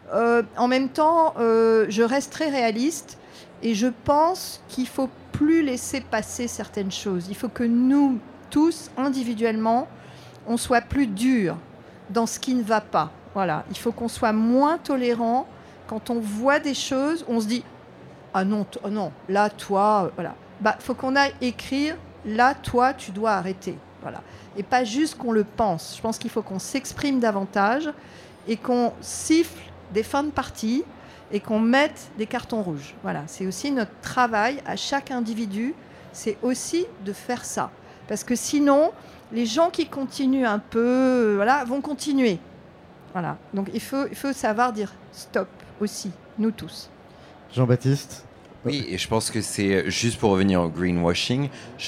En même temps, je reste très réaliste. Et je pense qu'il ne faut plus laisser passer certaines choses. Il faut que nous, tous, individuellement, on soit plus durs dans ce qui ne va pas. Voilà. Il faut qu'on soit moins tolérant. Quand on voit des choses, on se dit « Ah non, non, là, toi... » Voilà. Bah, faut qu'on aille écrire « Là, toi, tu dois arrêter. » Voilà. Et pas juste qu'on le pense. Je pense qu'il faut qu'on s'exprime davantage et qu'on siffle des fins de partie et qu'on mette des cartons rouges. Voilà. C'est aussi notre travail à chaque individu. C'est aussi de faire ça. Parce que sinon, les gens qui continuent un peu voilà, vont continuer. Voilà. Donc il faut savoir dire stop aussi, nous tous. Jean-Baptiste ? Oui, et je pense que c'est, juste pour revenir au greenwashing,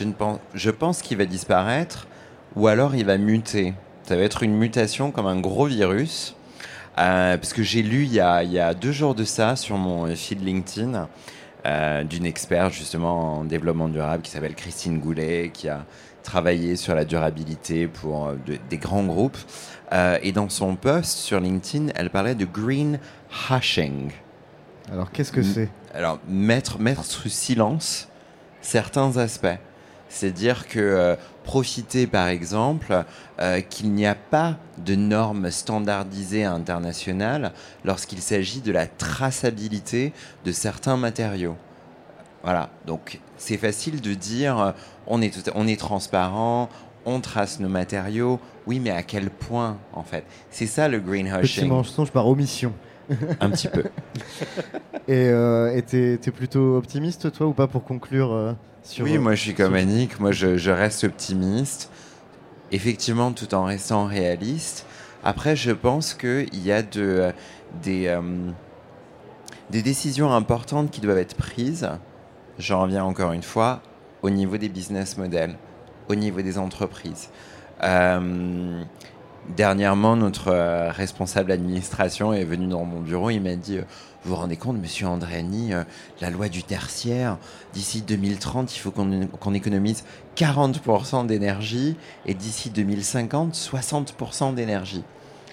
je pense qu'il va disparaître ou alors il va muter. Ça va être une mutation comme un gros virus. Parce que j'ai lu il y a 2 jours de ça sur mon feed LinkedIn d'une experte justement en développement durable qui s'appelle Christine Goulet, qui a travaillé sur la durabilité pour des grands groupes. Et dans son post sur LinkedIn, elle parlait de green hashing. Alors, qu'est-ce que c'est ? Alors, mettre sous silence certains aspects. C'est-à-dire que profiter, par exemple, qu'il n'y a pas de normes standardisées internationales lorsqu'il s'agit de la traçabilité de certains matériaux. Voilà, donc c'est facile de dire on est transparent, on trace nos matériaux. Oui, mais à quel point, en fait ? C'est ça le greenwashing. Petit mensonge par omission. Un petit peu. Et t'es plutôt optimiste, toi, ou pas, pour conclure sur... Oui, moi je suis comme Annick, moi je reste optimiste, effectivement, tout en restant réaliste. Après, je pense qu'il y a des décisions importantes qui doivent être prises, j'en reviens encore une fois, au niveau des business models, au niveau des entreprises. Dernièrement, notre responsable d'administration est venu dans mon bureau. Il m'a dit vous vous rendez compte, monsieur Andréani, la loi du tertiaire, d'ici 2030, il faut qu'on économise 40% d'énergie et d'ici 2050, 60% d'énergie.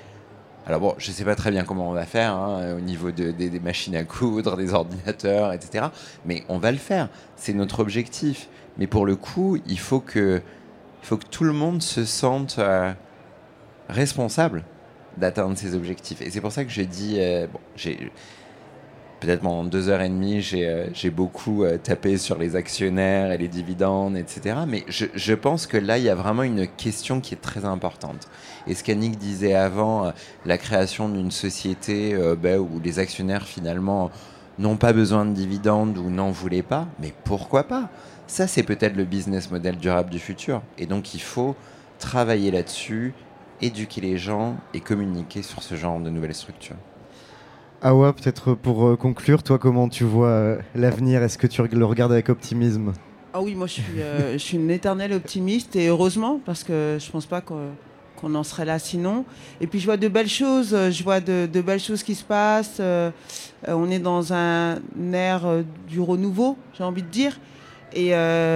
Alors bon, je ne sais pas très bien comment on va faire au niveau des machines à coudre, des ordinateurs, etc. Mais on va le faire. C'est notre objectif. Mais pour le coup, il faut que tout le monde se sente responsable d'atteindre ses objectifs. Et c'est pour ça que je dis... peut-être pendant 2h30, j'ai beaucoup tapé sur les actionnaires et les dividendes, etc. Mais je pense que là, il y a vraiment une question qui est très importante. Et ce qu'Annick disait avant, la création d'une société où les actionnaires, finalement, n'ont pas besoin de dividendes ou n'en voulaient pas, mais pourquoi pas ? Ça, c'est peut-être le business model durable du futur. Et donc, il faut travailler là-dessus, éduquer les gens et communiquer sur ce genre de nouvelles structures. Awa, peut-être pour conclure, toi, comment tu vois l'avenir ? Est-ce que tu le regardes avec optimisme ? Ah oui, moi je suis une éternelle optimiste et heureusement parce que je pense pas qu'on en serait là sinon. Et puis je vois de belles choses, de belles choses qui se passent. On est dans un ère du renouveau, j'ai envie de dire. Et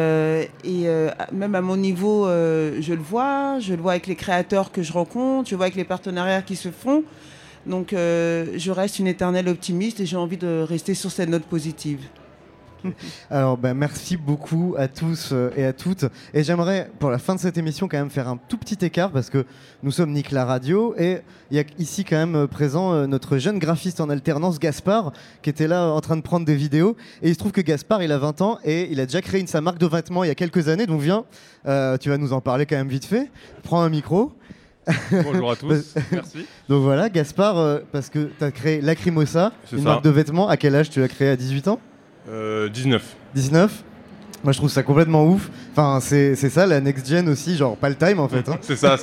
même à mon niveau, je le vois avec les créateurs que je rencontre, je vois avec les partenariats qui se font. Donc je reste une éternelle optimiste et j'ai envie de rester sur cette note positive. Alors merci beaucoup à tous et à toutes. Et j'aimerais pour la fin de cette émission quand même faire un tout petit écart parce que nous sommes Nick la radio et il y a ici quand même présent notre jeune graphiste en alternance Gaspard qui était là en train de prendre des vidéos. Et il se trouve que Gaspard il a 20 ans et il a déjà créé sa marque de vêtements il y a quelques années. Donc viens, tu vas nous en parler quand même vite fait. Prends un micro. Bonjour à tous, merci. Donc voilà, Gaspard, parce que tu as créé Lacrimosa, marque de vêtements. À quel âge tu l'as créé ? À 18 ans ? 19. 19 ? Moi je trouve ça complètement ouf. Enfin, c'est ça la next gen aussi, genre pas le time en fait. Hein. C'est ça.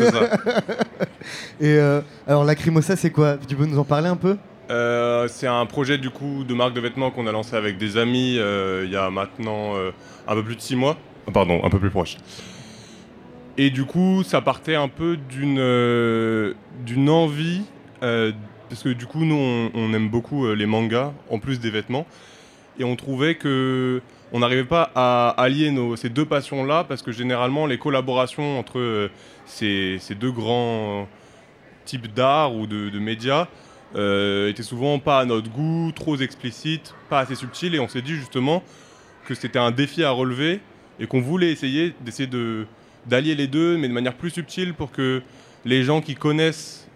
Et alors Lacrimosa, c'est quoi ? Tu peux nous en parler un peu ? C'est un projet du coup de marque de vêtements qu'on a lancé avec des amis il y a maintenant un peu plus de 6 mois. Pardon, un peu plus proche. Et du coup, ça partait un peu d'une envie, parce que du coup, nous, on aime beaucoup les mangas, en plus des vêtements. Et on trouvait qu'on n'arrivait pas à allier ces deux passions-là, parce que généralement, les collaborations entre ces deux grands types d'art ou de médias étaient souvent pas à notre goût, trop explicites, pas assez subtiles. Et on s'est dit justement que c'était un défi à relever et qu'on voulait essayer d'allier les deux, mais de manière plus subtile pour que les gens qui connaissent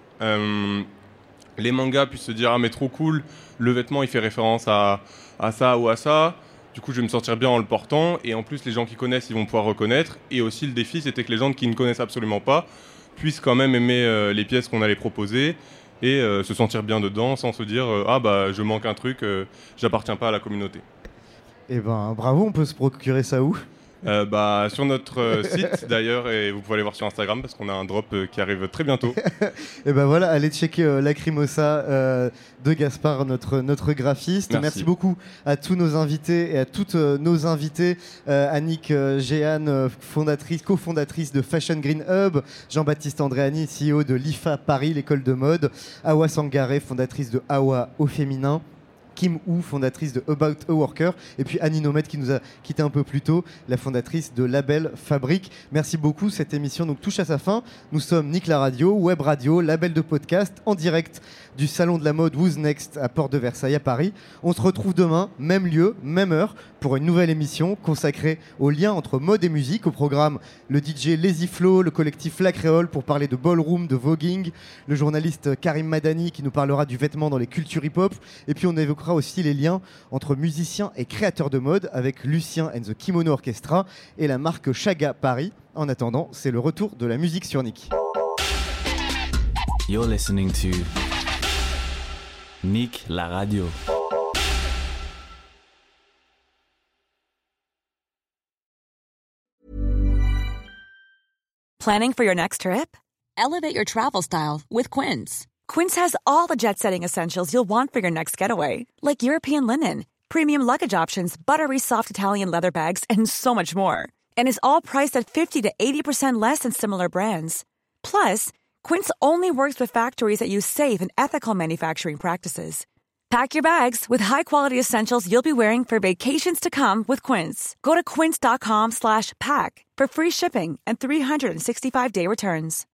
les mangas puissent se dire « Ah mais trop cool, le vêtement il fait référence à ça ou à ça, du coup je vais me sentir bien en le portant » et en plus les gens qui connaissent ils vont pouvoir reconnaître. Et aussi le défi c'était que les gens qui ne connaissent absolument pas puissent quand même aimer les pièces qu'on allait proposer et se sentir bien dedans sans se dire « Ah bah je manque un truc, j'appartiens pas à la communauté ». Eh ben bravo, on peut se procurer ça où ? Sur notre site d'ailleurs, et vous pouvez aller voir sur Instagram parce qu'on a un drop qui arrive très bientôt. Et ben voilà, allez checker Lacrimosa de Gaspard, notre graphiste. Merci beaucoup à tous nos invités et à toutes nos invitées. Annick Jeanne, cofondatrice de Fashion Green Hub, Jean-Baptiste Andréani, CEO de l'IFA Paris, l'école de mode, Awa Sangaré, fondatrice de Awa au féminin, Kim Hu, fondatrice de About a Worker, et puis Annie Nomad qui nous a quitté un peu plus tôt, la fondatrice de Label Fabrique. Merci beaucoup, cette émission donc touche à sa fin. Nous sommes Nick la radio, web radio, label de podcast, en direct du salon de la mode Who's Next à Porte de Versailles à Paris. On se retrouve demain, même lieu, même heure, pour une nouvelle émission consacrée au lien entre mode et musique. Au programme, le DJ Lazy Flow, le collectif La Créole pour parler de ballroom, de voguing, le journaliste Karim Madani qui nous parlera du vêtement dans les cultures hip-hop, et puis on évoquera aussi les liens entre musiciens et créateurs de mode avec Lucien and the Kimono Orchestra et la marque Chaga Paris. En attendant, c'est le retour de la musique sur Nick. You're listening to Nick la radio. Planning for your next trip? Elevate your travel style with Quince. Quince has all the jet-setting essentials you'll want for your next getaway, like European linen, premium luggage options, buttery soft Italian leather bags, and so much more. And is all priced at 50 to 80% less than similar brands. Plus, Quince only works with factories that use safe and ethical manufacturing practices. Pack your bags with high-quality essentials you'll be wearing for vacations to come with Quince. Go to quince.com/pack for free shipping and 365-day returns.